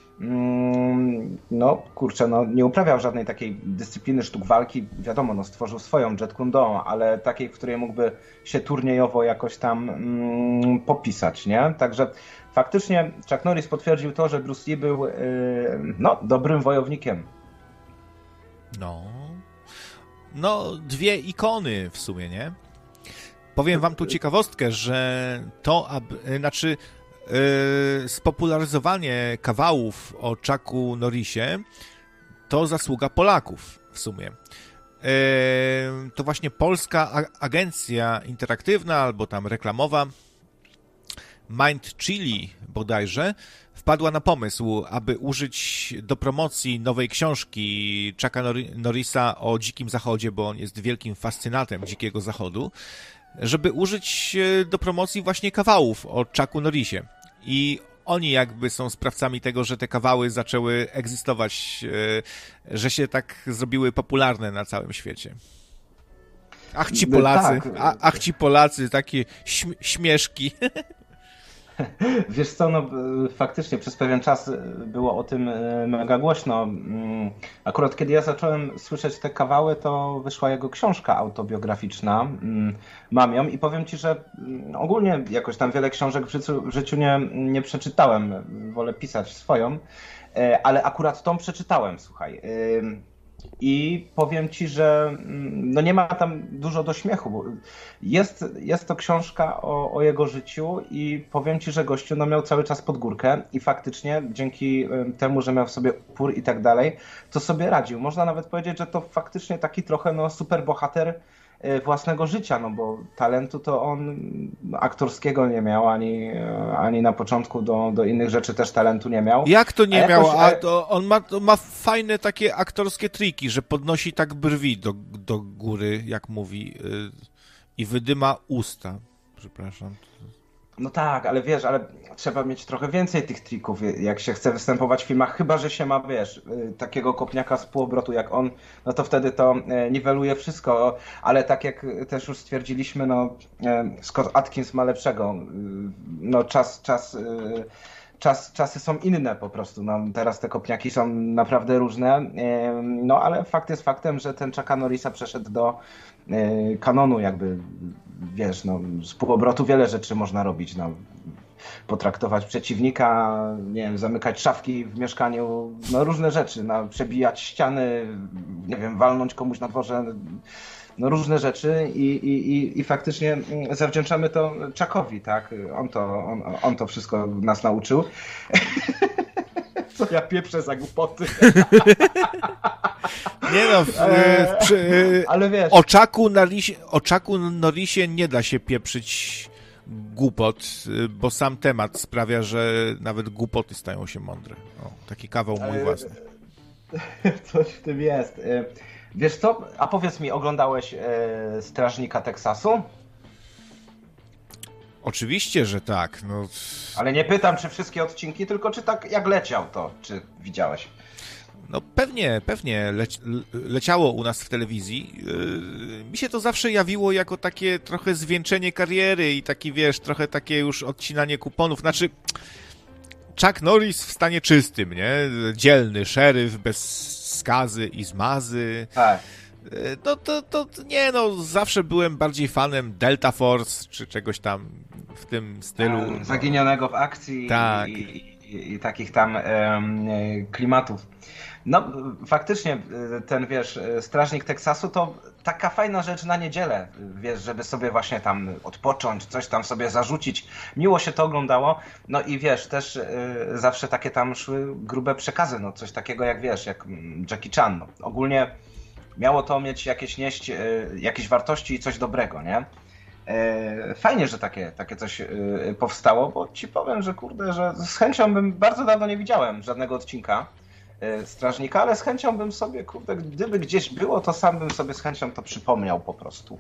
no kurczę, no nie uprawiał żadnej takiej dyscypliny sztuk walki, wiadomo, no stworzył swoją Jeet Kune Do, ale takiej, w której mógłby się turniejowo jakoś tam mm, popisać, nie? Także faktycznie Chuck Norris potwierdził to, że Bruce Lee był yy, no, dobrym wojownikiem. No, no dwie ikony w sumie, nie? Powiem wam tu ciekawostkę, że to, aby, znaczy yy, spopularyzowanie kawałów o Chucku Norrisie to zasługa Polaków w sumie. Yy, to właśnie polska agencja interaktywna albo tam reklamowa Mind Chili bodajże wpadła na pomysł, aby użyć do promocji nowej książki Chucka Norrisa o Dzikim Zachodzie, bo on jest wielkim fascynatem Dzikiego Zachodu, żeby użyć do promocji właśnie kawałów o Chucku Norrisie. I oni jakby są sprawcami tego, że te kawały zaczęły egzystować, że się tak zrobiły popularne na całym świecie. Ach ci Polacy, tak. a, ach ci Polacy, takie śm- śmieszki. Wiesz co, no faktycznie przez pewien czas było o tym mega głośno. Akurat kiedy ja zacząłem słyszeć te kawały, to wyszła jego książka autobiograficzna, mam ją i powiem ci, że ogólnie jakoś tam wiele książek w życiu, w życiu nie, nie przeczytałem, wolę pisać swoją, ale akurat tą przeczytałem, słuchaj. I powiem ci, że no nie ma tam dużo do śmiechu, bo jest, jest to książka o, o jego życiu i powiem ci, że gościu no miał cały czas pod górkę i faktycznie dzięki temu, że miał w sobie upór i tak dalej, to sobie radził. Można nawet powiedzieć, że to faktycznie taki trochę no super bohater własnego życia, no bo talentu to on aktorskiego nie miał, ani, ani na początku do, do innych rzeczy też talentu nie miał. Jak to nie A miał? jakoś... A to on ma, to ma fajne takie aktorskie triki, że podnosi tak brwi do, do góry, jak mówi, yy, i wydyma usta. Przepraszam. No tak, ale wiesz, ale trzeba mieć trochę więcej tych trików, jak się chce występować w filmach, chyba że się ma, wiesz, takiego kopniaka z półobrotu jak on, no to wtedy to niweluje wszystko, ale tak jak też już stwierdziliśmy, no Scott Adkins ma lepszego, no czas, czas czas, czasy są inne po prostu. No, teraz te kopniaki są naprawdę różne. No ale fakt jest faktem, że ten Chucka Norrisa przeszedł do kanonu jakby, wiesz, no, z półobrotu wiele rzeczy można robić. No. Potraktować przeciwnika, nie wiem, zamykać szafki w mieszkaniu, no różne rzeczy, no, przebijać ściany, nie wiem, walnąć komuś na dworze, no różne rzeczy i, i, i, i faktycznie zawdzięczamy to Chuckowi, tak? On to, on, on to wszystko nas nauczył. Co ja pieprzę za głupoty. Nie no, w, w, przy, ale wiesz... O Chucku Norrisie, o Chucku Norrisie nie da się pieprzyć głupot, bo sam temat sprawia, że nawet głupoty stają się mądre. O, taki kawał mój własny. Coś w tym jest. Wiesz co, a powiedz mi, oglądałeś e, Strażnika Teksasu? Oczywiście, że tak. No. Ale nie pytam, czy wszystkie odcinki, tylko czy tak jak leciał to, czy widziałeś? No pewnie, pewnie leci, leciało u nas w telewizji. Yy, mi się to zawsze jawiło jako takie trochę zwieńczenie kariery i taki, wiesz, trochę takie już odcinanie kuponów. Znaczy, Chuck Norris w stanie czystym, nie? Dzielny szeryf, bez skazy i zmazy. Tak. Yy, to, to, to, nie no, zawsze byłem bardziej fanem Delta Force, czy czegoś tam w tym stylu. A, zaginionego w akcji tak. i, i, i takich tam um, klimatów. No, faktycznie ten, wiesz, Strażnik Teksasu to taka fajna rzecz na niedzielę, wiesz, żeby sobie właśnie tam odpocząć, coś tam sobie zarzucić. Miło się to oglądało, no i wiesz, też y, zawsze takie tam szły grube przekazy, no coś takiego jak, wiesz, jak Jackie Chan. No. Ogólnie miało to mieć jakieś nieść, y, jakieś wartości i coś dobrego, nie? Y, fajnie, że takie, takie coś y, powstało, bo ci powiem, że kurde, że z chęcią bym, bardzo dawno nie widziałem żadnego odcinka Strażnika, ale z chęcią bym sobie, kurde, gdyby gdzieś było, to sam bym sobie z chęcią to przypomniał po prostu.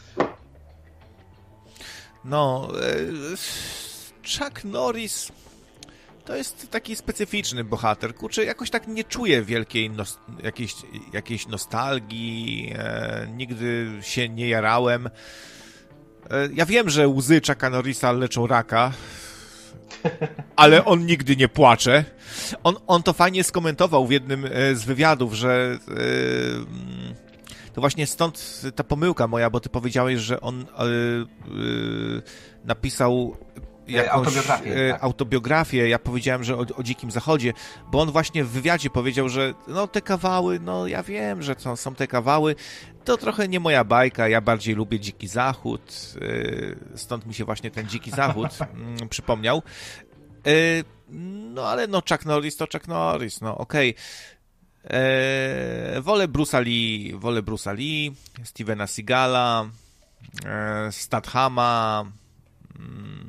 No, Chuck Norris to jest taki specyficzny bohater. Kurczę, jakoś tak nie czuję wielkiej nos- jakiejś, jakiejś nostalgii, e, nigdy się nie jarałem. E, ja wiem, że łzy Chucka Norrisa leczą raka, ale on nigdy nie płacze. On, on to fajnie skomentował w jednym z wywiadów, że yy, to właśnie stąd ta pomyłka moja, bo ty powiedziałeś, że on yy, yy, napisał jakąś autobiografię, yy, tak. autobiografię. Ja powiedziałem, że o, o Dzikim Zachodzie, bo on właśnie w wywiadzie powiedział, że no te kawały, no ja wiem, że to są te kawały, to trochę nie moja bajka, ja bardziej lubię Dziki Zachód, yy, stąd mi się właśnie ten Dziki Zachód yy, przypomniał. Yy, no ale no Chuck Norris to Chuck Norris, no okej. Okay. Yy, wolę Bruce'a Lee, wolę Bruce'a Lee, Stevena Seagala, yy, Stathama, yy,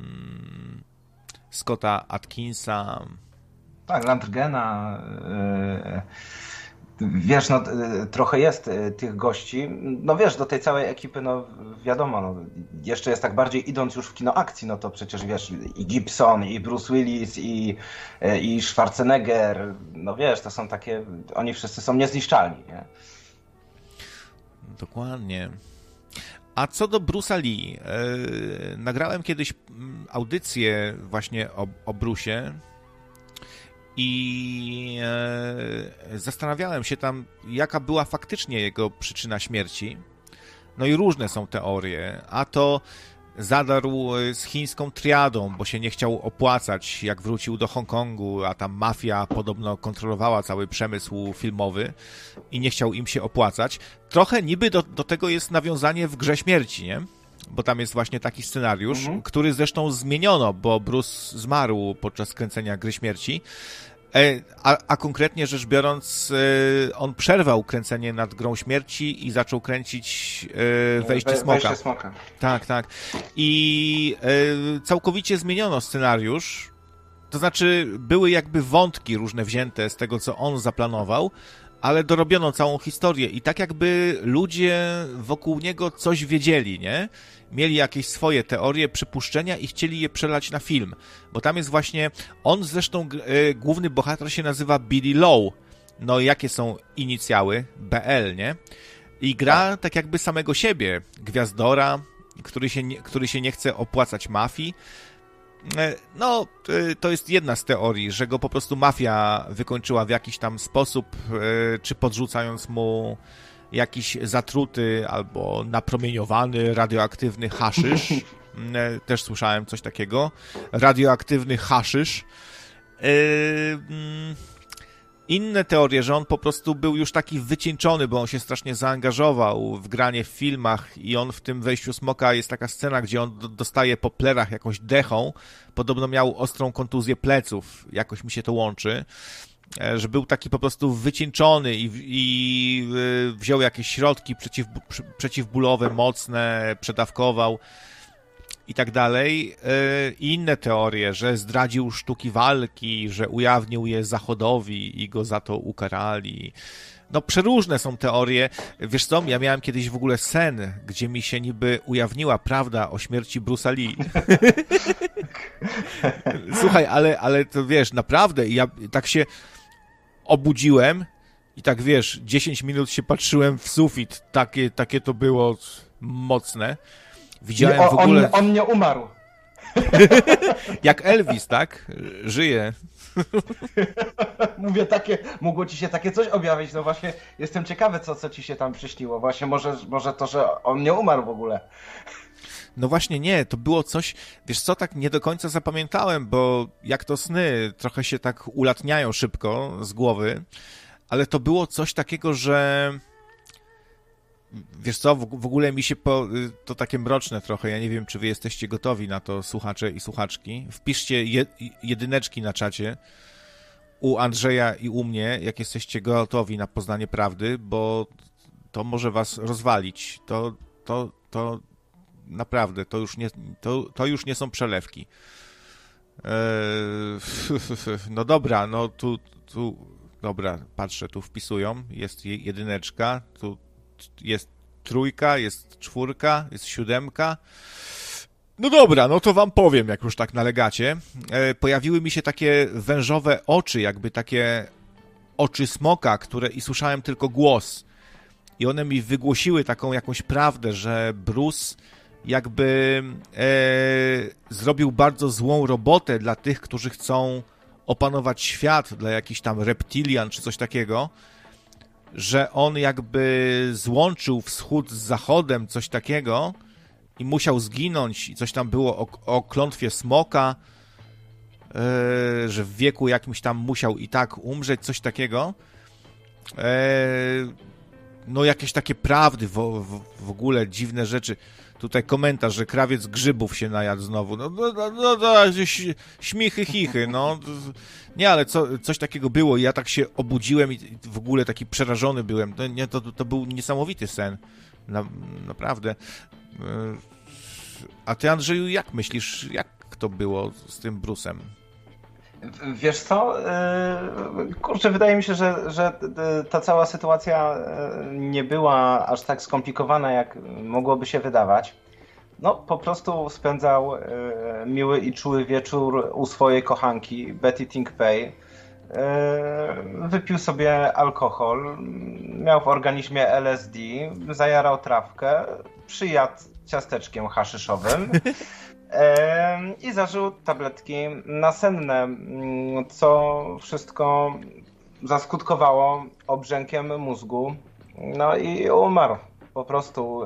Scotta Atkinsa. Tak, Landgena. Yy... Wiesz, no trochę jest tych gości, no wiesz, do tej całej ekipy, no wiadomo, no, jeszcze jest tak bardziej idąc już w kino akcji, no to przecież wiesz, i Gibson, i Bruce Willis, i, i Schwarzenegger, no wiesz, to są takie, oni wszyscy są niezniszczalni, nie? Dokładnie. A co do Bruce'a Lee, yy, nagrałem kiedyś audycję właśnie o, o Bruce'ie, i e, zastanawiałem się tam, jaka była faktycznie jego przyczyna śmierci. No i różne są teorie. A to zadarł z chińską triadą, bo się nie chciał opłacać, jak wrócił do Hongkongu, a tam mafia podobno kontrolowała cały przemysł filmowy i nie chciał im się opłacać. Trochę niby do, do tego jest nawiązanie w Grze Śmierci, nie? Bo tam jest właśnie taki scenariusz, mhm. który zresztą zmieniono, bo Bruce zmarł podczas kręcenia Gry Śmierci, a, a konkretnie rzecz biorąc, on przerwał kręcenie nad Grą Śmierci i zaczął kręcić Wejście We, Smoka. Wejście Smoka. Tak, tak. I całkowicie zmieniono scenariusz, to znaczy były jakby wątki różne wzięte z tego, co on zaplanował, ale dorobiono całą historię i tak jakby ludzie wokół niego coś wiedzieli, nie? Mieli jakieś swoje teorie, przypuszczenia i chcieli je przelać na film. Bo tam jest właśnie, on zresztą, y, główny bohater się nazywa Billy Lowe. No jakie są inicjały? B L, nie? I gra tak, tak jakby samego siebie, gwiazdora, który się, nie, który się nie chce opłacać mafii. No, to jest jedna z teorii, że go po prostu mafia wykończyła w jakiś tam sposób, czy podrzucając mu jakiś zatruty albo napromieniowany, radioaktywny haszysz. Też słyszałem coś takiego. Radioaktywny haszysz. Inne teorie, że on po prostu był już taki wycieńczony, bo on się strasznie zaangażował w granie w filmach i on w tym Wejściu Smoka jest taka scena, gdzie on dostaje po plerach jakąś dechą. Podobno miał ostrą kontuzję pleców. Jakoś mi się to łączy. Że był taki po prostu wycieńczony i, i wziął jakieś środki przeciw, przeciwbólowe, mocne, przedawkował i tak dalej. I inne teorie, że zdradził sztuki walki, że ujawnił je Zachodowi i go za to ukarali. No przeróżne są teorie. Wiesz co, ja miałem kiedyś w ogóle sen, gdzie mi się niby ujawniła prawda o śmierci Bruce'a Lee. Słuchaj, ale, ale to wiesz, naprawdę, ja tak się obudziłem i tak wiesz, dziesięć minut się patrzyłem w sufit. Takie, takie to było mocne. Widziałem o, w ogóle... On, on nie umarł. Jak Elvis, tak? Żyje. Mówię, takie, mogło ci się takie coś objawić, no właśnie jestem ciekawy, co, co ci się tam przyśniło. Właśnie może, może to, że on nie umarł w ogóle. No właśnie nie, to było coś, wiesz co, tak nie do końca zapamiętałem, bo jak to sny, trochę się tak ulatniają szybko z głowy, ale to było coś takiego, że wiesz co, w, w ogóle mi się po, to takie mroczne trochę, ja nie wiem, czy wy jesteście gotowi na to, słuchacze i słuchaczki. Wpiszcie je, jedyneczki na czacie u Andrzeja i u mnie, jak jesteście gotowi na poznanie prawdy, bo to może was rozwalić. To, to, to naprawdę, to już nie, to, to już nie są przelewki. Eee, no dobra, no tu, tu, dobra, patrzę, tu wpisują, jest jedyneczka, tu jest trójka, jest czwórka, jest siódemka. No dobra, no to wam powiem, jak już tak nalegacie. E, pojawiły mi się takie wężowe oczy, jakby takie oczy smoka, które i słyszałem tylko głos. I one mi wygłosiły taką jakąś prawdę, że Bruce jakby e, zrobił bardzo złą robotę dla tych, którzy chcą opanować świat, dla jakichś tam reptilian czy coś takiego, że on jakby złączył wschód z zachodem, coś takiego i musiał zginąć i coś tam było o, o klątwie smoka, e, że w wieku jakimś tam musiał i tak umrzeć, coś takiego. E, no jakieś takie prawdy, w, w, w ogóle dziwne rzeczy. Tutaj komentarz, że krawiec grzybów się najadł znowu. No, no, no, no, no śmichy, chichy, no. Nie, ale co, coś takiego było i ja tak się obudziłem i w ogóle taki przerażony byłem. To, nie, to, to był niesamowity sen. Na, naprawdę. A ty, Andrzeju, jak myślisz, jak to było z tym Bruce'em? Wiesz co, kurczę, wydaje mi się, że, że ta cała sytuacja nie była aż tak skomplikowana, jak mogłoby się wydawać. No, po prostu spędzał miły i czuły wieczór u swojej kochanki, Betty Ting-Pei. Wypił sobie alkohol, miał w organizmie L S D, zajarał trawkę, przyjadł ciasteczkiem haszyszowym i zażył tabletki nasenne, co wszystko zaskutkowało obrzękiem mózgu. No i umarł po prostu.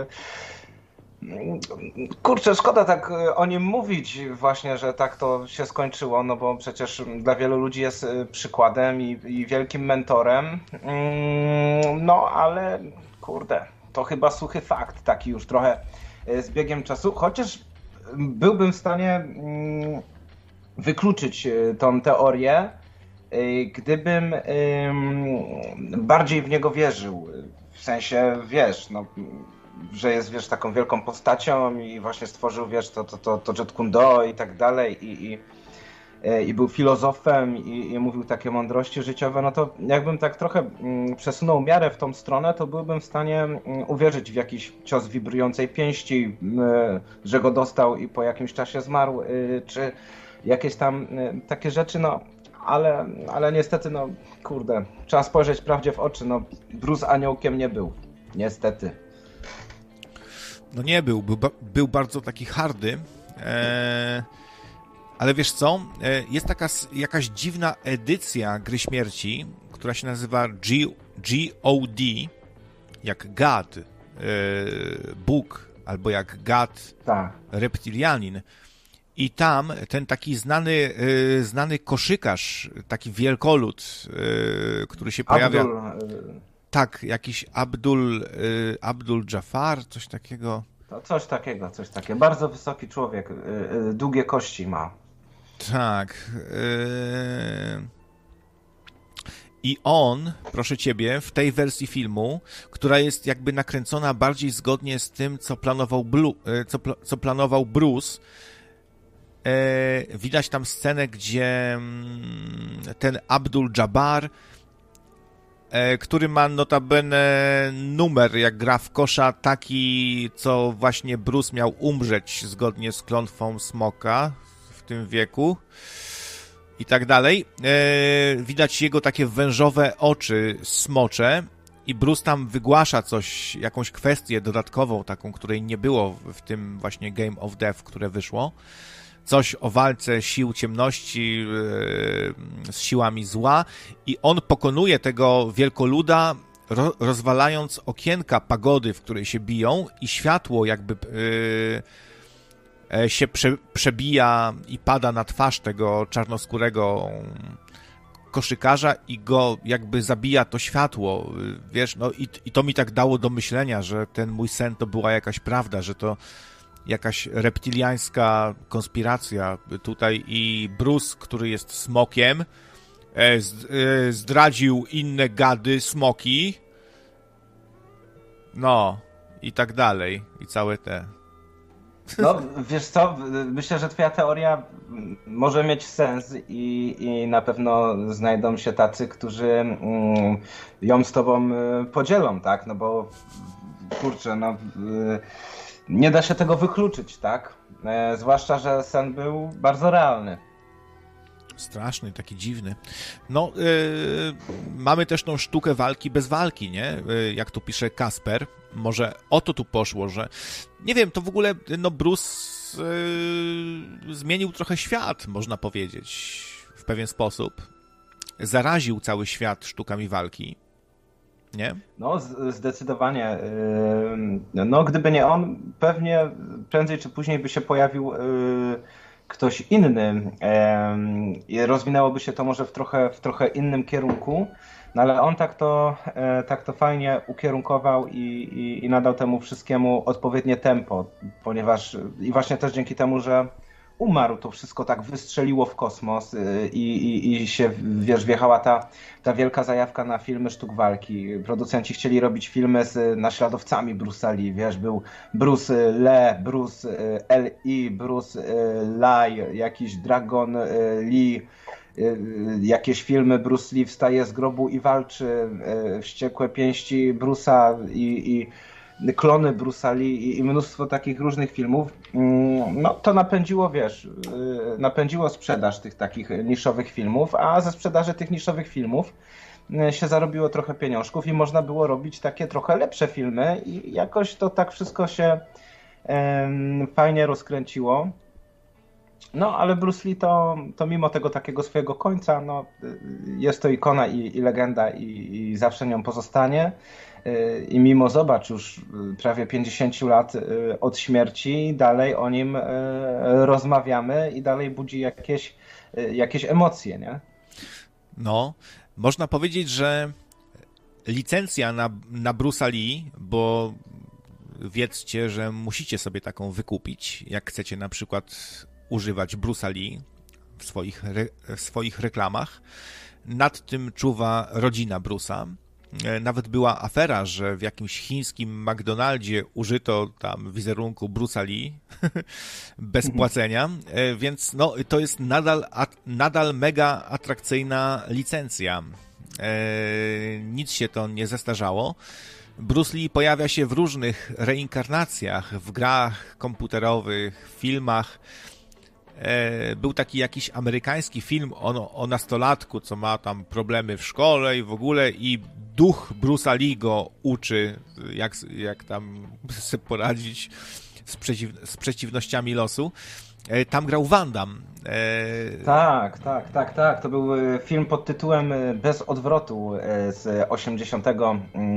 Kurczę, szkoda tak o nim mówić właśnie, że tak to się skończyło, no bo przecież dla wielu ludzi jest przykładem i, i wielkim mentorem. No ale kurde, to chyba suchy fakt, taki już trochę z biegiem czasu, chociaż byłbym w stanie wykluczyć tą teorię, gdybym bardziej w niego wierzył. W sensie, wiesz, no, że jest, wiesz, taką wielką postacią i właśnie stworzył, wiesz, to, to, to, to Jeet Kune Do i tak dalej i, i, i był filozofem i, i mówił takie mądrości życiowe, no to jakbym tak trochę przesunął miarę w tą stronę, to byłbym w stanie uwierzyć w jakiś cios wibrującej pięści, że go dostał i po jakimś czasie zmarł, czy jakieś tam takie rzeczy, no ale, ale niestety, no kurde, trzeba spojrzeć prawdzie w oczy, no Bruce aniołkiem nie był, niestety. No nie był, był, był bardzo taki hardy. Eee, Ale wiesz co? Jest taka jakaś dziwna edycja Gry Śmierci, która się nazywa G, G O D, jak God, yy, Bóg, albo jak God, tak. Reptilianin. I tam ten taki znany, yy, znany koszykarz, taki wielkolud, yy, który się pojawia... Abdul, yy... Tak, jakiś Abdul, yy, Abdul Jafar, coś takiego. To coś takiego, coś takiego. Bardzo wysoki człowiek, yy, yy, długie kości ma. Tak. Yy... I on, proszę ciebie, w tej wersji filmu, która jest jakby nakręcona bardziej zgodnie z tym, co planował, Blu, co, pl- co planował Bruce, yy, widać tam scenę, gdzie ten Abdul Jabbar, yy, który ma notabene numer, jak gra w kosza, taki, co właśnie Bruce miał umrzeć zgodnie z klątwą Smoka w tym wieku i tak dalej. E, widać jego takie wężowe oczy smocze i Bruce tam wygłasza coś, jakąś kwestię dodatkową, taką, której nie było w tym właśnie Game of Death, które wyszło. Coś o walce sił ciemności e, z siłami zła i on pokonuje tego wielkoluda, ro, rozwalając okienka pagody, w której się biją i światło jakby... E, się prze, przebija i pada na twarz tego czarnoskórego koszykarza i go jakby zabija to światło, wiesz, no i, i to mi tak dało do myślenia, że ten mój sen to była jakaś prawda, że to jakaś reptiliańska konspiracja tutaj i Bruce, który jest smokiem, zdradził inne gady, smoki, no i tak dalej, i całe te... No, wiesz co, myślę, że twoja teoria może mieć sens i, i na pewno znajdą się tacy, którzy mm, ją z tobą podzielą, tak? No bo, kurczę, no, nie da się tego wykluczyć, tak? E, zwłaszcza, że sen był bardzo realny. Straszny, taki dziwny. No, yy, mamy też tą sztukę walki bez walki, nie? Yy, jak tu pisze Kasper. Może o to tu poszło, że... Nie wiem, to w ogóle, no Bruce yy, zmienił trochę świat, można powiedzieć, w pewien sposób. Zaraził cały świat sztukami walki. Nie? No, z- zdecydowanie. Yy, no, gdyby nie on, pewnie prędzej czy później by się pojawił... Yy... ktoś inny i rozwinęłoby się to może w trochę, w trochę innym kierunku, no ale on tak to, tak to fajnie ukierunkował i, i, i nadał temu wszystkiemu odpowiednie tempo, ponieważ i właśnie też dzięki temu, że umarł, to wszystko tak wystrzeliło w kosmos i, i, i się, wiesz, wjechała ta, ta wielka zajawka na filmy sztuk walki. Producenci chcieli robić filmy z naśladowcami Bruce'a Lee, wiesz, był Bruce Lee, Bruce L I, Bruce Lee, jakiś Dragon Lee, jakieś filmy Bruce Lee wstaje z grobu i walczy, wściekłe pięści Bruce'a i, i klony Bruce'a Lee i mnóstwo takich różnych filmów, no to napędziło, wiesz, napędziło sprzedaż tych takich niszowych filmów, a ze sprzedaży tych niszowych filmów się zarobiło trochę pieniążków i można było robić takie trochę lepsze filmy i jakoś to tak wszystko się um, fajnie rozkręciło. No, ale Bruce Lee to, to mimo tego takiego swojego końca, no, jest to ikona i, i legenda i, i zawsze nią pozostanie. I mimo, zobacz, już prawie pięćdziesiąt lat od śmierci, dalej o nim rozmawiamy i dalej budzi jakieś, jakieś emocje, nie? No, można powiedzieć, że licencja na, na Bruce'a Lee, bo wiedzcie, że musicie sobie taką wykupić, jak chcecie na przykład używać Bruce'a Lee w swoich, re, w swoich reklamach. Nad tym czuwa rodzina Bruce'a. Nawet była afera, że w jakimś chińskim McDonaldzie użyto tam wizerunku Bruce'a Lee bez płacenia, więc no, to jest nadal, nadal mega atrakcyjna licencja. Nic się to nie zestarzało. Bruce Lee pojawia się w różnych reinkarnacjach, w grach komputerowych, filmach. Był taki jakiś amerykański film o, o nastolatku, co ma tam problemy w szkole i w ogóle i duch Bruce'a Lee go uczy, jak, jak tam sobie poradzić z, przeciw, z przeciwnościami losu. Tam grał Van Damme. Tak, tak, tak, tak. To był film pod tytułem Bez odwrotu z osiemdziesiątego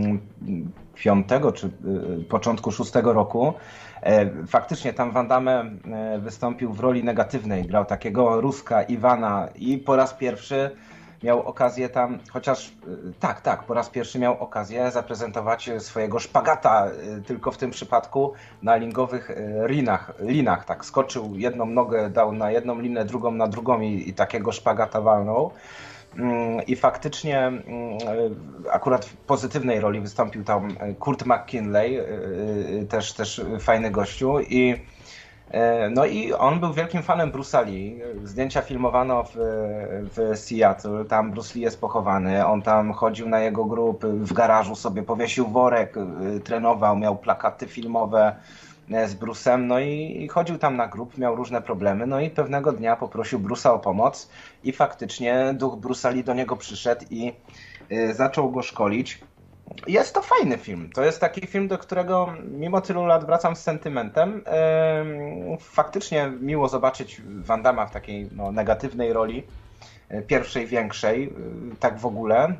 piątego czy początku szóstego roku. Faktycznie tam Van Damme wystąpił w roli negatywnej. Grał takiego Ruska Iwana i po raz pierwszy miał okazję tam, chociaż tak, tak, po raz pierwszy miał okazję zaprezentować swojego szpagata, tylko w tym przypadku na lingowych linach, linach tak, skoczył jedną nogę, dał na jedną linę, drugą na drugą i, i takiego szpagata walnął. I faktycznie akurat w pozytywnej roli wystąpił tam Kurt McKinley, też, też fajny gościu i no i on był wielkim fanem Bruce'a Lee. Zdjęcia filmowano w, w Seattle, tam Bruce Lee jest pochowany, on tam chodził na jego grób, w garażu sobie powiesił worek, trenował, miał plakaty filmowe z Bruce'em, no i, i chodził tam na grób, miał różne problemy, no i pewnego dnia poprosił Bruce'a o pomoc i faktycznie duch Bruce'a Lee do niego przyszedł i y, zaczął go szkolić. Jest to fajny film. To jest taki film, do którego mimo tylu lat wracam z sentymentem. Faktycznie miło zobaczyć Van Damme'a w takiej no, negatywnej roli, pierwszej, większej, tak w ogóle.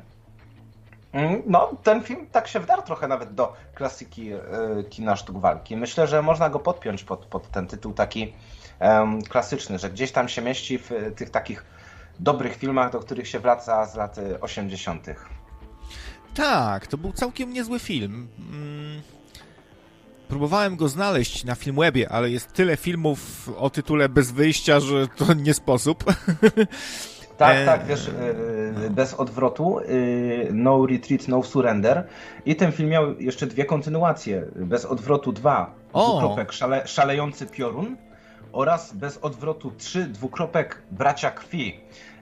No, ten film tak się wdarł trochę nawet do klasyki kina sztuk walki. Myślę, że można go podpiąć pod, pod ten tytuł taki um, klasyczny, że gdzieś tam się mieści w tych takich dobrych filmach, do których się wraca z lat osiemdziesiątych. Tak, to był całkiem niezły film. Próbowałem go znaleźć na Filmwebie, ale jest tyle filmów o tytule Bez wyjścia, że to nie sposób. Tak, tak, wiesz, Bez odwrotu, No Retreat, No Surrender. I ten film miał jeszcze dwie kontynuacje. Bez odwrotu dwa, dwukropek, szale, Szalejący piorun oraz Bez odwrotu trzy, dwukropek, Bracia krwi.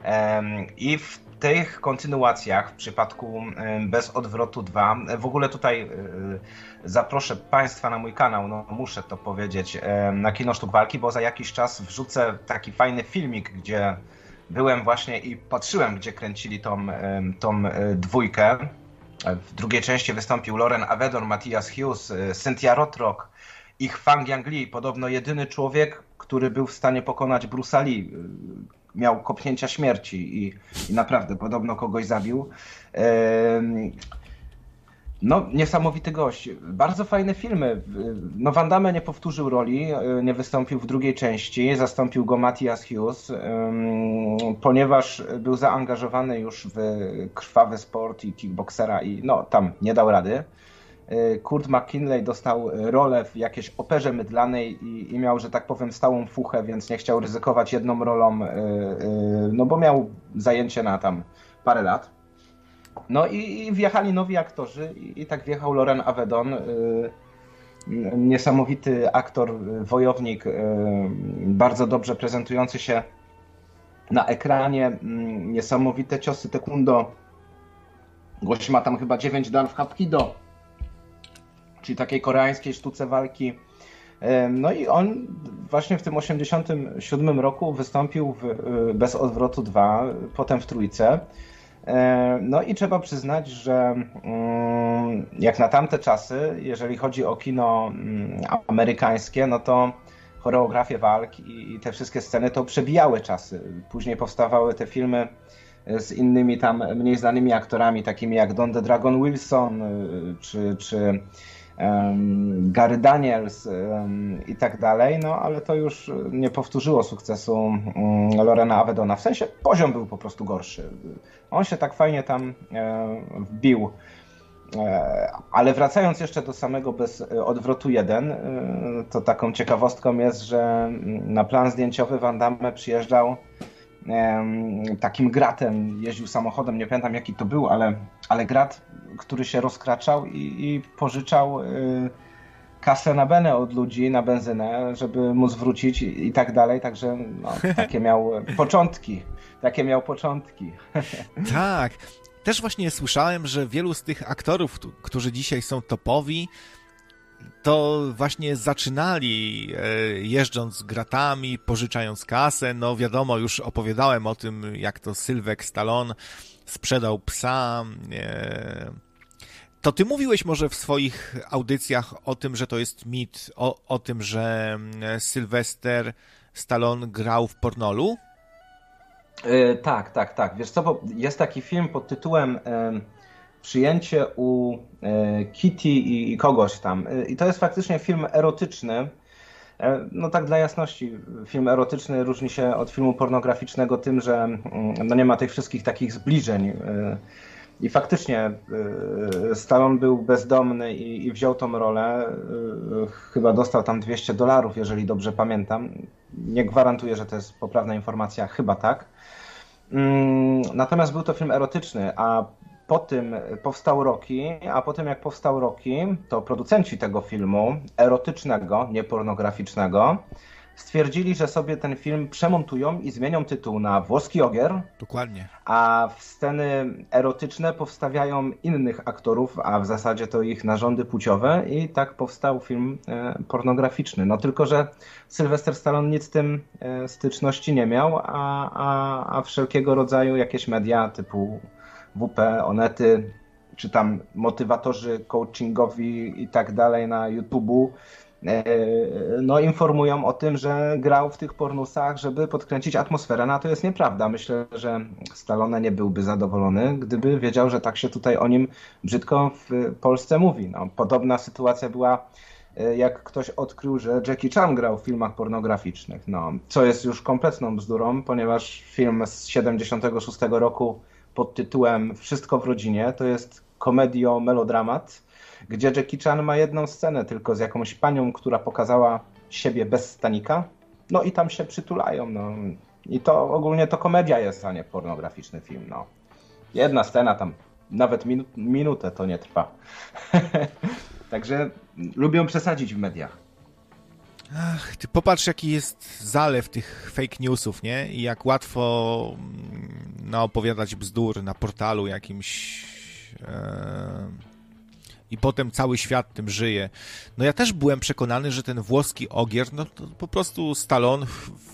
I w tych kontynuacjach, w przypadku Bez odwrotu dwa, w ogóle tutaj zaproszę Państwa na mój kanał, no muszę to powiedzieć, na Kino Sztuk Walki, bo za jakiś czas wrzucę taki fajny filmik, gdzie byłem właśnie i patrzyłem, gdzie kręcili tą, tą dwójkę. W drugiej części wystąpił Loren Avedon, Matthias Hughes, Cynthia Rothrock i Hwang Yang-li, podobno jedyny człowiek, który był w stanie pokonać Bruce'a Lee. Miał kopnięcia śmierci i, i naprawdę podobno kogoś zabił. No, niesamowity gość. Bardzo fajne filmy. No, Van Damme nie powtórzył roli, nie wystąpił w drugiej części, zastąpił go Matthias Hughes, ponieważ był zaangażowany już w krwawy sport i kickboksera i no, tam nie dał rady. Kurt McKinley dostał rolę w jakiejś operze mydlanej i, i miał, że tak powiem, stałą fuchę, więc nie chciał ryzykować jedną rolą, no bo miał zajęcie na tam parę lat. No i, i wjechali nowi aktorzy i, i tak wjechał Loren Avedon, niesamowity aktor, wojownik, bardzo dobrze prezentujący się na ekranie, niesamowite ciosy taekwondo. Gość ma tam chyba dziewięć dan w hapkido, czyli takiej koreańskiej sztuce walki. No i on właśnie w tym osiemdziesiątym siódmym roku wystąpił w Bez odwrotu dwa, potem w trójce. No i trzeba przyznać, że jak na tamte czasy, jeżeli chodzi o kino amerykańskie, no to choreografie walk i te wszystkie sceny to przebijały czasy. Później powstawały te filmy z innymi tam mniej znanymi aktorami, takimi jak Don the Dragon Wilson czy, czy um, Gary Daniels um, i tak dalej, no ale to już nie powtórzyło sukcesu um, Lorena Avedona. W sensie poziom był po prostu gorszy. On się tak fajnie tam e, wbił. E, ale wracając jeszcze do samego Bez odwrotu jeden, e, to taką ciekawostką jest, że na plan zdjęciowy Van Damme przyjeżdżał e, takim gratem, jeździł samochodem, nie pamiętam jaki to był, ale, ale grat, który się rozkraczał i, i pożyczał e, kasę na benę od ludzi, na benzynę, żeby móc wrócić i, i tak dalej, także no, takie miał początki. Takie miał początki. Tak. Też właśnie słyszałem, że wielu z tych aktorów, którzy dzisiaj są topowi, to właśnie zaczynali jeżdżąc gratami, pożyczając kasę. No wiadomo, już opowiadałem o tym, jak to Sylvester Stallone sprzedał psa To ty mówiłeś może w swoich audycjach o tym, że to jest mit, o, o tym, że Sylwester Stallone grał w pornolu? Yy, tak, tak, tak. Wiesz co, bo jest taki film pod tytułem yy, Przyjęcie u yy, Kitty i, i kogoś tam. Yy, I to jest faktycznie film erotyczny. Yy, no tak dla jasności, film erotyczny różni się od filmu pornograficznego tym, że yy, no nie ma tych wszystkich takich zbliżeń. Yy, I faktycznie yy, Stallone był bezdomny i, i wziął tą rolę. Yy, chyba dostał tam dwieście dolarów, jeżeli dobrze pamiętam. Nie gwarantuję, że to jest poprawna informacja, chyba tak. Natomiast był to film erotyczny, a po tym powstał Rocky, a po tym jak powstał Rocky, to producenci tego filmu erotycznego, nie pornograficznego, stwierdzili, że sobie ten film przemontują i zmienią tytuł na Włoski Ogier. Dokładnie. A w sceny erotyczne powstawiają innych aktorów, a w zasadzie to ich narządy płciowe i tak powstał film pornograficzny. No tylko, że Sylwester Stallone nic z tym styczności nie miał, a, a, a wszelkiego rodzaju jakieś media typu W P, Onety, czy tam motywatorzy coachingowi i tak dalej na YouTube'u, no informują o tym, że grał w tych pornusach, żeby podkręcić atmosferę. No to jest nieprawda. Myślę, że Stallone nie byłby zadowolony, gdyby wiedział, że tak się tutaj o nim brzydko w Polsce mówi. No, podobna sytuacja była, jak ktoś odkrył, że Jackie Chan grał w filmach pornograficznych. No, co jest już kompletną bzdurą, ponieważ film z siedemdziesiątego szóstego roku pod tytułem Wszystko w rodzinie to jest komedio-melodramat, gdzie Jackie Chan ma jedną scenę tylko z jakąś panią, która pokazała siebie bez stanika, no i tam się przytulają, no. I to ogólnie to komedia jest, a nie pornograficzny film, no. Jedna scena tam, nawet minu- minutę to nie trwa. Także lubią przesadzić w mediach. Ach, ty popatrz, jaki jest zalew tych fake newsów, nie? I jak łatwo no, opowiadać bzdur na portalu jakimś... E... I potem cały świat tym żyje. No ja też byłem przekonany, że ten włoski ogier, no to po prostu Stallone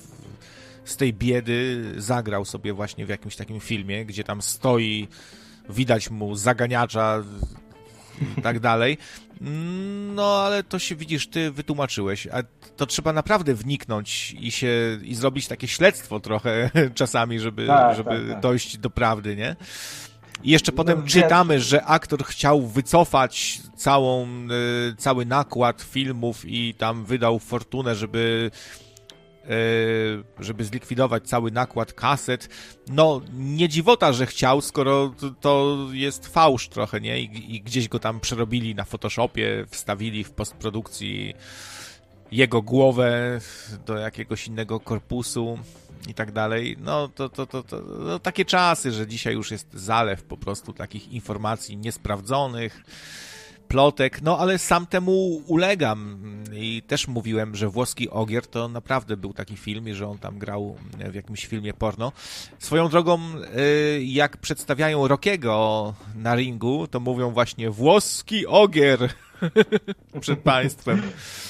z tej biedy zagrał sobie właśnie w jakimś takim filmie, gdzie tam stoi, widać mu zaganiacza i tak dalej. No ale to się, widzisz, ty wytłumaczyłeś, a to trzeba naprawdę wniknąć i się i zrobić takie śledztwo trochę czasami, żeby, tak, żeby tak, tak. dojść do prawdy, nie? I jeszcze potem no, czytamy, wiesz... że aktor chciał wycofać całą, y, cały nakład filmów i tam wydał fortunę, żeby, y, żeby zlikwidować cały nakład kaset. No, nie dziwota, że chciał, skoro to, to jest fałsz trochę, nie? I, I gdzieś go tam przerobili na Photoshopie, wstawili w postprodukcji jego głowę do jakiegoś innego korpusu i tak dalej. No to, to, to, to no, takie czasy, że dzisiaj już jest zalew po prostu takich informacji niesprawdzonych, plotek, no ale sam temu ulegam i też mówiłem, że Włoski Ogier to naprawdę był taki film i że on tam grał w jakimś filmie porno. Swoją drogą, jak przedstawiają Rockiego na ringu, to mówią właśnie Włoski Ogier przed państwem.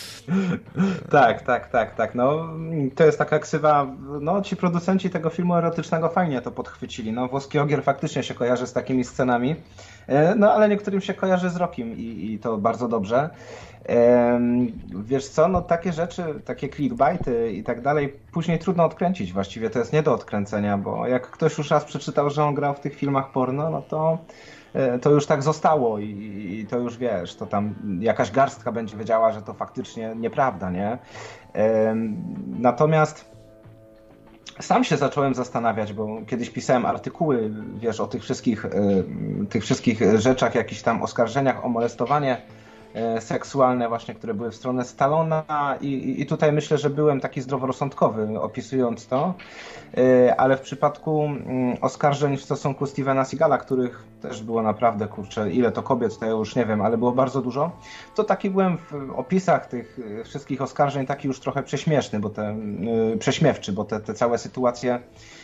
Tak, tak, tak, tak. No, to jest taka ksywa, no ci producenci tego filmu erotycznego fajnie to podchwycili. No, Włoski Ogier faktycznie się kojarzy z takimi scenami, no ale niektórym się kojarzy z Rockiem i, i to bardzo dobrze. Wiesz co, no takie rzeczy, takie clickbaity i tak dalej, później trudno odkręcić właściwie, to jest nie do odkręcenia, bo jak ktoś już raz przeczytał, że on grał w tych filmach porno, no to to już tak zostało i, i to już wiesz, to tam jakaś garstka będzie wiedziała, że to faktycznie nieprawda, nie? Natomiast sam się zacząłem zastanawiać, bo kiedyś pisałem artykuły, wiesz, o tych wszystkich, tych wszystkich rzeczach, jakichś tam oskarżeniach o molestowanie seksualne właśnie, które były w stronę Stallona i, i tutaj myślę, że byłem taki zdroworozsądkowy opisując to, ale w przypadku oskarżeń w stosunku Stevena Seagala, których też było naprawdę, kurczę, ile to kobiet, to ja już nie wiem, ale było bardzo dużo, to taki byłem w opisach tych wszystkich oskarżeń taki już trochę prześmieszny, bo te, prześmiewczy, bo te, te całe sytuacje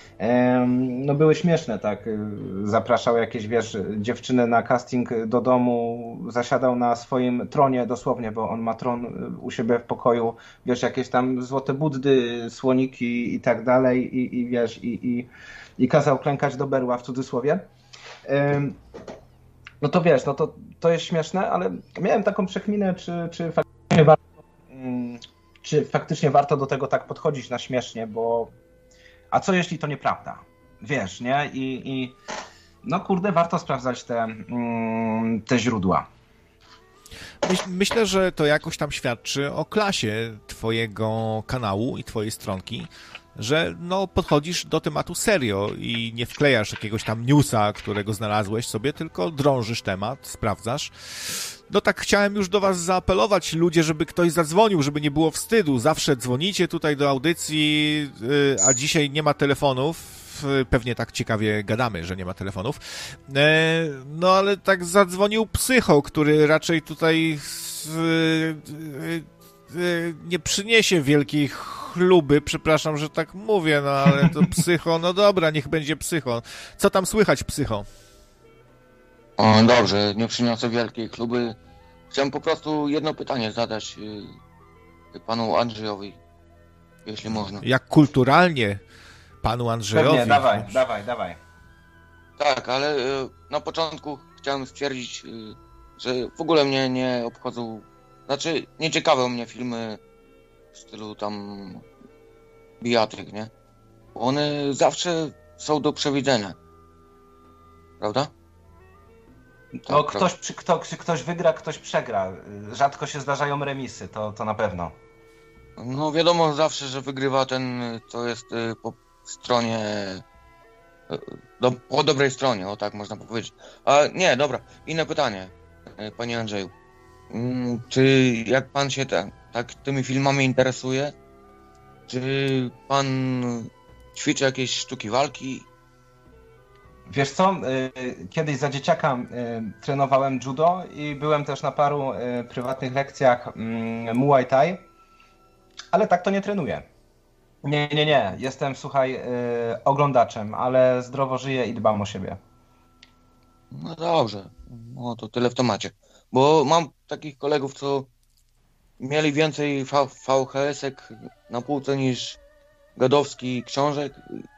no były śmieszne, tak, zapraszał jakieś, wiesz, dziewczyny na casting do domu, zasiadał na swoim tronie dosłownie, bo on ma tron u siebie w pokoju, wiesz, jakieś tam złote buddy, słoniki i tak dalej i, i wiesz, i, i, i kazał klękać do berła w cudzysłowie. No to wiesz, no to, to jest śmieszne, ale miałem taką przekminę, czy, czy, faktycznie warto, czy faktycznie warto do tego tak podchodzić na śmiesznie, bo a co jeśli to nieprawda? Wiesz, nie? I, i no kurde, warto sprawdzać te, te źródła. Myślę, że to jakoś tam świadczy o klasie twojego kanału i twojej stronki, że no podchodzisz do tematu serio i nie wklejasz jakiegoś tam newsa, którego znalazłeś sobie, tylko drążysz temat, sprawdzasz. No tak chciałem już do was zaapelować, ludzie, żeby ktoś zadzwonił, żeby nie było wstydu. Zawsze dzwonicie tutaj do audycji, a dzisiaj nie ma telefonów. Pewnie tak ciekawie gadamy, że nie ma telefonów. No ale tak zadzwonił Psycho, który raczej tutaj nie przyniesie wielkiej chluby, przepraszam, że tak mówię, no ale to Psycho, no dobra, niech będzie Psycho. Co tam słychać, Psycho? O, dobrze, nie przyniosę wielkiej chluby. Chciałem po prostu jedno pytanie zadać y, panu Andrzejowi, jeśli można. Jak kulturalnie panu Andrzejowi. Pewnie, dawaj, dawaj, dawaj. Tak, ale y, na początku chciałem stwierdzić, y, że w ogóle mnie nie obchodzą, znaczy nie ciekawią mnie filmy w stylu tam bijatyk, nie? Bo one zawsze są do przewidzenia. Prawda? No, tak, ktoś, przy, kto, ktoś wygra, ktoś przegra. Rzadko się zdarzają remisy, to, to na pewno. No wiadomo zawsze, że wygrywa ten, co jest y, po stronie, y, do, po dobrej stronie, o tak można powiedzieć. A nie, dobra, inne pytanie, y, panie Andrzeju. Mm, czy jak pan się tak, tak tymi filmami interesuje, czy pan ćwiczy jakieś sztuki walki? Wiesz co, kiedyś za dzieciaka trenowałem judo i byłem też na paru prywatnych lekcjach Muay Thai, ale tak to nie trenuję. Nie, nie, nie, jestem, słuchaj, oglądaczem, ale zdrowo żyję i dbam o siebie. No dobrze, no to tyle w temacie, bo mam takich kolegów, co mieli więcej V H S-ek na półce niż Gadowski książek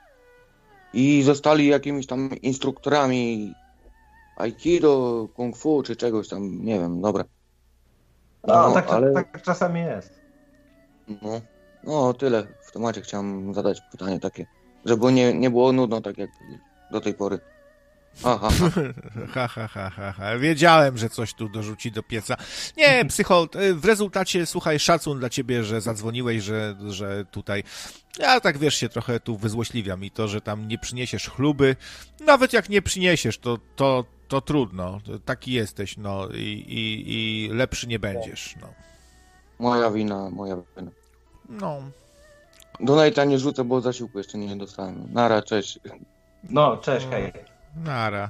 i zostali jakimiś tam instruktorami Aikido, Kung Fu czy czegoś tam, nie wiem, dobra. No, no tak, ale... tak czasami jest. No, no tyle w temacie chciałem zadać pytanie takie, żeby nie, nie było nudno tak jak do tej pory. Aha. ha, ha, ha, ha, ha. Wiedziałem, że coś tu dorzuci do pieca. Nie, Psycho, w rezultacie, słuchaj, szacun dla ciebie, że zadzwoniłeś, że, że tutaj, ja tak wiesz, się trochę tu wyzłośliwiam i to, że tam nie przyniesiesz chluby, nawet jak nie przyniesiesz, to, to, to trudno, taki jesteś, no i, i, i lepszy nie będziesz, no. Moja wina, moja wina. No. Donate'a nie rzucę, bo zasiłku jeszcze nie dostałem. Nara, cześć. No, cześć, hej. Nara.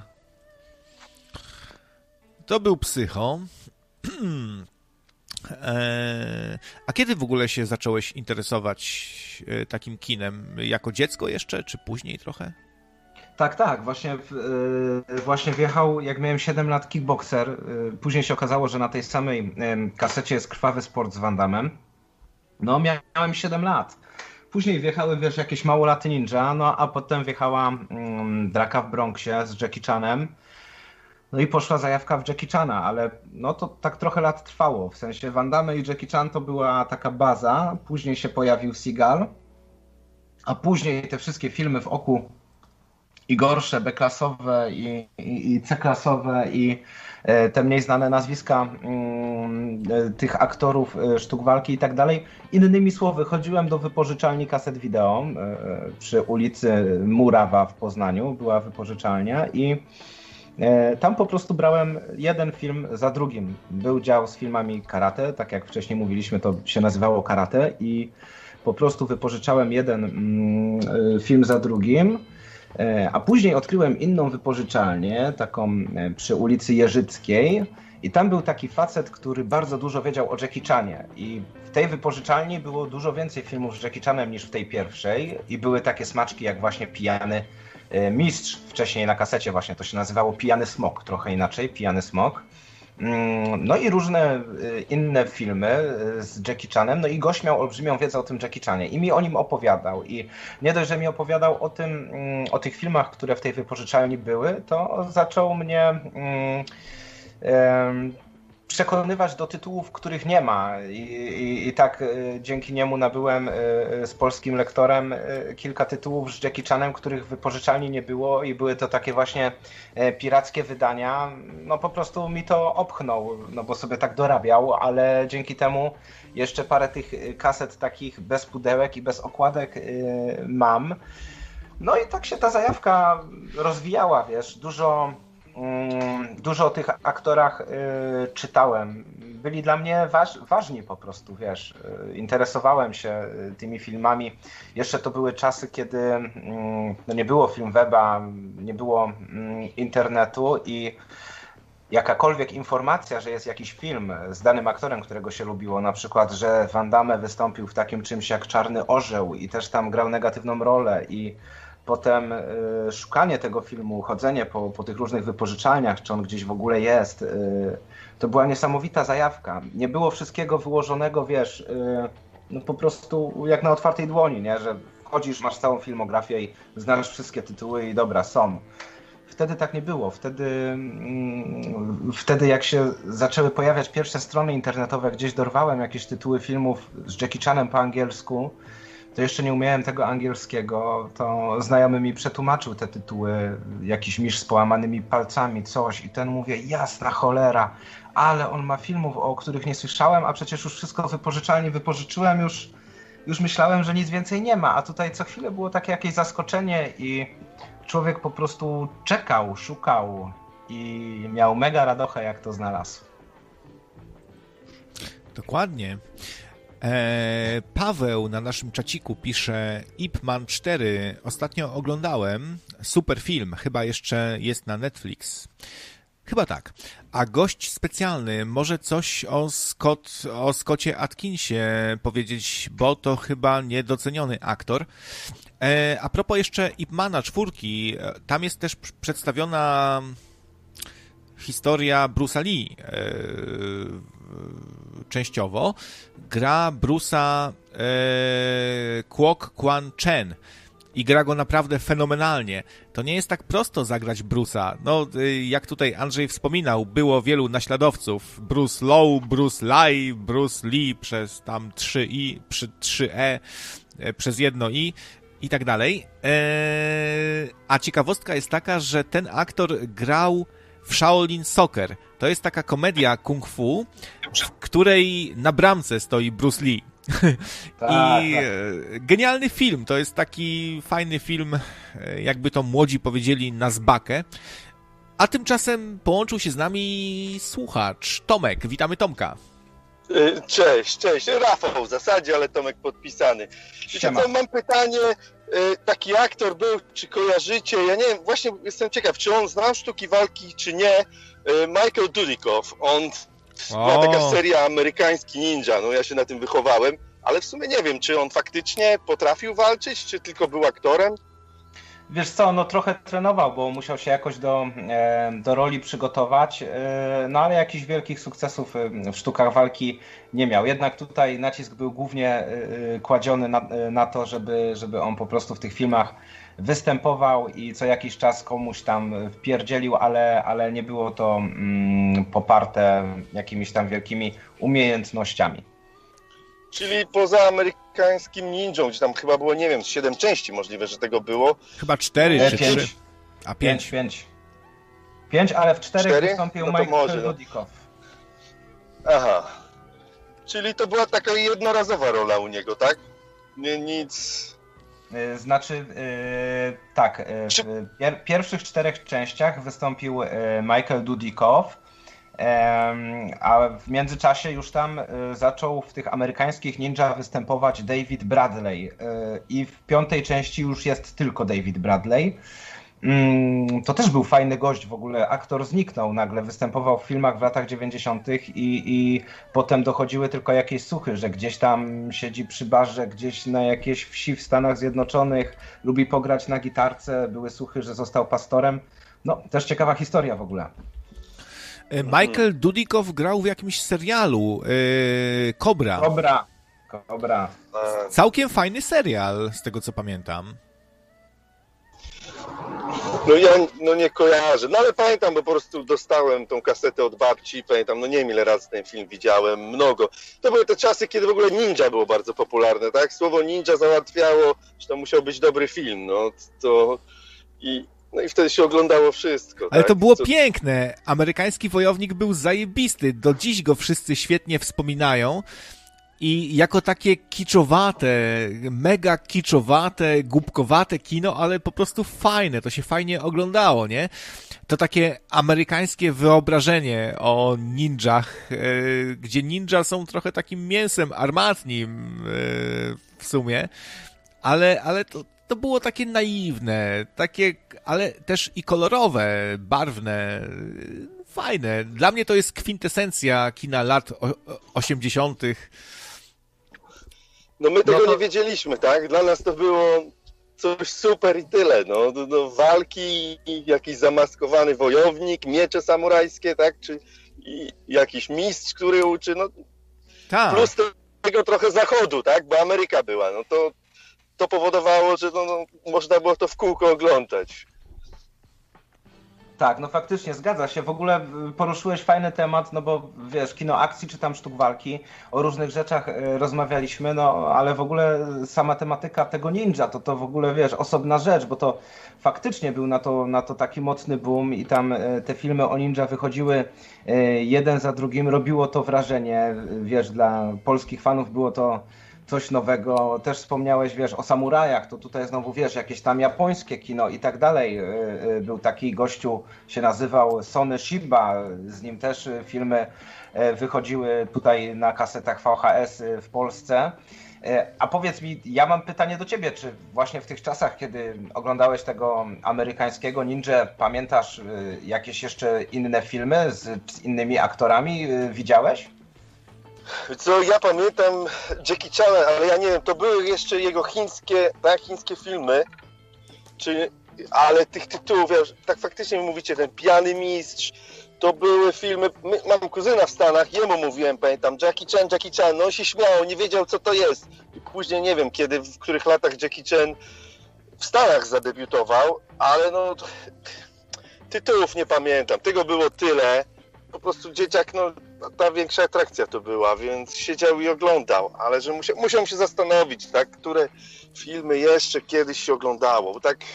To był Psycho. eee, a kiedy w ogóle się zacząłeś interesować e, takim kinem? Jako dziecko jeszcze, czy później trochę? Tak, tak. Właśnie, yy, właśnie wjechał, jak miałem siedem lat, Kickboxer. Yy, później się okazało, że na tej samej yy, kasecie jest Krwawy Sport z Van Damme. No, miałem siedem lat. Później wjechały, wiesz, jakieś Małolaty Ninja, no a potem wjechała mm, Draka w Bronxie z Jackie Chanem. No i poszła zajawka w Jackie Chana, ale no to tak trochę lat trwało. W sensie Van Damme i Jackie Chan to była taka baza, później się pojawił Seagal, a później te wszystkie filmy w oku i gorsze, B-klasowe i, i, i C-klasowe i e, te mniej znane nazwiska e, tych aktorów e, sztuk walki i tak dalej. Innymi słowy, chodziłem do wypożyczalni kaset wideo e, przy ulicy Murawa w Poznaniu, była wypożyczalnia i e, tam po prostu brałem jeden film za drugim. Był dział z filmami karate, tak jak wcześniej mówiliśmy, to się nazywało karate i po prostu wypożyczałem jeden mm, film za drugim. A później odkryłem inną wypożyczalnię, taką przy ulicy Jeżyckiej i tam był taki facet, który bardzo dużo wiedział o Jackie Chanie i w tej wypożyczalni było dużo więcej filmów z Jackie Chanem niż w tej pierwszej i były takie smaczki jak właśnie Pijany Mistrz, wcześniej na kasecie właśnie to się nazywało Pijany Smok, trochę inaczej, Pijany Smok. No i różne inne filmy z Jackie Chanem, no i gość miał olbrzymią wiedzę o tym Jackie Chanie i mi o nim opowiadał i nie dość, że mi opowiadał o tym, o tych filmach, które w tej wypożyczalni były, to zaczął mnie przekonywać do tytułów, których nie ma. I, i, i tak y, dzięki niemu nabyłem y, z polskim lektorem y, kilka tytułów z Jackie Chanem, których wypożyczalni nie było i były to takie właśnie y, pirackie wydania. No po prostu mi to opchnął, no bo sobie tak dorabiał, ale dzięki temu jeszcze parę tych kaset takich bez pudełek i bez okładek y, mam. No i tak się ta zajawka rozwijała, wiesz, dużo Dużo o tych aktorach y, czytałem. Byli dla mnie waż, ważni po prostu, wiesz. Y, interesowałem się tymi filmami. Jeszcze to były czasy, kiedy y, no nie było Filmweba, nie było y, internetu i jakakolwiek informacja, że jest jakiś film z danym aktorem, którego się lubiło, na przykład, że Van Damme wystąpił w takim czymś jak Czarny Orzeł i też tam grał negatywną rolę i potem y, szukanie tego filmu, chodzenie po, po tych różnych wypożyczalniach, czy on gdzieś w ogóle jest, y, to była niesamowita zajawka. Nie było wszystkiego wyłożonego, wiesz, y, no po prostu jak na otwartej dłoni, nie? Że wchodzisz, masz całą filmografię i znasz wszystkie tytuły i dobra, są. Wtedy tak nie było. Wtedy, mm, wtedy jak się zaczęły pojawiać pierwsze strony internetowe, gdzieś dorwałem jakieś tytuły filmów z Jackie Chanem po angielsku, to jeszcze nie umiałem tego angielskiego, to znajomy mi przetłumaczył te tytuły, jakiś mistrz z połamanymi palcami, coś i ten mówię, jasna cholera, ale on ma filmów, o których nie słyszałem, a przecież już wszystko wypożyczalnie wypożyczyłem, już, już myślałem, że nic więcej nie ma, a tutaj co chwilę było takie jakieś zaskoczenie i człowiek po prostu czekał, szukał i miał mega radochę, jak to znalazł. Dokładnie. Eee, Paweł na naszym czaciku pisze Ip Man cztery. Ostatnio oglądałem. Super film. Chyba jeszcze jest na Netflix. Chyba tak. A gość specjalny może coś o, Scott, o Scottie Adkinsie powiedzieć, bo to chyba niedoceniony aktor. Eee, a propos jeszcze Ip Mana czwórki. Tam jest też przedstawiona historia Bruce'a Lee. Eee, częściowo. Gra Bruce'a e, Kwok Kwan Chen i gra go naprawdę fenomenalnie. To nie jest tak prosto zagrać Bruce'a. No, jak tutaj Andrzej wspominał, było wielu naśladowców. Bruce Low, Bruce Lee, Bruce Lee przez tam trzy i, przy trzy e, przez jedno i i tak dalej. E, a ciekawostka jest taka, że ten aktor grał w Shaolin Soccer. To jest taka komedia kung fu, w której na bramce stoi Bruce Lee. Tak, I tak. Genialny film. To jest taki fajny film, jakby to młodzi powiedzieli, na zbakę. A tymczasem połączył się z nami słuchacz Tomek. Witamy Tomka. Cześć, cześć. Rafał w zasadzie, ale Tomek podpisany. Wiecie co, mam pytanie, taki aktor był, czy kojarzycie, ja nie wiem, właśnie jestem ciekaw, czy on znał sztuki walki, czy nie, Michael Dudikoff, on, była taka seria Amerykański Ninja, no ja się na tym wychowałem, ale w sumie nie wiem, czy on faktycznie potrafił walczyć, czy tylko był aktorem? Wiesz co, no trochę trenował, bo musiał się jakoś do, do roli przygotować, no ale jakichś wielkich sukcesów w sztukach walki nie miał. Jednak tutaj nacisk był głównie kładziony na, na to, żeby, żeby on po prostu w tych filmach występował i co jakiś czas komuś tam wpierdzielił, ale, ale nie było to mm, poparte jakimiś tam wielkimi umiejętnościami. Czyli poza amerykańskim ninją, gdzie tam chyba było, nie wiem, siedem części możliwe, że tego było. Chyba cztery e, czy pięć. trzy. A pięć. Pięć, pięć. Pięć, ale w czterech cztery? wystąpił No to Michael może, no. Dudikoff. Aha. Czyli to była taka jednorazowa rola u niego, tak? Nie, nic... Znaczy, yy, tak, yy, w pier- pierwszych czterech częściach wystąpił yy, Michael Dudikoff, yy, a w międzyczasie już tam yy, zaczął w tych amerykańskich ninja występować David Bradley yy, i w piątej części już jest tylko David Bradley. Yy, to też był fajny gość w ogóle, aktor zniknął nagle, występował w filmach w latach dziewięćdziesiątych i, i potem dochodziły tylko jakieś słuchy, że gdzieś tam siedzi przy barze, gdzieś na jakiejś wsi w Stanach Zjednoczonych, lubi pograć na gitarce, były słuchy, że został pastorem. No, też ciekawa historia w ogóle. Michael Dudikoff grał w jakimś serialu yy, Cobra. Cobra. Cobra. Całkiem fajny serial, z tego co pamiętam. No ja no nie kojarzę, no ale pamiętam, bo po prostu dostałem tą kasetę od babci, pamiętam, no nie wiem ile razy ten film widziałem, mnogo. To były te czasy, kiedy w ogóle ninja było bardzo popularne, tak? Słowo ninja załatwiało, że to musiał być dobry film, no to i, no i wtedy się oglądało wszystko. Ale tak? to było Co... piękne, amerykański wojownik był zajebisty, do dziś go wszyscy świetnie wspominają. I jako takie kiczowate, mega kiczowate, głupkowate kino, ale po prostu fajne, to się fajnie oglądało, nie? To takie amerykańskie wyobrażenie o ninjach, yy, gdzie ninja są trochę takim mięsem armatnim yy, w sumie, ale, ale to, to było takie naiwne, takie, ale też i kolorowe, barwne, fajne. Dla mnie to jest kwintesencja kina lat osiemdziesiątych. No my tego no to... nie wiedzieliśmy, tak? Dla nas to było coś super i tyle, no. no, no walki, jakiś zamaskowany wojownik, miecze samurajskie, tak? Czy i jakiś mistrz, który uczy, no. Tak. Plus tego trochę zachodu, tak? Bo Ameryka była, no to to powodowało, że no, no, można było to w kółko oglądać. Tak, no faktycznie, zgadza się. W ogóle poruszyłeś fajny temat, no bo wiesz, kino akcji czy tam sztuk walki, o różnych rzeczach rozmawialiśmy, no ale w ogóle sama tematyka tego ninja, to to w ogóle, wiesz, osobna rzecz, bo to faktycznie był na to, na to taki mocny boom i tam te filmy o ninja wychodziły jeden za drugim, robiło to wrażenie, wiesz, dla polskich fanów było to coś nowego. Też wspomniałeś, wiesz, o samurajach, to tutaj znowu, wiesz, jakieś tam japońskie kino i tak dalej. Był taki gościu, się nazywał Sony Shiba, z nim też filmy wychodziły tutaj na kasetach V H S w Polsce. A powiedz mi, ja mam pytanie do ciebie, czy właśnie w tych czasach, kiedy oglądałeś tego amerykańskiego ninja, pamiętasz jakieś jeszcze inne filmy z, z innymi aktorami? Widziałeś? Co, ja pamiętam Jackie Chan, ale ja nie wiem, to były jeszcze jego chińskie, tak, chińskie filmy, czy, ale tych tytułów, ja, tak faktycznie mówicie, ten Pijany Mistrz, to były filmy, my, mam kuzyna w Stanach, jemu mówiłem, pamiętam, Jackie Chan, Jackie Chan, no on się śmiał, nie wiedział co to jest. I później nie wiem kiedy, w których latach Jackie Chan w Stanach zadebiutował, ale no tytułów nie pamiętam, tego było tyle. Po prostu dzieciak, no ta większa atrakcja to była, więc siedział i oglądał, ale że musiał, musiał się zastanowić, tak, które filmy jeszcze kiedyś się oglądało, bo tak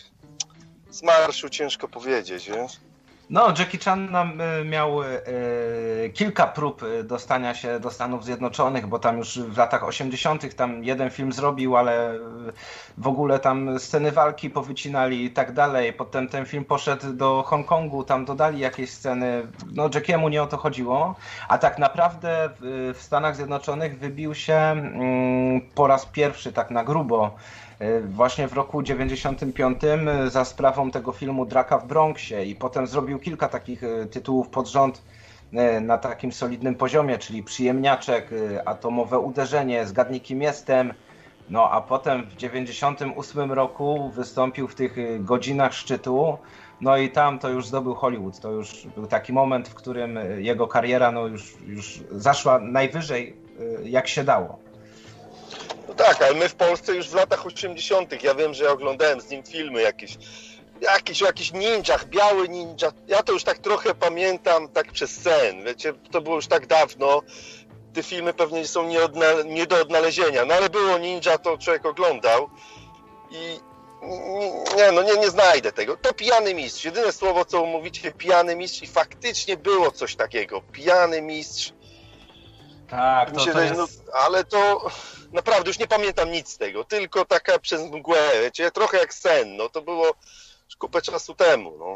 z marszu ciężko powiedzieć, wiesz? No, Jackie Chan nam miał e, kilka prób dostania się do Stanów Zjednoczonych, bo tam już w latach osiemdziesiątych tam jeden film zrobił, ale w ogóle tam sceny walki powycinali i tak dalej. Potem ten film poszedł do Hongkongu, tam dodali jakieś sceny. No, Jackiemu nie o to chodziło, a tak naprawdę w, w Stanach Zjednoczonych wybił się mm, po raz pierwszy tak na grubo właśnie w roku dziewięćdziesiątym piątym za sprawą tego filmu Draka w Bronxie i potem zrobił kilka takich tytułów pod rząd na takim solidnym poziomie, czyli Przyjemniaczek, Atomowe uderzenie, Zgadnij kim jestem. No a potem w dziewięćdziesiątym ósmym roku wystąpił w tych Godzinach szczytu, no i tam to już zdobył Hollywood. To już był taki moment, w którym jego kariera no już, już zaszła najwyżej jak się dało. No tak, ale my w Polsce już w latach osiemdziesiątych, ja wiem, że ja oglądałem z nim filmy jakieś, jakieś o jakichś ninjach, biały ninja, ja to już tak trochę pamiętam, tak przez sen, wiecie, to było już tak dawno, te filmy pewnie są nie, odna- nie do odnalezienia, no ale było ninja, to człowiek oglądał i nie, no nie, nie znajdę tego, to Pijany Mistrz, jedyne słowo co mówicie, Pijany Mistrz i faktycznie było coś takiego, Pijany Mistrz. Tak, to, się to jest... jest... no, ale to naprawdę już nie pamiętam nic z tego, tylko taka przez mgłę, wiecie, trochę jak sen, no to było już kupę czasu temu, no.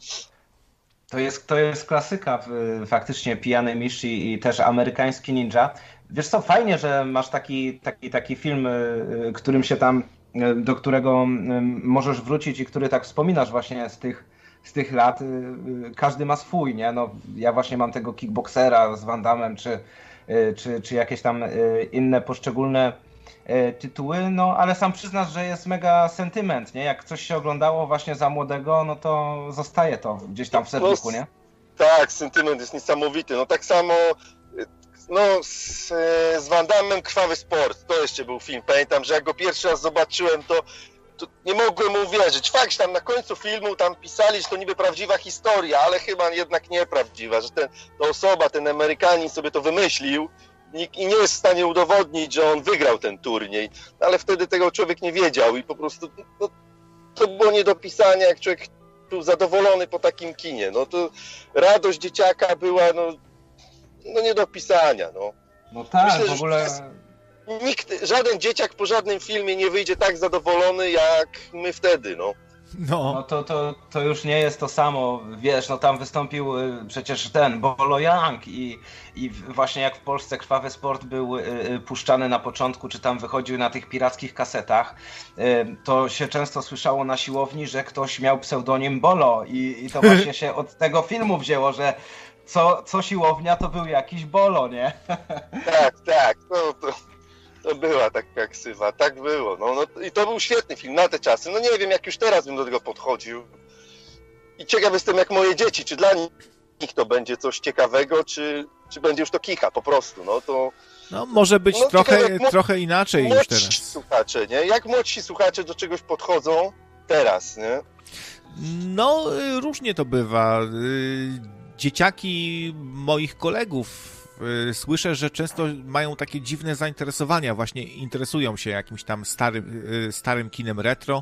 To jest, to jest klasyka, faktycznie Pijany Mistrz i, i też amerykański ninja. Wiesz co, fajnie, że masz taki, taki, taki film, którym się tam, do którego możesz wrócić i który tak wspominasz właśnie z tych, z tych lat. Każdy ma swój, nie? No, ja właśnie mam tego Kickboxera z Van Dammem, czy Czy, czy jakieś tam inne poszczególne tytuły, no ale sam przyznasz, że jest mega sentyment, nie? Jak coś się oglądało właśnie za młodego, no to zostaje to gdzieś tam w serduchu, nie? Tak, sentyment jest niesamowity, no tak samo no z, z Van Dammem Krwawy Sport, to jeszcze był film, pamiętam, że jak go pierwszy raz zobaczyłem, to to nie mogłem mu uwierzyć. Fakt, tam na końcu filmu tam pisali, że to niby prawdziwa historia, ale chyba jednak nieprawdziwa, że ten, ta osoba, ten Amerykanin sobie to wymyślił i nie jest w stanie udowodnić, że on wygrał ten turniej. Ale wtedy tego człowiek nie wiedział i po prostu no, to było nie do pisania, jak człowiek był zadowolony po takim kinie. No to radość dzieciaka była no, no nie do pisania. No, no tak, myślę, w ogóle... Jest, nikt, żaden dzieciak po żadnym filmie nie wyjdzie tak zadowolony jak my wtedy, no. No, no to, to, to już nie jest to samo, wiesz, no tam wystąpił y, przecież ten Bolo Young i, i właśnie jak w Polsce Krwawy Sport był y, y, puszczany na początku, czy tam wychodził na tych pirackich kasetach, y, to się często słyszało na siłowni, że ktoś miał pseudonim Bolo i, i to właśnie się od tego filmu wzięło, że co, co siłownia to był jakiś Bolo, nie? Tak, tak, no to... To była taka ksywa, tak było. No, no, i to był świetny film na te czasy. No nie wiem, jak już teraz bym do tego podchodził. I ciekaw jestem, jak moje dzieci, czy dla nich to będzie coś ciekawego, czy, czy będzie już to kicha po prostu. No, to, no może być no, trochę, ciekawe, trochę inaczej już teraz. Słuchacze, nie? Jak młodsi słuchacze do czegoś podchodzą teraz, nie? No, różnie to bywa. Dzieciaki moich kolegów słyszę, że często mają takie dziwne zainteresowania, właśnie interesują się jakimś tam starym, starym kinem retro.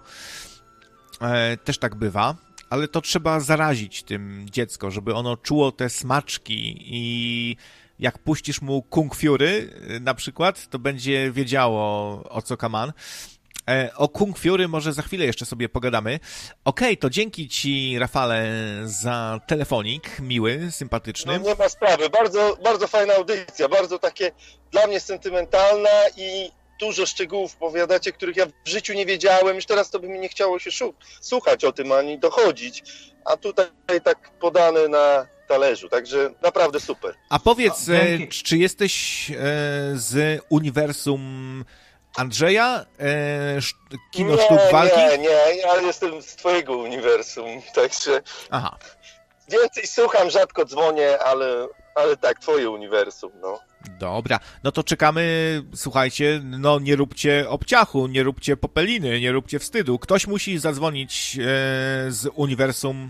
Też tak bywa, ale to trzeba zarazić tym dziecko, żeby ono czuło te smaczki i jak puścisz mu Kung Fury na przykład, to będzie wiedziało, o co kaman. O Kung Fury może za chwilę jeszcze sobie pogadamy. Okej, okay, to dzięki ci, Rafale, za telefonik miły, sympatyczny. No nie ma sprawy, bardzo, bardzo fajna audycja, bardzo takie dla mnie sentymentalna i dużo szczegółów powiadacie, których ja w życiu nie wiedziałem. Już teraz to by mi nie chciało się słuchać o tym, ani dochodzić, a tutaj tak podane na talerzu, także naprawdę super. A powiedz, no, czy jesteś z uniwersum Andrzeja, e, kino nie, sztuk walki? Nie, nie, ja jestem z twojego uniwersum, także aha. Więcej słucham, rzadko dzwonię, ale, ale tak, twoje uniwersum, no. Dobra, no to czekamy, słuchajcie, no nie róbcie obciachu, nie róbcie popeliny, nie róbcie wstydu. Ktoś musi zadzwonić e, z uniwersum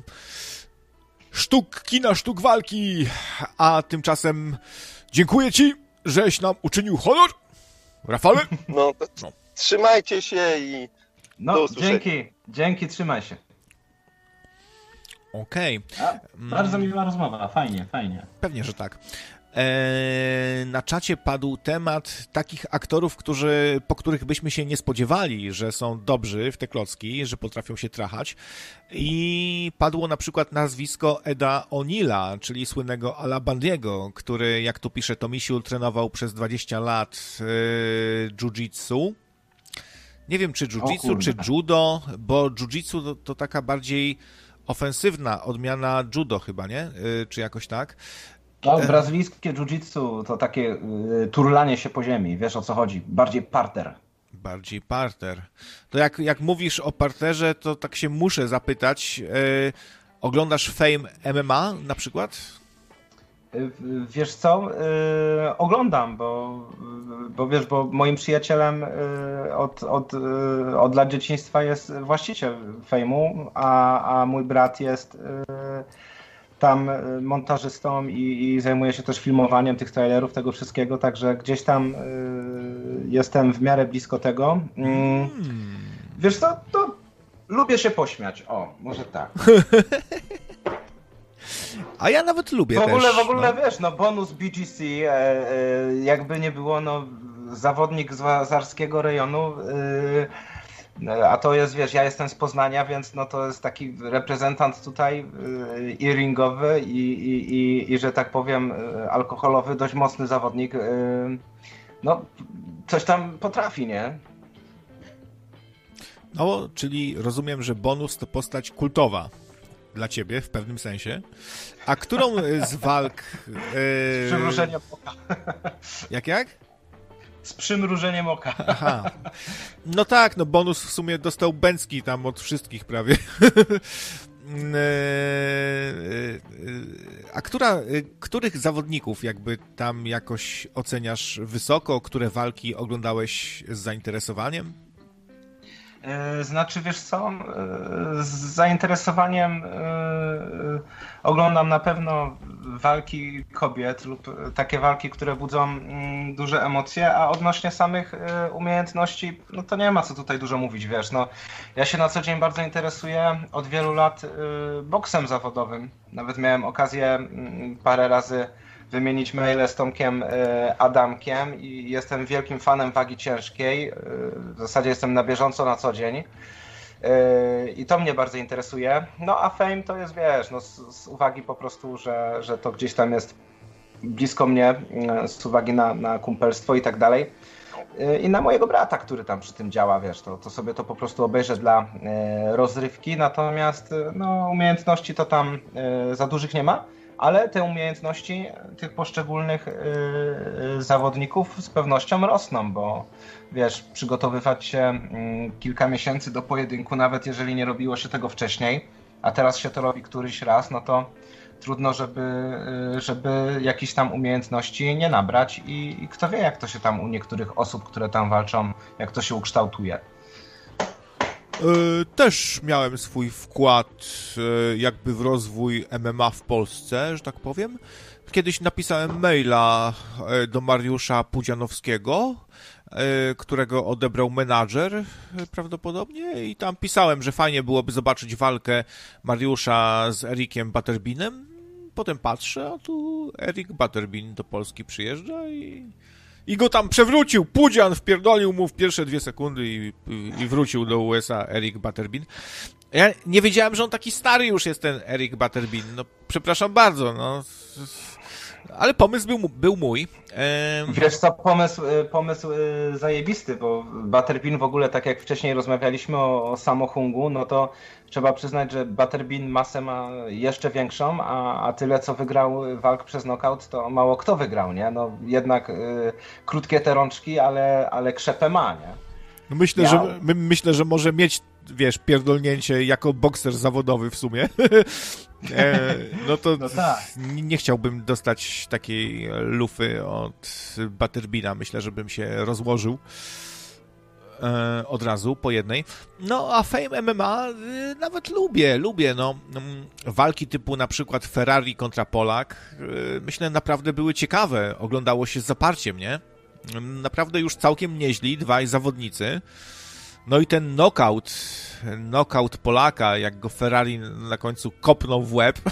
sztuk kina, sztuk walki, a tymczasem dziękuję ci, żeś nam uczynił honor. Rafale? No, to no. Trzymajcie się i no, do usłyszenia. Dzięki, dzięki, trzymaj się. Okej. Okay. Bardzo miła rozmowa, fajnie, fajnie. Pewnie, że tak. Eee, na czacie padł temat takich aktorów, którzy, po których byśmy się nie spodziewali, że są dobrzy w te klocki, że potrafią się trachać. I padło na przykład nazwisko Eda O'Neilla, czyli słynnego Ala Bandiego, który, jak tu pisze Tomisiul, trenował przez dwadzieścia lat e, jiu-jitsu. Nie wiem, czy jiu-jitsu, czy judo, bo jiu-jitsu to, to taka bardziej ofensywna odmiana judo chyba, nie? E, czy jakoś tak? No, brazylijskie jiu-jitsu to takie y, turlanie się po ziemi, wiesz o co chodzi, bardziej parter. Bardziej parter. To jak, jak mówisz o parterze, to tak się muszę zapytać, y, oglądasz Fame M M A na przykład? Y, wiesz co, y, oglądam, bo, bo wiesz, bo moim przyjacielem y, od, od, y, od lat dzieciństwa jest właściciel Fame'u, a, a mój brat jest... Y, tam montażystą i, i zajmuję się też filmowaniem tych trailerów, tego wszystkiego, także gdzieś tam y, jestem w miarę blisko tego. Y, mm. Wiesz co, to lubię się pośmiać, o, może tak. A ja nawet lubię w ogóle, też. W ogóle, no. wiesz, no bonus B G C, e, e, jakby nie było, no zawodnik z wazarskiego rejonu, e, a to jest, wiesz, ja jestem z Poznania, więc no to jest taki reprezentant tutaj yy, i ringowy i, i, i, i, że tak powiem, yy, alkoholowy, dość mocny zawodnik. Yy, no, coś tam potrafi, nie? No, czyli rozumiem, że bonus to postać kultowa dla ciebie w pewnym sensie. A którą z walk... Yy... Z przymrużeniem oka. Jak, jak? Z przymrużeniem oka. Aha. No tak, no bonus w sumie dostał Bęcki tam od wszystkich prawie. A która, których zawodników jakby tam jakoś oceniasz wysoko? Które walki oglądałeś z zainteresowaniem? Znaczy, wiesz co, z zainteresowaniem oglądam na pewno walki kobiet lub takie walki, które budzą duże emocje, a odnośnie samych umiejętności, no to nie ma co tutaj dużo mówić, wiesz, no ja się na co dzień bardzo interesuję od wielu lat boksem zawodowym. Nawet miałem okazję parę razy wymienić maile z Tomkiem Adamkiem i jestem wielkim fanem wagi ciężkiej. W zasadzie jestem na bieżąco na co dzień i to mnie bardzo interesuje. No a Fame to jest, wiesz, no z, z uwagi po prostu, że, że to gdzieś tam jest blisko mnie, z uwagi na, na kumpelstwo i tak dalej. I na mojego brata, który tam przy tym działa, wiesz, to, to sobie to po prostu obejrzę dla rozrywki, natomiast no, umiejętności to tam za dużych nie ma. Ale te umiejętności tych poszczególnych yy, zawodników z pewnością rosną, bo wiesz, przygotowywać się yy, kilka miesięcy do pojedynku, nawet jeżeli nie robiło się tego wcześniej, a teraz się to robi któryś raz, no to trudno, żeby, yy, żeby jakichś tam umiejętności nie nabrać i, i kto wie, jak to się tam u niektórych osób, które tam walczą, jak to się ukształtuje. Też miałem swój wkład jakby w rozwój M M A w Polsce, że tak powiem. Kiedyś napisałem maila do Mariusza Pudzianowskiego, którego odebrał menadżer prawdopodobnie i tam pisałem, że fajnie byłoby zobaczyć walkę Mariusza z Erikiem Butterbinem. Potem patrzę, a tu Erik Butterbin do Polski przyjeżdża i... I go tam przewrócił. Pudzian wpierdolił mu w pierwsze dwie sekundy i, i wrócił do U S A Erik Butterbin. Ja nie wiedziałem, że on taki stary już jest, ten Erik Butterbin. No, przepraszam bardzo, no. Ale pomysł był, był mój. Ehm... Wiesz co, pomysł, pomysł zajebisty, bo Butterbin w ogóle, tak jak wcześniej rozmawialiśmy o, o Samohungu, no to trzeba przyznać, że Butterbin masę ma jeszcze większą, a, a tyle co wygrał walk przez knockout, to mało kto wygrał, nie? No jednak y, krótkie te rączki, ale, ale krzepę ma, nie? No myślę, ja... że, my, myślę, że może mieć, wiesz, pierdolnięcie jako bokser zawodowy w sumie. e, no to no tak. Nie chciałbym dostać takiej lufy od Butterbina. Myślę, żebym się rozłożył e, od razu po jednej. No a Fame M M A e, nawet lubię, lubię. No. Walki typu na przykład Ferrari kontra Polak e, myślę naprawdę były ciekawe. Oglądało się z zaparciem, nie? Naprawdę już całkiem nieźli, dwaj zawodnicy. No i ten knockout, knockout Polaka, jak go Ferrari na końcu kopnął w łeb.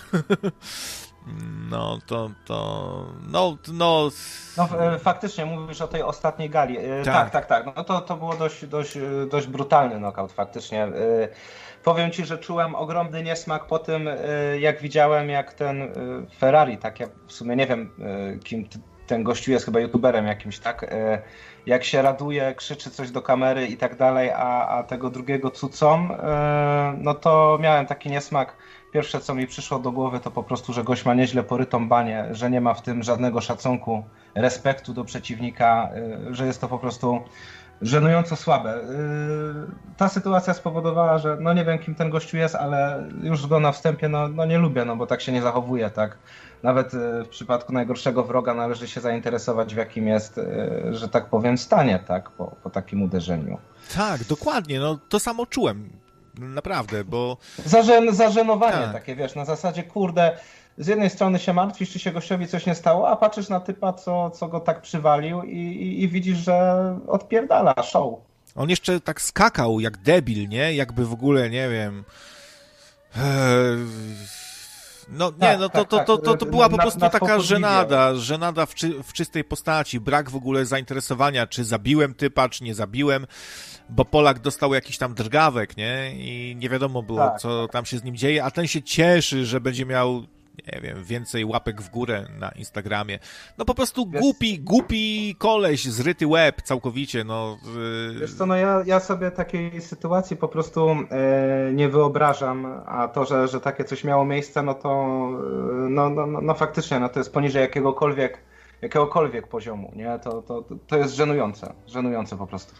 No to, to, no, no... No faktycznie mówisz o tej ostatniej gali. Tak, tak, tak. tak. No to, to było dość, dość, dość brutalny knockout faktycznie. Powiem ci, że czułem ogromny niesmak po tym, jak widziałem, jak ten Ferrari, tak ja w sumie nie wiem, kim ten gościu jest, chyba youtuberem jakimś, tak? Jak się raduje, krzyczy coś do kamery i tak dalej, a, a tego drugiego cucą, no to miałem taki niesmak. Pierwsze, co mi przyszło do głowy, to po prostu, że gość ma nieźle porytą banię, że nie ma w tym żadnego szacunku, respektu do przeciwnika, że jest to po prostu żenująco słabe. Ta sytuacja spowodowała, że no nie wiem, kim ten gościu jest, ale już go na wstępie no, no nie lubię, no bo tak się nie zachowuje, tak. Nawet w przypadku najgorszego wroga należy się zainteresować, w jakim jest, że tak powiem, stanie, tak, po, po takim uderzeniu. Tak, dokładnie, no to samo czułem, naprawdę, bo... Zażen, zażenowanie tak. takie, wiesz, na zasadzie, kurde, z jednej strony się martwisz, czy się gościowi coś nie stało, a patrzysz na typa, co, co go tak przywalił i, i, i widzisz, że odpierdala show. On jeszcze tak skakał jak debil, nie? Jakby w ogóle, nie wiem... No nie, no to, to, to, to, to była po prostu taka żenada, żenada w, czy, w czystej postaci, brak w ogóle zainteresowania, czy zabiłem typa, czy nie zabiłem, bo Polak dostał jakiś tam drgawek, nie? I nie wiadomo było, tak, co tam się z nim dzieje, a ten się cieszy, że będzie miał, nie wiem, więcej łapek w górę na Instagramie. No po prostu wiesz, głupi, głupi koleś, zryty łeb całkowicie, no. Wiesz co, no ja, ja sobie takiej sytuacji po prostu e, nie wyobrażam, a to, że, że takie coś miało miejsce, no to no, no, no, no faktycznie, no to jest poniżej jakiegokolwiek, jakiegokolwiek poziomu, nie? To, to, to jest żenujące, żenujące po prostu.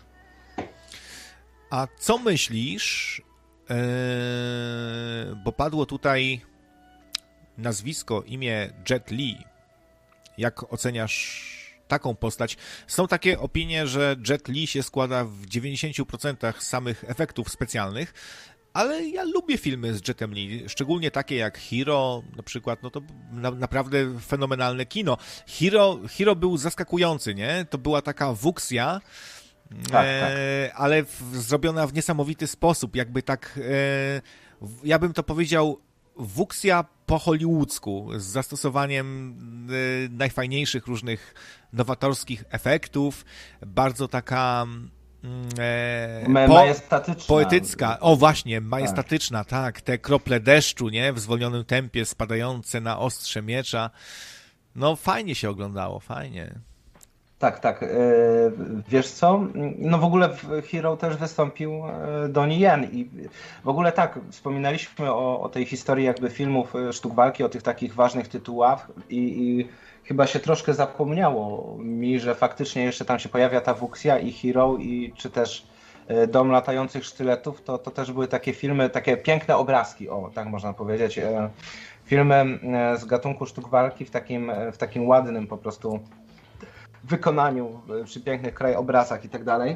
A co myślisz, e, bo padło tutaj nazwisko, imię Jet Li. Jak oceniasz taką postać. Są takie opinie, że Jet Li się składa w dziewięćdziesiąt procent samych efektów specjalnych, ale ja lubię filmy z Jetem Li, szczególnie takie jak Hero, na przykład, no to na, naprawdę fenomenalne kino. Hero, Hero był zaskakujący, nie? To była taka wuksja, tak, e, tak. ale w, zrobiona w niesamowity sposób, jakby tak, e, ja bym to powiedział, wuksja po hollywoodzku, z zastosowaniem e, najfajniejszych różnych nowatorskich efektów, bardzo taka e, Ma- po, majestatyczna. poetycka, o właśnie, majestatyczna, tak. tak, te krople deszczu, nie, w zwolnionym tempie spadające na ostrze miecza, no fajnie się oglądało, fajnie. Tak, tak. Wiesz co? No w ogóle w Hero też wystąpił Donnie Yen i w ogóle tak, wspominaliśmy o, o tej historii jakby filmów sztuk walki, o tych takich ważnych tytułach i, i chyba się troszkę zapomniało mi, że faktycznie jeszcze tam się pojawia ta wuksja i Hero i czy też Dom latających sztyletów, to, to też były takie filmy, takie piękne obrazki, o tak można powiedzieć. Filmy z gatunku sztuk walki w takim, w takim ładnym po prostu wykonaniu, przy pięknych krajobrazach i tak dalej.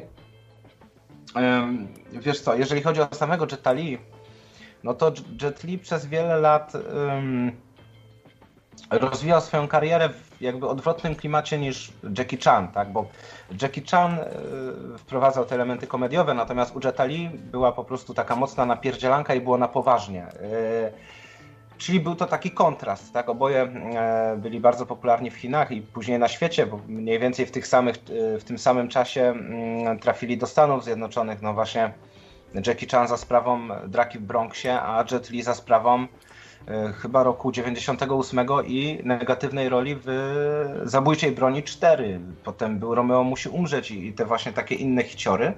Wiesz co, jeżeli chodzi o samego Jeta Li, no to Jet Li przez wiele lat um, rozwijał swoją karierę w jakby odwrotnym klimacie niż Jackie Chan, tak? Bo Jackie Chan y, wprowadzał te elementy komediowe, natomiast u Jeta Li była po prostu taka mocna napierdzielanka i było na poważnie. Y, Czyli był to taki kontrast, tak? Oboje byli bardzo popularni w Chinach i później na świecie, bo mniej więcej w, tych samych, w tym samym czasie trafili do Stanów Zjednoczonych. No właśnie Jackie Chan za sprawą Draki w Bronxie, a Jet Li za sprawą chyba roku dziewięćdziesiątego ósmego i negatywnej roli w Zabójczej broni cztery. Potem był Romeo musi umrzeć i te właśnie takie inne hiciory.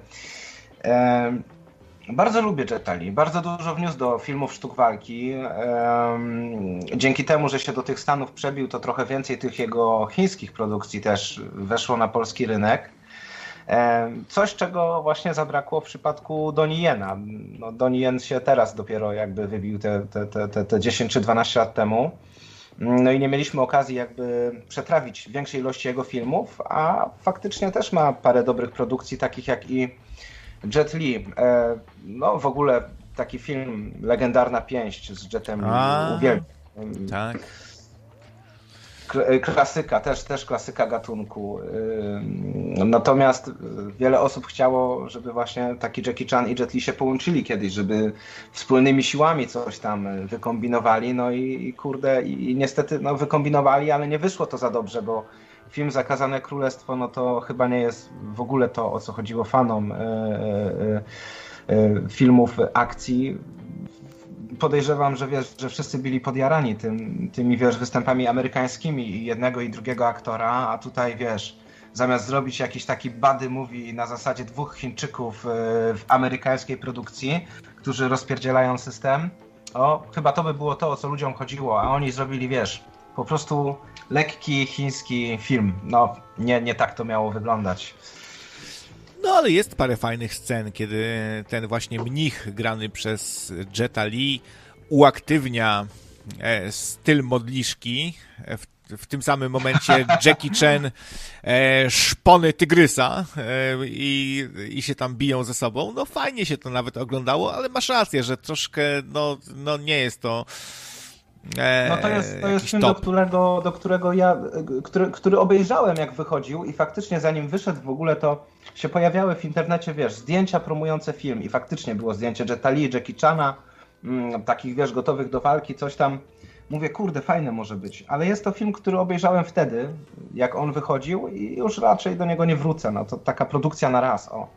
Bardzo lubię Jeta Li, bardzo dużo wniósł do filmów sztuk walki. Dzięki temu, że się do tych Stanów przebił, to trochę więcej tych jego chińskich produkcji też weszło na polski rynek. Coś, czego właśnie zabrakło w przypadku Donnie Yena. No, Donnie Yen się teraz dopiero jakby wybił te, te, te, te dziesięć czy dwanaście lat temu. No i nie mieliśmy okazji jakby przetrawić większej ilości jego filmów, a faktycznie też ma parę dobrych produkcji, takich jak i Jet Li. No w ogóle taki film Legendarna Pięść z Jetem Li uwielbiam. Tak. Klasyka, też, też klasyka gatunku. Natomiast wiele osób chciało, żeby właśnie taki Jackie Chan i Jet Li się połączyli kiedyś, żeby wspólnymi siłami coś tam wykombinowali. No i, i kurde, i, i niestety no, wykombinowali, ale nie wyszło to za dobrze, bo film Zakazane Królestwo, no to chyba nie jest w ogóle to, o co chodziło fanom filmów akcji. Podejrzewam, że wiesz, że wszyscy byli podjarani tym, tymi wiesz, występami amerykańskimi i jednego i drugiego aktora, a tutaj wiesz, zamiast zrobić jakiś taki buddy movie na zasadzie dwóch Chińczyków w amerykańskiej produkcji, którzy rozpierdzielają system, o, chyba to by było to, o co ludziom chodziło, a oni zrobili, wiesz, po prostu lekki chiński film. No, nie, nie tak to miało wyglądać. No, ale jest parę fajnych scen, kiedy ten właśnie mnich grany przez Jeta Li uaktywnia e, styl modliszki. W, w tym samym momencie Jackie Chan e, szpony tygrysa e, i, i się tam biją ze sobą. No, fajnie się to nawet oglądało, ale masz rację, że troszkę, no, no nie jest to No to jest, to jest film, do którego, do którego ja, który, który obejrzałem jak wychodził i faktycznie zanim wyszedł w ogóle, to się pojawiały w internecie, wiesz, zdjęcia promujące film i faktycznie było zdjęcie Jeta Li, Jackie Chana, mm, takich, wiesz, gotowych do walki, coś tam. Mówię, kurde, fajne może być, ale jest to film, który obejrzałem wtedy, jak on wychodził i już raczej do niego nie wrócę, no to taka produkcja na raz, o.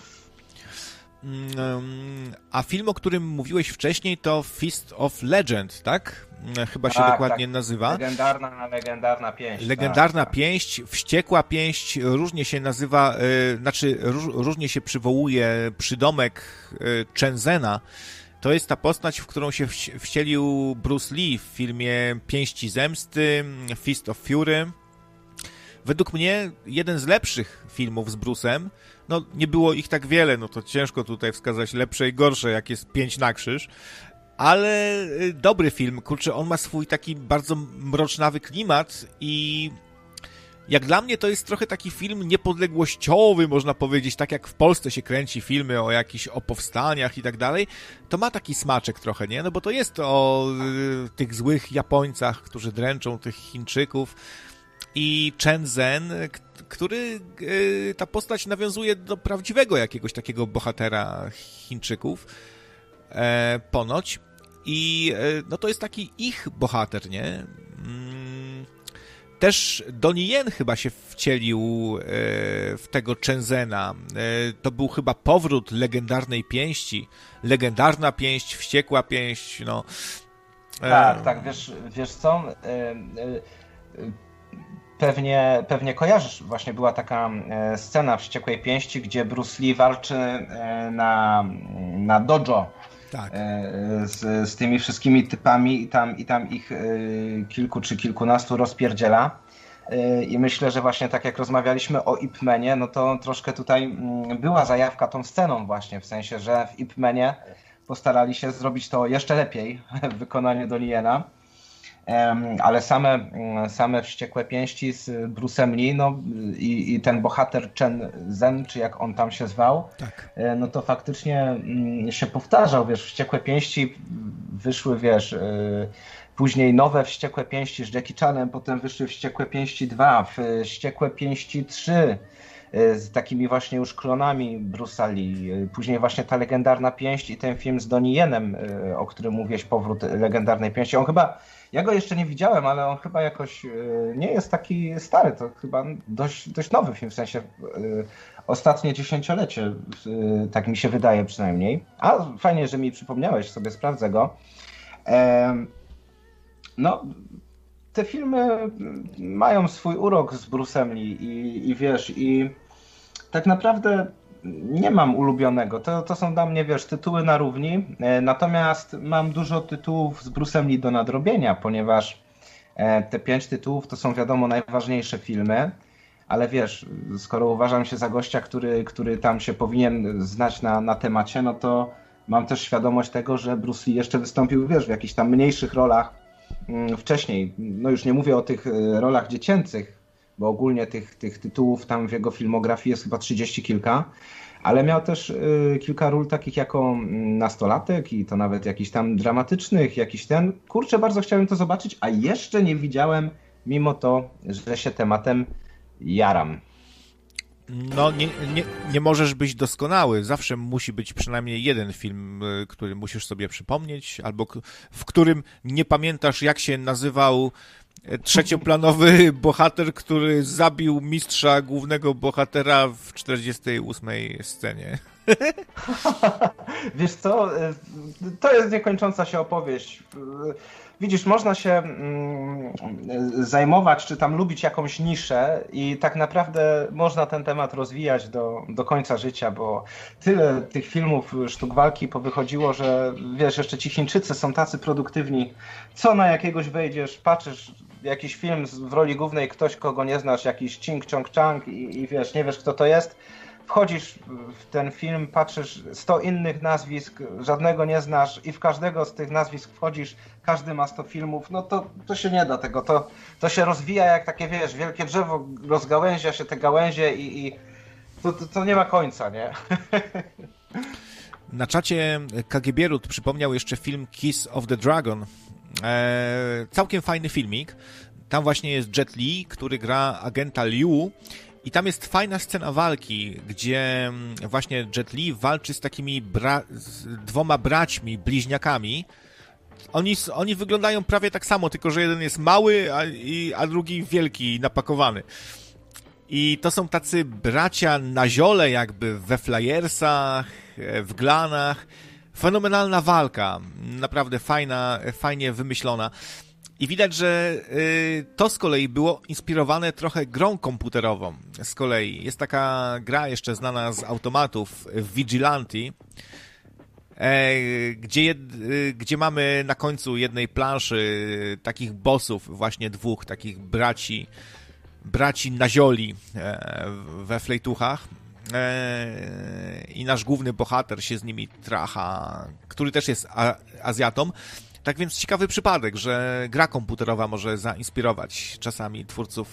A film, o którym mówiłeś wcześniej, to Fist of Legend, tak? Chyba się tak, dokładnie tak. nazywa. Legendarna, legendarna pięść. Legendarna tak, pięść, tak. Wściekła pięść, różnie się nazywa, yy, znaczy róż, różnie się przywołuje przydomek yy, Chenzena. To jest ta postać, w którą się wcielił Bruce Lee w filmie Pięści Zemsty, Fist of Fury. Według mnie jeden z lepszych filmów z Bruce'em. No, nie było ich tak wiele, no to ciężko tutaj wskazać lepsze i gorsze, jak jest Pięć na krzyż. Ale dobry film, kurczę, on ma swój taki bardzo mrocznawy klimat i Jak dla mnie to jest trochę taki film niepodległościowy, można powiedzieć, tak jak w Polsce się kręci filmy o jakichś o powstaniach i tak dalej, to ma taki smaczek trochę, nie? No bo to jest o y, tych złych Japońcach, którzy dręczą tych Chińczyków i Chen Zhen, k- który, y, ta postać nawiązuje do prawdziwego jakiegoś takiego bohatera Chińczyków, e, ponoć. I e, no to jest taki ich bohater, nie? Mm. Też Donnie Yen chyba się wcielił e, w tego Chen Zhena. E, to był chyba powrót legendarnej pięści. Legendarna pięść, wściekła pięść, no. E... Tak, tak, wiesz, wiesz co? E, e, pewnie, pewnie kojarzysz, właśnie była taka scena Wściekłej Pięści, gdzie Bruce Lee walczy na, na dojo. Tak. Z, z tymi wszystkimi typami i tam, i tam ich kilku czy kilkunastu rozpierdziela. I myślę, że właśnie tak jak rozmawialiśmy o Ip Manie, no to troszkę tutaj była zajawka tą sceną właśnie, w sensie, że w Ip Manie postarali się zrobić to jeszcze lepiej w wykonaniu Donniena. Ale same, same Wściekłe Pięści z Bruce'em Lee, no i, i ten bohater Chen Zhen, czy jak on tam się zwał, tak. No to faktycznie się powtarzał, wiesz, Wściekłe Pięści wyszły, wiesz, później nowe Wściekłe Pięści z Jackie Chanem, potem wyszły Wściekłe Pięści dwa, Wściekłe Pięści trzy z takimi właśnie już klonami Bruce'a Lee, później właśnie ta legendarna pięść i ten film z Donnie Yenem, o którym mówiłeś, powrót legendarnej pięści, on chyba ja go jeszcze nie widziałem, ale on chyba jakoś nie jest taki stary, to chyba dość, dość nowy film, w sensie ostatnie dziesięciolecie, tak mi się wydaje przynajmniej. A fajnie, że mi przypomniałeś, sobie sprawdzę go. No, te filmy mają swój urok z Bruce'em Lee i, i wiesz, i tak naprawdę nie mam ulubionego. To, to są dla mnie, wiesz, tytuły na równi. Natomiast mam dużo tytułów z Bruce'em Lee do nadrobienia, ponieważ te pięć tytułów to są, wiadomo, najważniejsze filmy. Ale wiesz, skoro uważam się za gościa, który, który tam się powinien znać na, na temacie, no to mam też świadomość tego, że Bruce Lee jeszcze wystąpił, wiesz, w jakichś tam mniejszych rolach wcześniej. No już nie mówię o tych rolach dziecięcych, bo ogólnie tych, tych tytułów tam w jego filmografii jest chyba trzydzieści kilka, ale miał też y, kilka ról takich jako nastolatek i to nawet jakichś tam dramatycznych, jakiś ten. Kurczę, bardzo chciałem to zobaczyć, a jeszcze nie widziałem, mimo to, że się tematem jaram. No, nie, nie, nie możesz być doskonały. Zawsze musi być przynajmniej jeden film, który musisz sobie przypomnieć, albo w którym nie pamiętasz, jak się nazywał trzecioplanowy bohater, który zabił mistrza głównego bohatera w czterdziestej ósmej scenie. Wiesz co, to jest niekończąca się opowieść. Widzisz, można się mm, zajmować, czy tam lubić jakąś niszę i tak naprawdę można ten temat rozwijać do, do końca życia, bo tyle tych filmów sztuk walki powychodziło, że wiesz, jeszcze ci Chińczycy są tacy produktywni. Co na jakiegoś wejdziesz, patrzysz, jakiś film w roli głównej, ktoś, kogo nie znasz, jakiś Ching Chong Chang i, i wiesz, nie wiesz, kto to jest. Wchodzisz w ten film, patrzysz, sto innych nazwisk, żadnego nie znasz i w każdego z tych nazwisk wchodzisz, każdy ma sto filmów, no to, to się nie da tego, to, to się rozwija jak takie, wiesz, wielkie drzewo, rozgałęzia się te gałęzie i, i to, to, to nie ma końca, nie? Na czacie Kagibierut przypomniał jeszcze film Kiss of the Dragon. Eee, całkiem fajny filmik. Tam właśnie jest Jet Li, który gra agenta Liu. I tam jest fajna scena walki, gdzie właśnie Jet Li walczy z takimi bra- z dwoma braćmi, bliźniakami. Oni, oni wyglądają prawie tak samo, tylko że jeden jest mały, a, i, a drugi wielki, napakowany. I to są tacy bracia na ziole jakby we flayersach, w glanach. Fenomenalna walka, naprawdę fajna, fajnie wymyślona. I widać, że y, to z kolei było inspirowane trochę grą komputerową. Z kolei jest taka gra jeszcze znana z automatów, Vigilante, e, gdzie, jed, y, gdzie mamy na końcu jednej planszy takich bossów, właśnie dwóch takich braci, braci nazioli e, we flejtuchach. E, I nasz główny bohater się z nimi tracha, który też jest a, Azjatą. Tak więc ciekawy przypadek, że gra komputerowa może zainspirować czasami twórców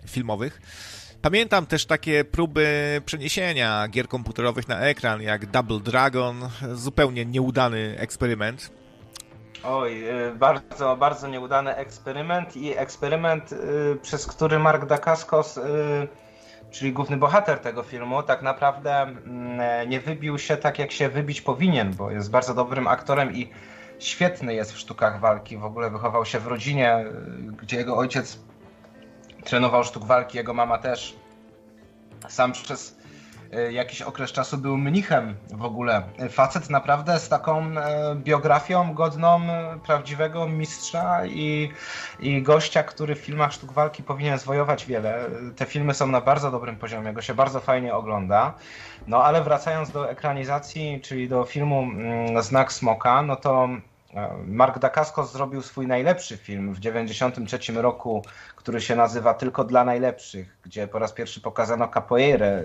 filmowych. Pamiętam też takie próby przeniesienia gier komputerowych na ekran, jak Double Dragon, zupełnie nieudany eksperyment. Oj, bardzo, bardzo nieudany eksperyment i eksperyment, przez który Mark Dacascos, czyli główny bohater tego filmu, tak naprawdę nie wybił się tak, jak się wybić powinien, bo jest bardzo dobrym aktorem i świetny jest w sztukach walki. W ogóle wychował się w rodzinie, gdzie jego ojciec trenował sztuk walki, jego mama też. Sam przez jakiś okres czasu był mnichem w ogóle. Facet naprawdę z taką biografią godną prawdziwego mistrza i, i gościa, który w filmach sztuk walki powinien zwojować wiele. Te filmy są na bardzo dobrym poziomie, go się bardzo fajnie ogląda. No ale wracając do ekranizacji, czyli do filmu Znak Smoka, no to Mark Dacascos zrobił swój najlepszy film w dziewięćdziesiątym trzecim roku, który się nazywa Tylko dla najlepszych, gdzie po raz pierwszy pokazano capoeirę.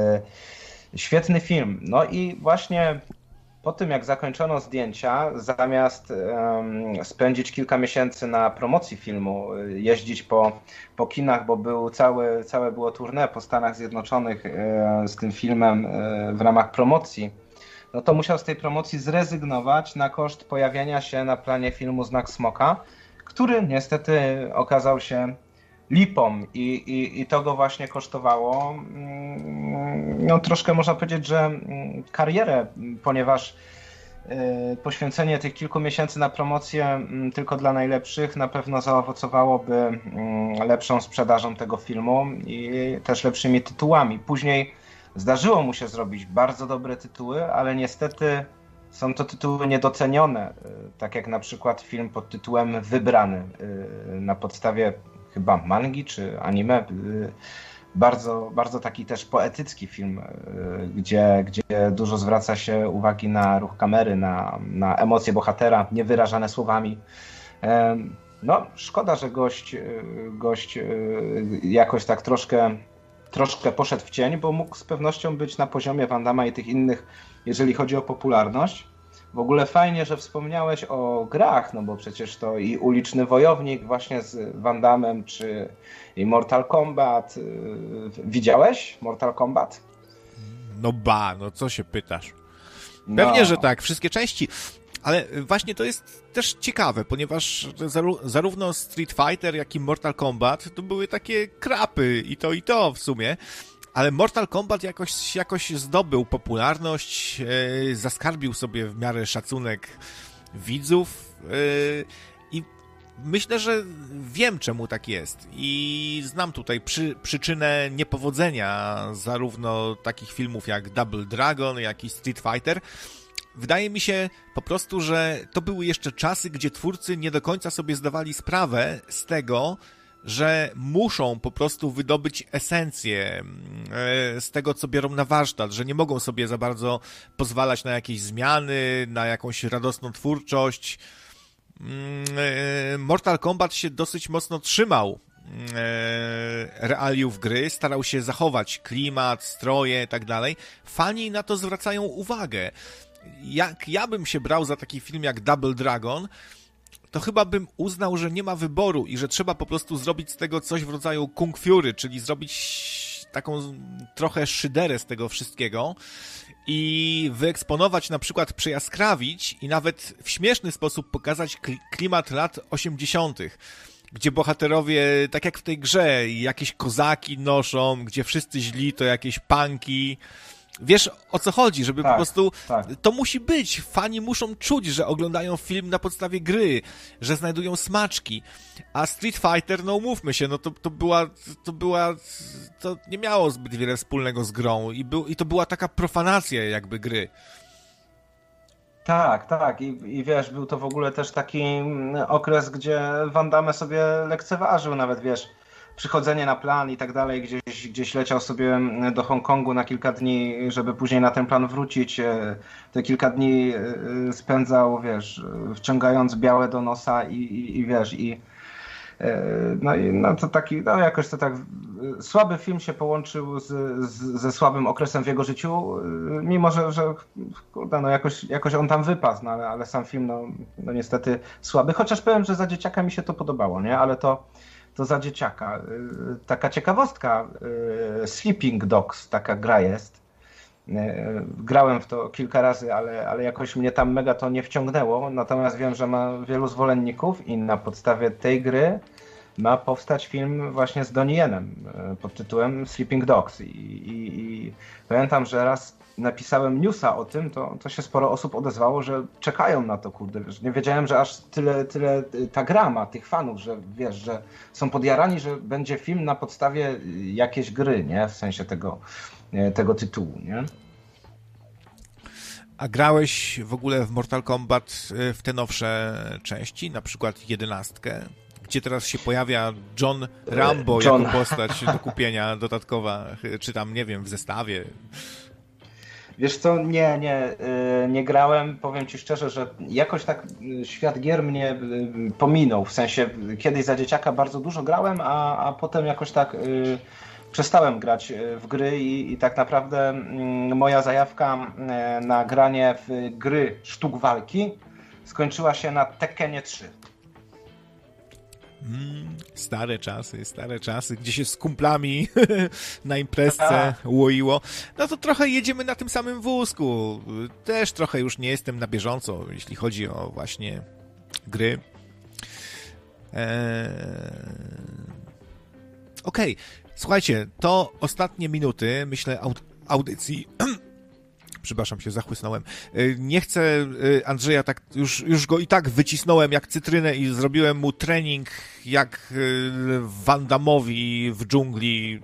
Świetny film. No i właśnie po tym, jak zakończono zdjęcia, zamiast um, spędzić kilka miesięcy na promocji filmu, jeździć po, po kinach, bo był cały, całe było tournée po Stanach Zjednoczonych e, z tym filmem e, w ramach promocji, no to musiał z tej promocji zrezygnować na koszt pojawienia się na planie filmu Znak Smoka, który niestety okazał się lipą i, i, i to go właśnie kosztowało, no troszkę można powiedzieć, że karierę, ponieważ poświęcenie tych kilku miesięcy na promocję Tylko dla najlepszych na pewno zaowocowałoby lepszą sprzedażą tego filmu i też lepszymi tytułami. Później zdarzyło mu się zrobić bardzo dobre tytuły, ale niestety są to tytuły niedocenione, tak jak na przykład film pod tytułem Wybrany, na podstawie chyba mangi czy anime. Bardzo, bardzo taki też poetycki film, gdzie, gdzie dużo zwraca się uwagi na ruch kamery, na, na emocje bohatera, niewyrażane słowami. No, szkoda, że gość, gość jakoś tak troszkę, troszkę poszedł w cień, bo mógł z pewnością być na poziomie Van Damme i tych innych, jeżeli chodzi o popularność. W ogóle fajnie, że wspomniałeś o grach, no bo przecież to i Uliczny Wojownik właśnie z Van Dammem, czy i Mortal Kombat. Widziałeś Mortal Kombat? No ba, no co się pytasz? Pewnie, no. że tak, wszystkie części. Ale właśnie to jest też ciekawe, ponieważ zarówno Street Fighter, jak i Mortal Kombat to były takie krapy i to i to w sumie. Ale Mortal Kombat jakoś, jakoś zdobył popularność, yy, zaskarbił sobie w miarę szacunek widzów yy, i myślę, że wiem, czemu tak jest. I znam tutaj przy, przyczynę niepowodzenia zarówno takich filmów jak Double Dragon, jak i Street Fighter. Wydaje mi się po prostu, że to były jeszcze czasy, gdzie twórcy nie do końca sobie zdawali sprawę z tego, że muszą po prostu wydobyć esencję z tego, co biorą na warsztat, że nie mogą sobie za bardzo pozwalać na jakieś zmiany, na jakąś radosną twórczość. Mortal Kombat się dosyć mocno trzymał realiów gry, starał się zachować klimat, stroje i tak dalej. Fani na to zwracają uwagę. Jak ja bym się brał za taki film jak Double Dragon, to chyba bym uznał, że nie ma wyboru i że trzeba po prostu zrobić z tego coś w rodzaju Kung Fury, czyli zrobić taką trochę szyderę z tego wszystkiego i wyeksponować, na przykład przejaskrawić i nawet w śmieszny sposób pokazać klimat lat osiemdziesiątych, gdzie bohaterowie, tak jak w tej grze, jakieś kozaki noszą, gdzie wszyscy źli to jakieś punki. Wiesz, o co chodzi, żeby tak, po prostu tak. To musi być. Fani muszą czuć, że oglądają film na podstawie gry, że znajdują smaczki. A Street Fighter, no umówmy się, no to, to była, to była, to nie miało zbyt wiele wspólnego z grą i, był, i to była taka profanacja jakby gry. Tak, tak. I, I wiesz, był to w ogóle też taki okres, gdzie Van Damme sobie lekceważył nawet, wiesz, przychodzenie na plan i tak dalej, gdzieś, gdzieś leciał sobie do Hongkongu na kilka dni, żeby później na ten plan wrócić. Te kilka dni spędzał, wiesz, wciągając białe do nosa i, i, i wiesz, i no i no to taki, no jakoś to tak słaby film się połączył z, z, ze słabym okresem w jego życiu, mimo że, że kurde, no jakoś, jakoś on tam wypadł, no ale, ale sam film no, no niestety słaby, chociaż powiem, że za dzieciaka mi się to podobało, nie, ale to to za dzieciaka. Taka ciekawostka, Sleeping Dogs, taka gra jest. Grałem w to kilka razy, ale, ale jakoś mnie tam mega to nie wciągnęło, natomiast wiem, że ma wielu zwolenników i na podstawie tej gry ma powstać film właśnie z Donnie Yenem pod tytułem Sleeping Dogs. I, i, i pamiętam, że raz napisałem newsa o tym, to, to się sporo osób odezwało, że czekają na to, kurde, wiesz, nie wiedziałem, że aż tyle, tyle ta gra ma tych fanów, że wiesz, że są podjarani, że będzie film na podstawie jakiejś gry, nie, w sensie tego, tego tytułu, nie? A grałeś w ogóle w Mortal Kombat w te nowsze części, na przykład jedenastkę, gdzie teraz się pojawia John Rambo John. jako postać do kupienia dodatkowa, czy tam, nie wiem, w zestawie? Wiesz co, nie, nie, nie grałem, powiem ci szczerze, że jakoś tak świat gier mnie pominął, w sensie kiedyś za dzieciaka bardzo dużo grałem, a, a potem jakoś tak y, przestałem grać w gry i, i tak naprawdę y, moja zajawka y, na granie w gry sztuk walki skończyła się na Tekkenie trzy. Mm, stare czasy, stare czasy, gdzie się z kumplami na imprezce łoiło. No to trochę jedziemy na tym samym wózku. Też trochę już nie jestem na bieżąco, jeśli chodzi o właśnie gry. Eee... Okej, okay. Słuchajcie, to ostatnie minuty, myślę, aud- audycji. Przepraszam, się zachłysnąłem. Nie chcę Andrzeja tak, już, już go i tak wycisnąłem jak cytrynę i zrobiłem mu trening jak Van Damme'owi w dżungli.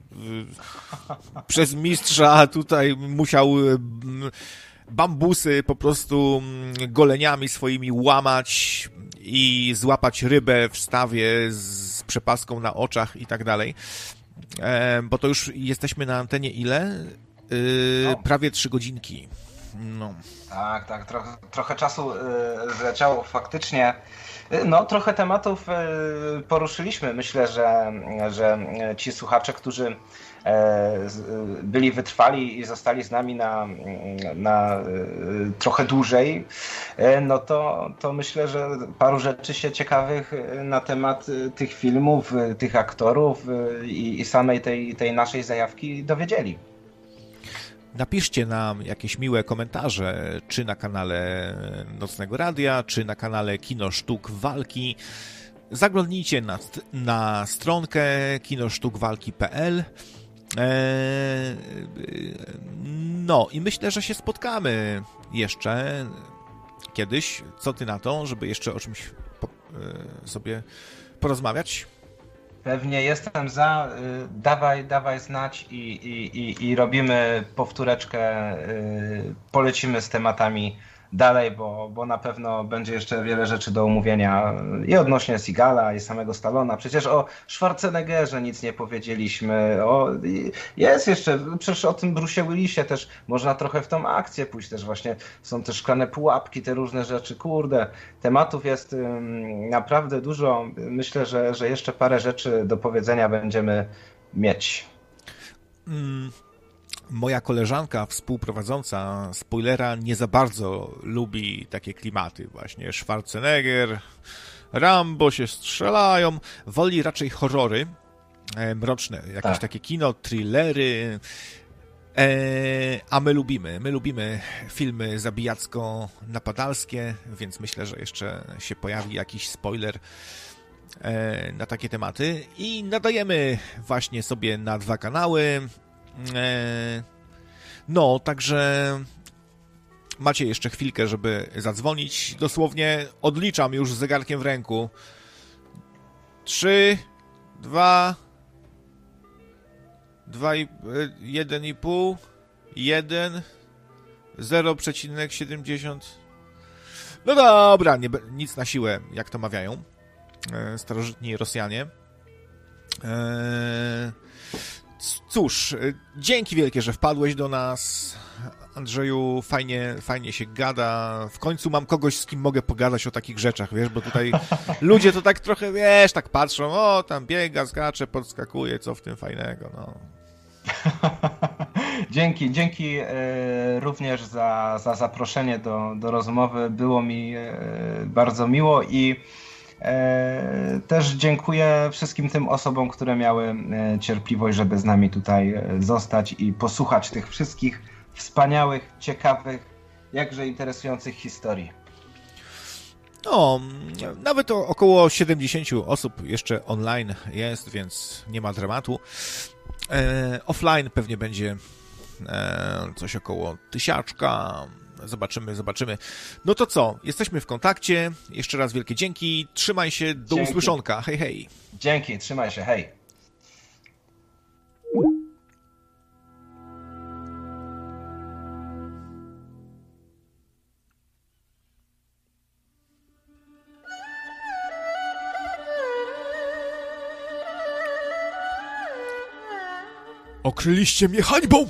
Przez mistrza tutaj musiał bambusy po prostu goleniami swoimi łamać i złapać rybę w stawie z przepaską na oczach i tak dalej. Bo to już jesteśmy na antenie ile? Yy, no. Prawie trzy godzinki. No. Tak, tak, trochę, trochę czasu yy, zleciało faktycznie. Yy, no, trochę tematów yy, poruszyliśmy. Myślę, że, że ci słuchacze, którzy yy, byli wytrwali i zostali z nami na, na yy, trochę dłużej, yy, no to, to myślę, że paru rzeczy się ciekawych na temat tych filmów, tych aktorów yy, i samej tej, tej naszej zajawki dowiedzieli. Napiszcie nam jakieś miłe komentarze, czy na kanale Nocnego Radia, czy na kanale Kino Sztuk Walki. Zaglądnijcie na, na stronkę kinosztukwalki kropka p l. Eee, no i myślę, że się spotkamy jeszcze kiedyś. Co ty na to, żeby jeszcze o czymś po, e, sobie porozmawiać? Pewnie jestem za, y, dawaj, dawaj znać i, i, i, i robimy powtóreczkę, y, polecimy z tematami dalej, bo, bo na pewno będzie jeszcze wiele rzeczy do omówienia i odnośnie Seagala i samego Stallona. Przecież o Schwarzeneggerze nic nie powiedzieliśmy, o, jest jeszcze, przecież o tym Bruce'ie Willisie też można trochę w tą akcję pójść, też właśnie są te szklane pułapki, te różne rzeczy, kurde, tematów jest um, naprawdę dużo, myślę, że, że jeszcze parę rzeczy do powiedzenia będziemy mieć. Mm. Moja koleżanka współprowadząca Spoilera nie za bardzo lubi takie klimaty. Właśnie Schwarzenegger, Rambo się strzelają. Woli raczej horrory e, mroczne, jakieś tak. takie kino, thrillery. E, a my lubimy. My lubimy filmy zabijacko-napadalskie, więc myślę, że jeszcze się pojawi jakiś spoiler e, na takie tematy. I nadajemy właśnie sobie na dwa kanały. No, także macie jeszcze chwilkę, żeby zadzwonić. Dosłownie odliczam już z zegarkiem w ręku. Trzy, dwa, dwa, jeden i pół, jeden, zero przecinek siedemdziesiąt. No dobra, nie, nic na siłę, jak to mawiają starożytni Rosjanie. Eee... Cóż, dzięki wielkie, że wpadłeś do nas, Andrzeju, fajnie, fajnie się gada, w końcu mam kogoś, z kim mogę pogadać o takich rzeczach, wiesz, bo tutaj ludzie to tak trochę, wiesz, tak patrzą, o, tam biega, skacze, podskakuje, co w tym fajnego, no. Dzięki, dzięki e, również za, za zaproszenie do, do rozmowy, było mi e, bardzo miło i E, też dziękuję wszystkim tym osobom, które miały e, cierpliwość, żeby z nami tutaj e, zostać i posłuchać tych wszystkich wspaniałych, ciekawych, jakże interesujących historii. No, nawet około siedemdziesiąt osób jeszcze online jest, więc nie ma dramatu. E, offline pewnie będzie e, coś około tysiaczka. Zobaczymy, zobaczymy. No to co? Jesteśmy w kontakcie. Jeszcze raz wielkie dzięki. Trzymaj się. Do dzięki. Usłyszonka. Hej, hej. Dzięki, trzymaj się. Hej. Okryliście mnie hańbą!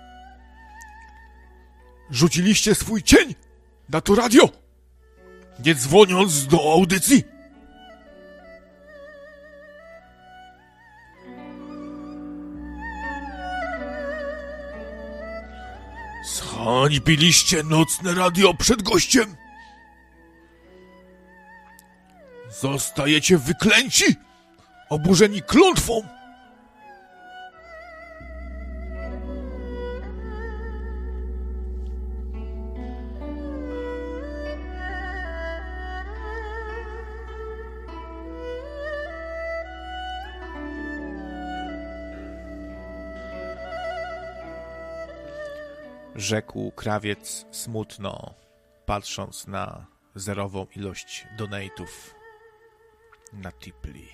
Rzuciliście swój cień na to radio, nie dzwoniąc do audycji. Zhańbiliście nocne radio przed gościem. Zostajecie wyklęci, oburzeni klątwą. Rzekł krawiec smutno, patrząc na zerową ilość donate'ów na Tipli.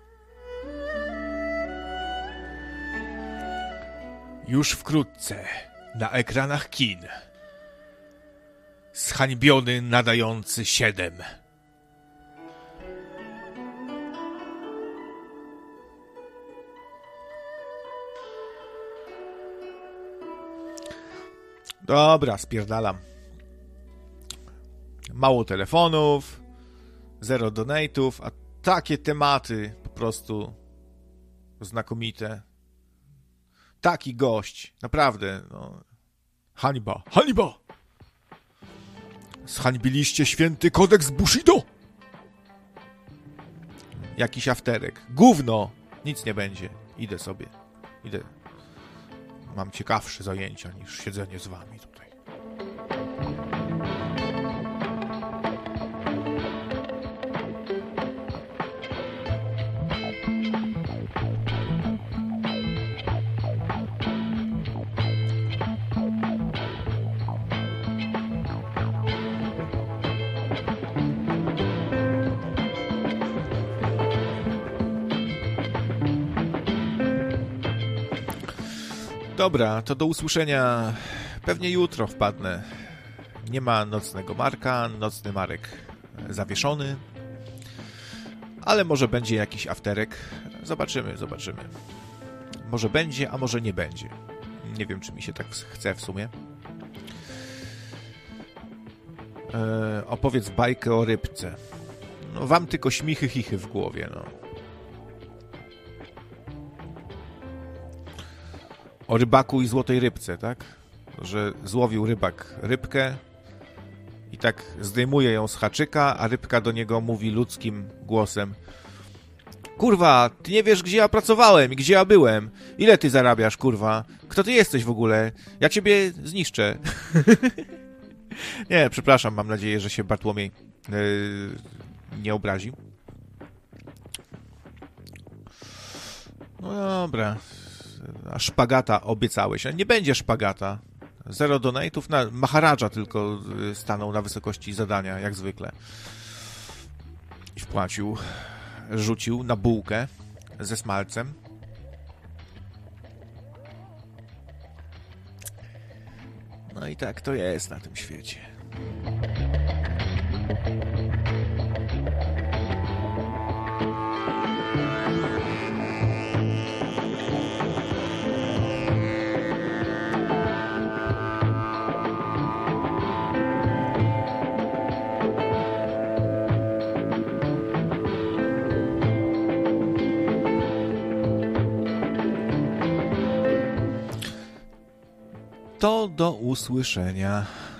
Już wkrótce na ekranach kin zhańbiony nadający siedem. Dobra, spierdalam. Mało telefonów, zero donate'ów, a takie tematy po prostu znakomite. Taki gość, naprawdę, no. Hańba, hańba! Zhańbiliście święty kodeks Bushido! Jakiś afterek. Gówno! Nic nie będzie. Idę sobie. Idę. Mam ciekawsze zajęcia niż siedzenie z wami tutaj. Dobra, to do usłyszenia. Pewnie jutro wpadnę. Nie ma nocnego Marka, nocny Marek zawieszony. Ale może będzie jakiś afterek. Zobaczymy, zobaczymy. Może będzie, a może nie będzie. Nie wiem, czy mi się tak chce w sumie. Eee, opowiedz bajkę o rybce. No, wam tylko śmichy, chichy w głowie, no. O rybaku i złotej rybce, tak? Że złowił rybak rybkę i tak zdejmuje ją z haczyka, a rybka do niego mówi ludzkim głosem: kurwa, ty nie wiesz, gdzie ja pracowałem i gdzie ja byłem. Ile ty zarabiasz, kurwa? Kto ty jesteś w ogóle? Ja ciebie zniszczę. Nie, przepraszam, mam nadzieję, że się Bartłomiej yy, nie obrazi. No dobra. A szpagata obiecałeś. A nie będzie szpagata. Zero donate'ów. Na Maharadża tylko stanął na wysokości zadania, jak zwykle. I wpłacił. Rzucił na bułkę ze smalcem. No i tak to jest na tym świecie. To do usłyszenia.